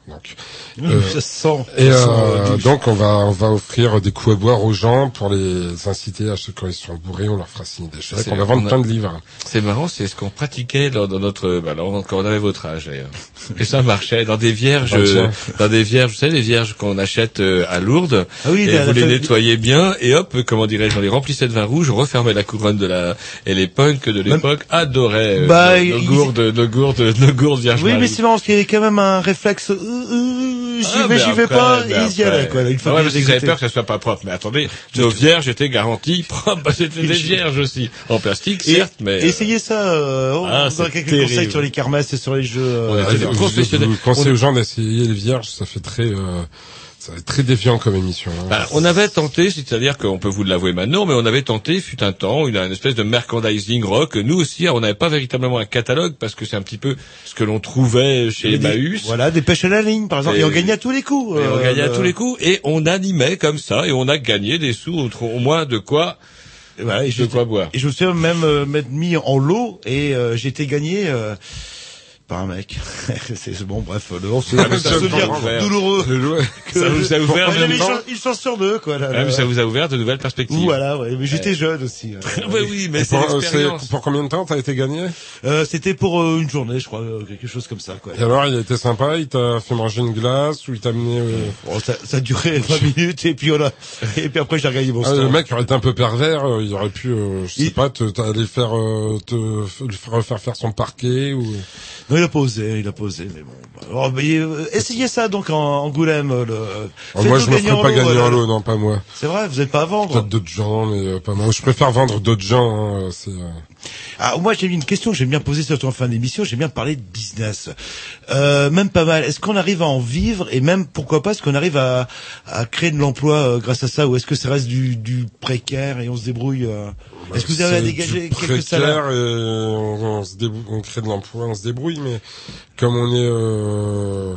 Donc, euh, ça sent. Et ça euh, sent donc on va on va offrir des coups à boire aux gens pour les inciter à ce quand ils sont bourrés, on leur fera signer des chèques. On va vendre on a... plein de livres. C'est marrant, c'est ce qu'on pratiquait dans, dans notre bah, alors, quand on avait votre âge d'ailleurs. Et ça marchait dans des vierges, euh, dans des vierges, vous savez les vierges qu'on achète euh, à Lourdes. Ah oui, et la, vous la les fa... nettoyez bien et hop, comment dirais-je, on les remplissait de vin rouge, on refermait la couronne de la et les punks de l'époque Même... adoraient euh, bah, nos, nos il... gourdes, nos gourdes, nos gourdes vierges. Oui, mais c'est marrant parce qu'il y avait quand même un réflexe. Euh, euh, j'y ah, vais, j'y vais pas. Après, ils y allaient quoi. Une fois ouais, parce qu'ils avaient peur que ça soit pas propre. Mais attendez, nos vierges étaient garanties propres. Bah, c'était des vierges aussi, en plastique certes, et, mais. Essayez ça. Euh, on ah, vous donne quelques terrible. conseils sur les kermesses et sur les jeux. Euh, ah, vous, professionnels. Vous, vous conseillez aux gens d'essayer les vierges, ça fait très. Euh... Ça va être très défiant comme émission. Hein. Bah, on avait tenté, c'est-à-dire qu'on peut vous l'avouer maintenant, mais on avait tenté, fut un temps, une, une espèce de merchandising rock. Nous aussi, on n'avait pas véritablement un catalogue parce que c'est un petit peu ce que l'on trouvait chez Emmaüs. Voilà, des pêches à la ligne, par exemple. Et, et on gagnait à tous les coups. Et euh, on gagnait euh, à tous les coups et on animait comme ça et on a gagné des sous, au, au moins de quoi. Et voilà, et de quoi boire. Et je me suis même euh, m'être mis en lot et euh, j'ai été gagné. Euh, Pas un mec. c'est bon, bref, le long, c'est un souvenir douloureux. Que ça vous a ouvert une, chance, une chance sur deux, quoi. Là, ah, mais ça vous a ouvert de nouvelles perspectives. Voilà, ouais. Mais j'étais ouais. jeune aussi. Euh, ouais, oui, mais c'est l'expérience. Pour combien de temps t'as été gagné? Euh, c'était pour euh, une journée, je crois, euh, quelque chose comme ça, quoi. Et alors, il a été sympa, il t'a fait manger une glace ou il t'a amené. Euh... Bon, ça, ça a duré vingt minutes et puis voilà. Et puis après, j'ai regagné mon ah, stand. Le mec aurait été un peu pervers, euh, il aurait pu, euh, je sais il... pas, t'aller faire, euh, te refaire faire son parquet ou. Non, il a pas osé, il a pas osé, mais bon. Oh, mais, euh, essayez ça donc en Angoulême. Le... Oh, moi, je me ferai pas gagner en lot, non, pas moi. C'est vrai, vous êtes pas à vendre. Peut-être d'autres gens, mais euh, pas moi. Je préfère vendre d'autres gens. Hein, c'est. Euh... Ah, moi, j'ai une question que j'aime bien poser surtout en fin d'émission. J'aime bien parler de business, euh, même pas mal. Est-ce qu'on arrive à en vivre et même pourquoi pas est-ce qu'on arrive à, à créer de l'emploi euh, grâce à ça ou est-ce que ça reste du, du précaire et on se débrouille euh... bah, Est-ce que vous avez à dégager quelques salaires et on, on se débrouille, on crée de l'emploi, on se débrouille, mais comme on est euh,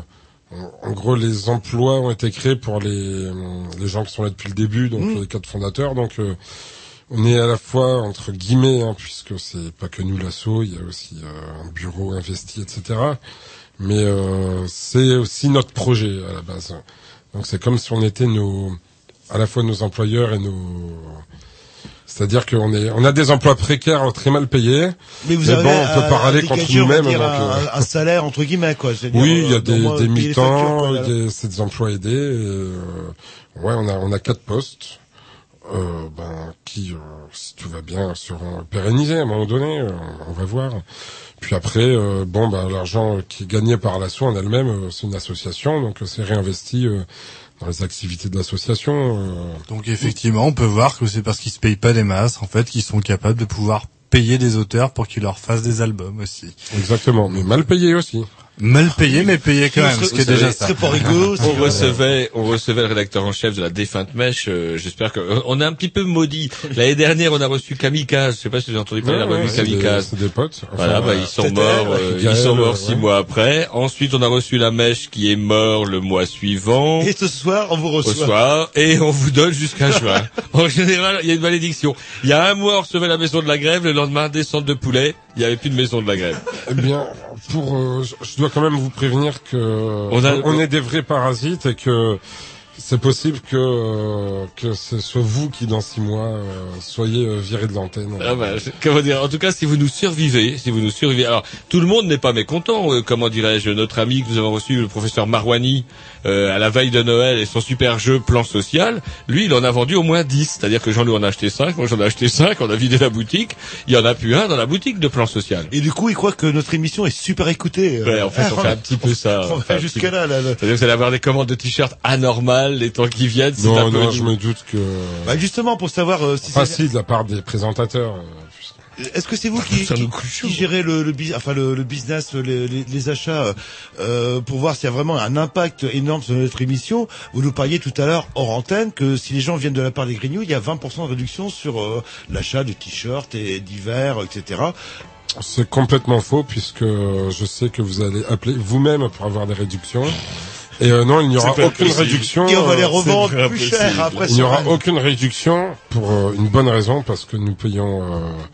en gros, les emplois ont été créés pour les les gens qui sont là depuis le début, donc mmh. les quatre fondateurs, donc. Euh, On est à la fois, entre guillemets, hein, puisque c'est pas que nous l'assaut, il y a aussi euh, un bureau investi, et cetera. Mais euh, c'est aussi notre projet à la base. Donc c'est comme si on était nos, à la fois nos employeurs et nos... C'est-à-dire qu'on est, on a des emplois précaires très mal payés. Mais, vous mais avez bon, on peut pas râler contre nous-mêmes. Donc, un, un salaire entre guillemets, quoi. Oui, il y a des, des mi-temps, des, c'est des emplois aidés. Et, euh, ouais, on a, on a quatre postes. Euh, ben, qui, euh, si tout va bien, seront pérennisés à un moment donné, euh, on va voir. Puis après, euh, bon, ben, l'argent qui est gagné par l'asso en elle-même, euh, c'est une association, donc euh, c'est réinvesti euh, dans les activités de l'association. Euh. Donc effectivement, on peut voir que c'est parce qu'ils se payent pas des masses, en fait, qu'ils sont capables de pouvoir payer des auteurs pour qu'ils leur fassent des albums aussi. Exactement, mais mal payés aussi. Mal payé, mais payé quand même, ce qui est déjà ça. Pas rigolo, on recevait, on recevait le rédacteur en chef de la défunte Mèche. Euh, j'espère que on a un petit peu maudit. L'année dernière, on a reçu Kamikaze. Je sais pas si vous avez entendu parler de la revue Kamikaze. C'est des potes. Enfin, voilà, bah ils sont morts. Euh, ils sont morts six ouais. mois après. Ensuite, on a reçu la Mèche qui est mort le mois suivant. Et ce soir, on vous reçoit. Au soir, et on vous donne jusqu'à juin. En général, il y a une malédiction. Il y a un mois, on recevait la maison de la grève. Le lendemain, descente de poulet. Il n'y avait plus de maison de la grève. Eh bien, pour, euh, je dois quand même vous prévenir que on, a, on est des vrais parasites et que c'est possible que euh, que ce soit vous qui dans six mois euh, soyez euh, virés de l'antenne. Ah bah, comment dire, en tout cas, si vous nous survivez, si vous nous survivez, alors tout le monde n'est pas mécontent. Euh, comment dirais-je, notre ami que nous avons reçu, le professeur Marouani, euh, à la veille de Noël et son super jeu Plan Social, lui, il en a vendu au moins dix. C'est-à-dire que Jean-Louis en a acheté cinq, moi j'en ai acheté cinq, on a vidé la boutique. Il y en a plus un dans la boutique de Plan Social. Et du coup, il croit que notre émission est super écoutée. Euh... Ouais, en fait, on fait un petit peu ça. On va jusqu'à là, là, là. C'est-à-dire que vous allez avoir des commandes de t-shirts anormales les temps qui viennent. Non, un non, peu... je me doute que... Bah justement, pour savoir euh, si c'est... Facile de la part des présentateurs. Euh, Est-ce que c'est vous qui, qui, qui gérez le, le, enfin le, le business, les, les, les achats, euh, pour voir s'il y a vraiment un impact énorme sur notre émission? Vous nous parliez tout à l'heure hors antenne que si les gens viennent de la part des Grignoux, il y a vingt pour cent de réduction sur euh, l'achat de t-shirts et d'hiver, et cetera. C'est complètement faux puisque je sais que vous allez appeler vous-même pour avoir des réductions. Et euh, non, il n'y aura aucune possible. réduction. Et on va les revendre plus cher après. Il n'y aura aucune réduction pour euh, une bonne raison parce que nous payons euh,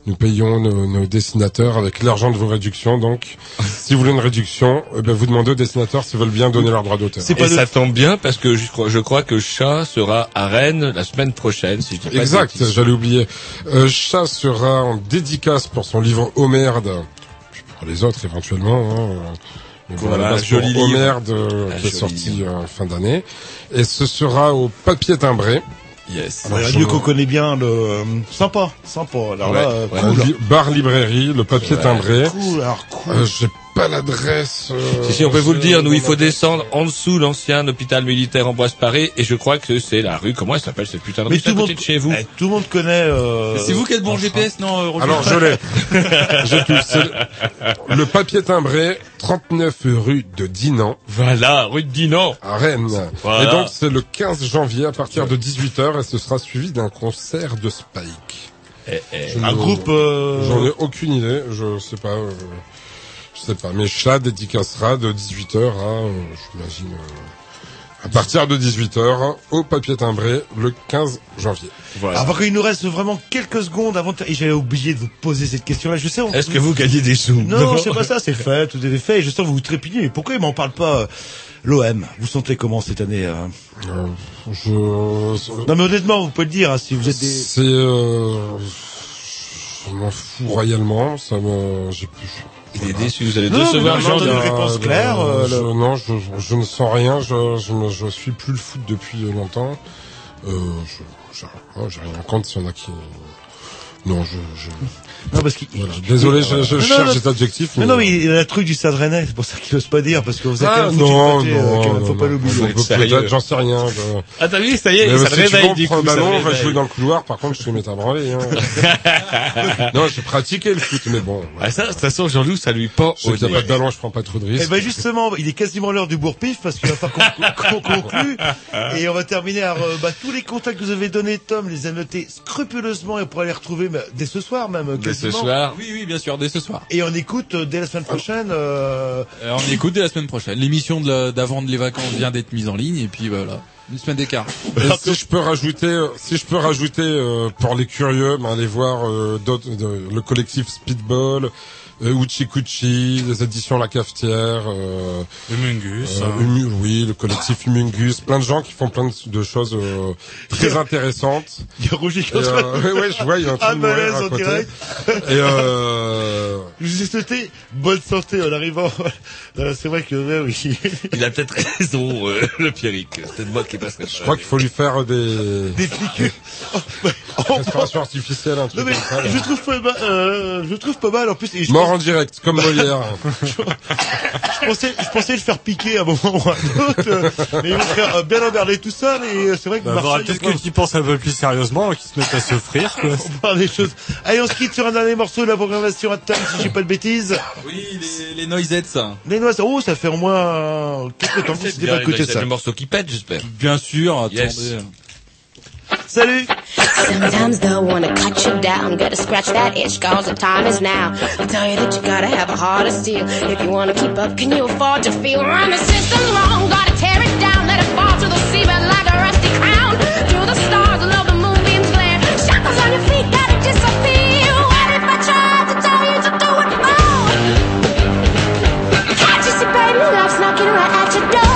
nous payons nos, nos dessinateurs avec l'argent de vos réductions. Donc, si vous voulez une réduction, eh ben, vous demandez aux dessinateurs s'ils veulent bien donner leurs droits d'auteur. Et ça tombe bien parce que je crois, je crois que Chat sera à Rennes la semaine prochaine, si je dis pas Exact, de j'allais oublier. Euh, Chat sera en dédicace pour son livre Oh merde, puis pour les autres éventuellement. Hein. Mais voilà, voilà, joli Oh livre. merde, euh, qui est sorti en fin d'année. Et ce sera au papier timbré. Yes. Ouais, un lieu qu'on connaît bien, le euh, sympa, sympa. Alors Ouais, là, euh, ouais. cool. Li- bar librairie, le papier Ouais. timbré. Cool, alors cool. Euh, j'ai pas l'adresse. Euh, Si, si, on peut vous le dire, nous, il faut dans la- descendre en dessous l'ancien hôpital militaire Ambroise Paré, et je crois que c'est la rue, comment elle s'appelle cette putain de rue? Mais C'est à tout le côté monde, de chez vous. eh, tout le monde connaît. Euh, C'est vous qui êtes bon G P S, non, euh, Roger? Alors je l'ai. J'ai tout. C'est le- le papier timbré, trente-neuf rue de Dinan. Voilà, rue de Dinan. À Rennes. Voilà. Et donc c'est le quinze janvier à partir de dix-huit heures et ce sera suivi d'un concert de Spike. Eh, eh. Je un ne- groupe. Euh... J'en ai aucune idée, je sais pas. Euh, je sais pas. Mais Chat dédicacera de dix-huit heures à, euh, j'imagine, euh, à partir de dix-huit heures au papier timbré le quinze janvier. Voilà. Alors, par contre, il nous reste vraiment quelques secondes avant de... Et j'avais oublié de vous poser cette question-là. Je sais. On... Est-ce que vous gagnez des sous? Non, c'est pas ça, c'est fait, tout est fait. Et je sens que vous vous trépignez. Mais pourquoi il m'en parle pas euh, l'O M? Vous sentez comment cette année euh... Euh, je... Non, mais honnêtement, vous pouvez le dire, hein, si vous êtes des... C'est... Euh... Je m'en fous royalement, ça me... J'ai plus... Il est déçu, vous allez Non, décevoir mais les non, gens. non, de- une réponse claire, euh, je, le- Non, je, je, je ne sens rien, je, je, ne- je suis plus le foot depuis longtemps. Euh, je, j'ai, oh, j'ai rien contre s'il y en a qui... Non, je... je... Non, parce qu'il... Voilà. Désolé, je, je Non, cherche non, cet adjectif. Mais non, mais il a le truc du Stade Rennais, c'est pour ça qu'il ose pas dire, parce que vous êtes Ah, quand même foutu non, de côté, non, euh, quand même, non, faut pas non, l'oublier. non, peut-être, j'en sais rien. je- Ah, t'as vu, ça y est, Mais ça si le tu veux, réveille, on du prend coup, le ça ballon, le on va réveille. jouer dans le couloir, par contre, je vais mettre à branler. Hein. Non, j'ai pratiqué le foot, mais bon. Ah, ça, de toute façon, Jean-Loup, ça lui pend Je sais au qu'il n'y a nez. pas de ballon, je prends pas trop de Eh risques. ben justement, il est quasiment l'heure du bourre-pif parce qu'il va falloir qu'on qu'on conclue et on va terminer par euh, bah, tous les contacts que vous avez donnés, Tom, les a notés scrupuleusement et on pourra les retrouver bah, dès ce soir même. Dès ce quasiment. soir. Oui, oui, bien sûr, dès ce soir. Et on écoute euh, dès la semaine prochaine. Euh... Euh, on écoute dès la semaine prochaine. L'émission de la- d'avant de les vacances vient d'être mise en ligne et puis voilà, une semaine d'écart. Et si je peux rajouter, euh, si je peux rajouter euh, pour les curieux, ben allez voir euh, d'autres, de- le collectif Speedball, euh, Uchi Kuchi, les éditions La Cafetière, euh, Humungus, euh, hein. Humu- oui, le collectif Humungus, plein de gens qui font plein de, de choses euh, très intéressantes. Il y a Roger qui Et, est en train de- euh, ouais, ouais, je vois, il y a un Ah, truc de mourir malaise à en côté. direct. Et euh, Je vous ai souhaité bonne santé en arrivant. Euh, C'est vrai que ouais, oui. Il a peut-être raison, euh, le Pierrick. C'est peut-être moi qui passerai. je crois qu'il faut lui faire des Des flics. respiration artificielle, un truc Non mais comme ça. là. je trouve pas mal. Euh, je trouve pas mal en plus. Et je Mort en direct, comme Molière. Je pensais, je pensais le faire piquer à un moment ou à un autre, euh, mais ils vont faire euh, bien emmerder tout ça, mais euh, c'est vrai que Bah, faudra Marseille, peut-être que tu penses un peu plus sérieusement, qu'ils se mettent à s'offrir, quoi. on parle des choses. Allez, on se quitte sur un dernier morceau de la programmation à table, si j'ai pas de bêtises. Oui, les, les noisettes, ça. Les noises, oh, ça fait au moins quelques temps que c'était pas écouté ça. Le morceau qui pète, j'espère. Bien sûr, Yes. attendez. Salut! Sometimes they'll wanna cut you down, gotta scratch that itch, cause the time is now. I tell you that you gotta have a heart of steel. If you wanna keep up, can you afford to feel? Run the system's wrong, gotta tear it down, let it fall to the seabed like a rusty crown. To the stars, love the moonbeams glare. Shackles on your feet, gotta disappear. What if I tried to tell you to do it all? Can't you see, baby, life's knocking right at your door?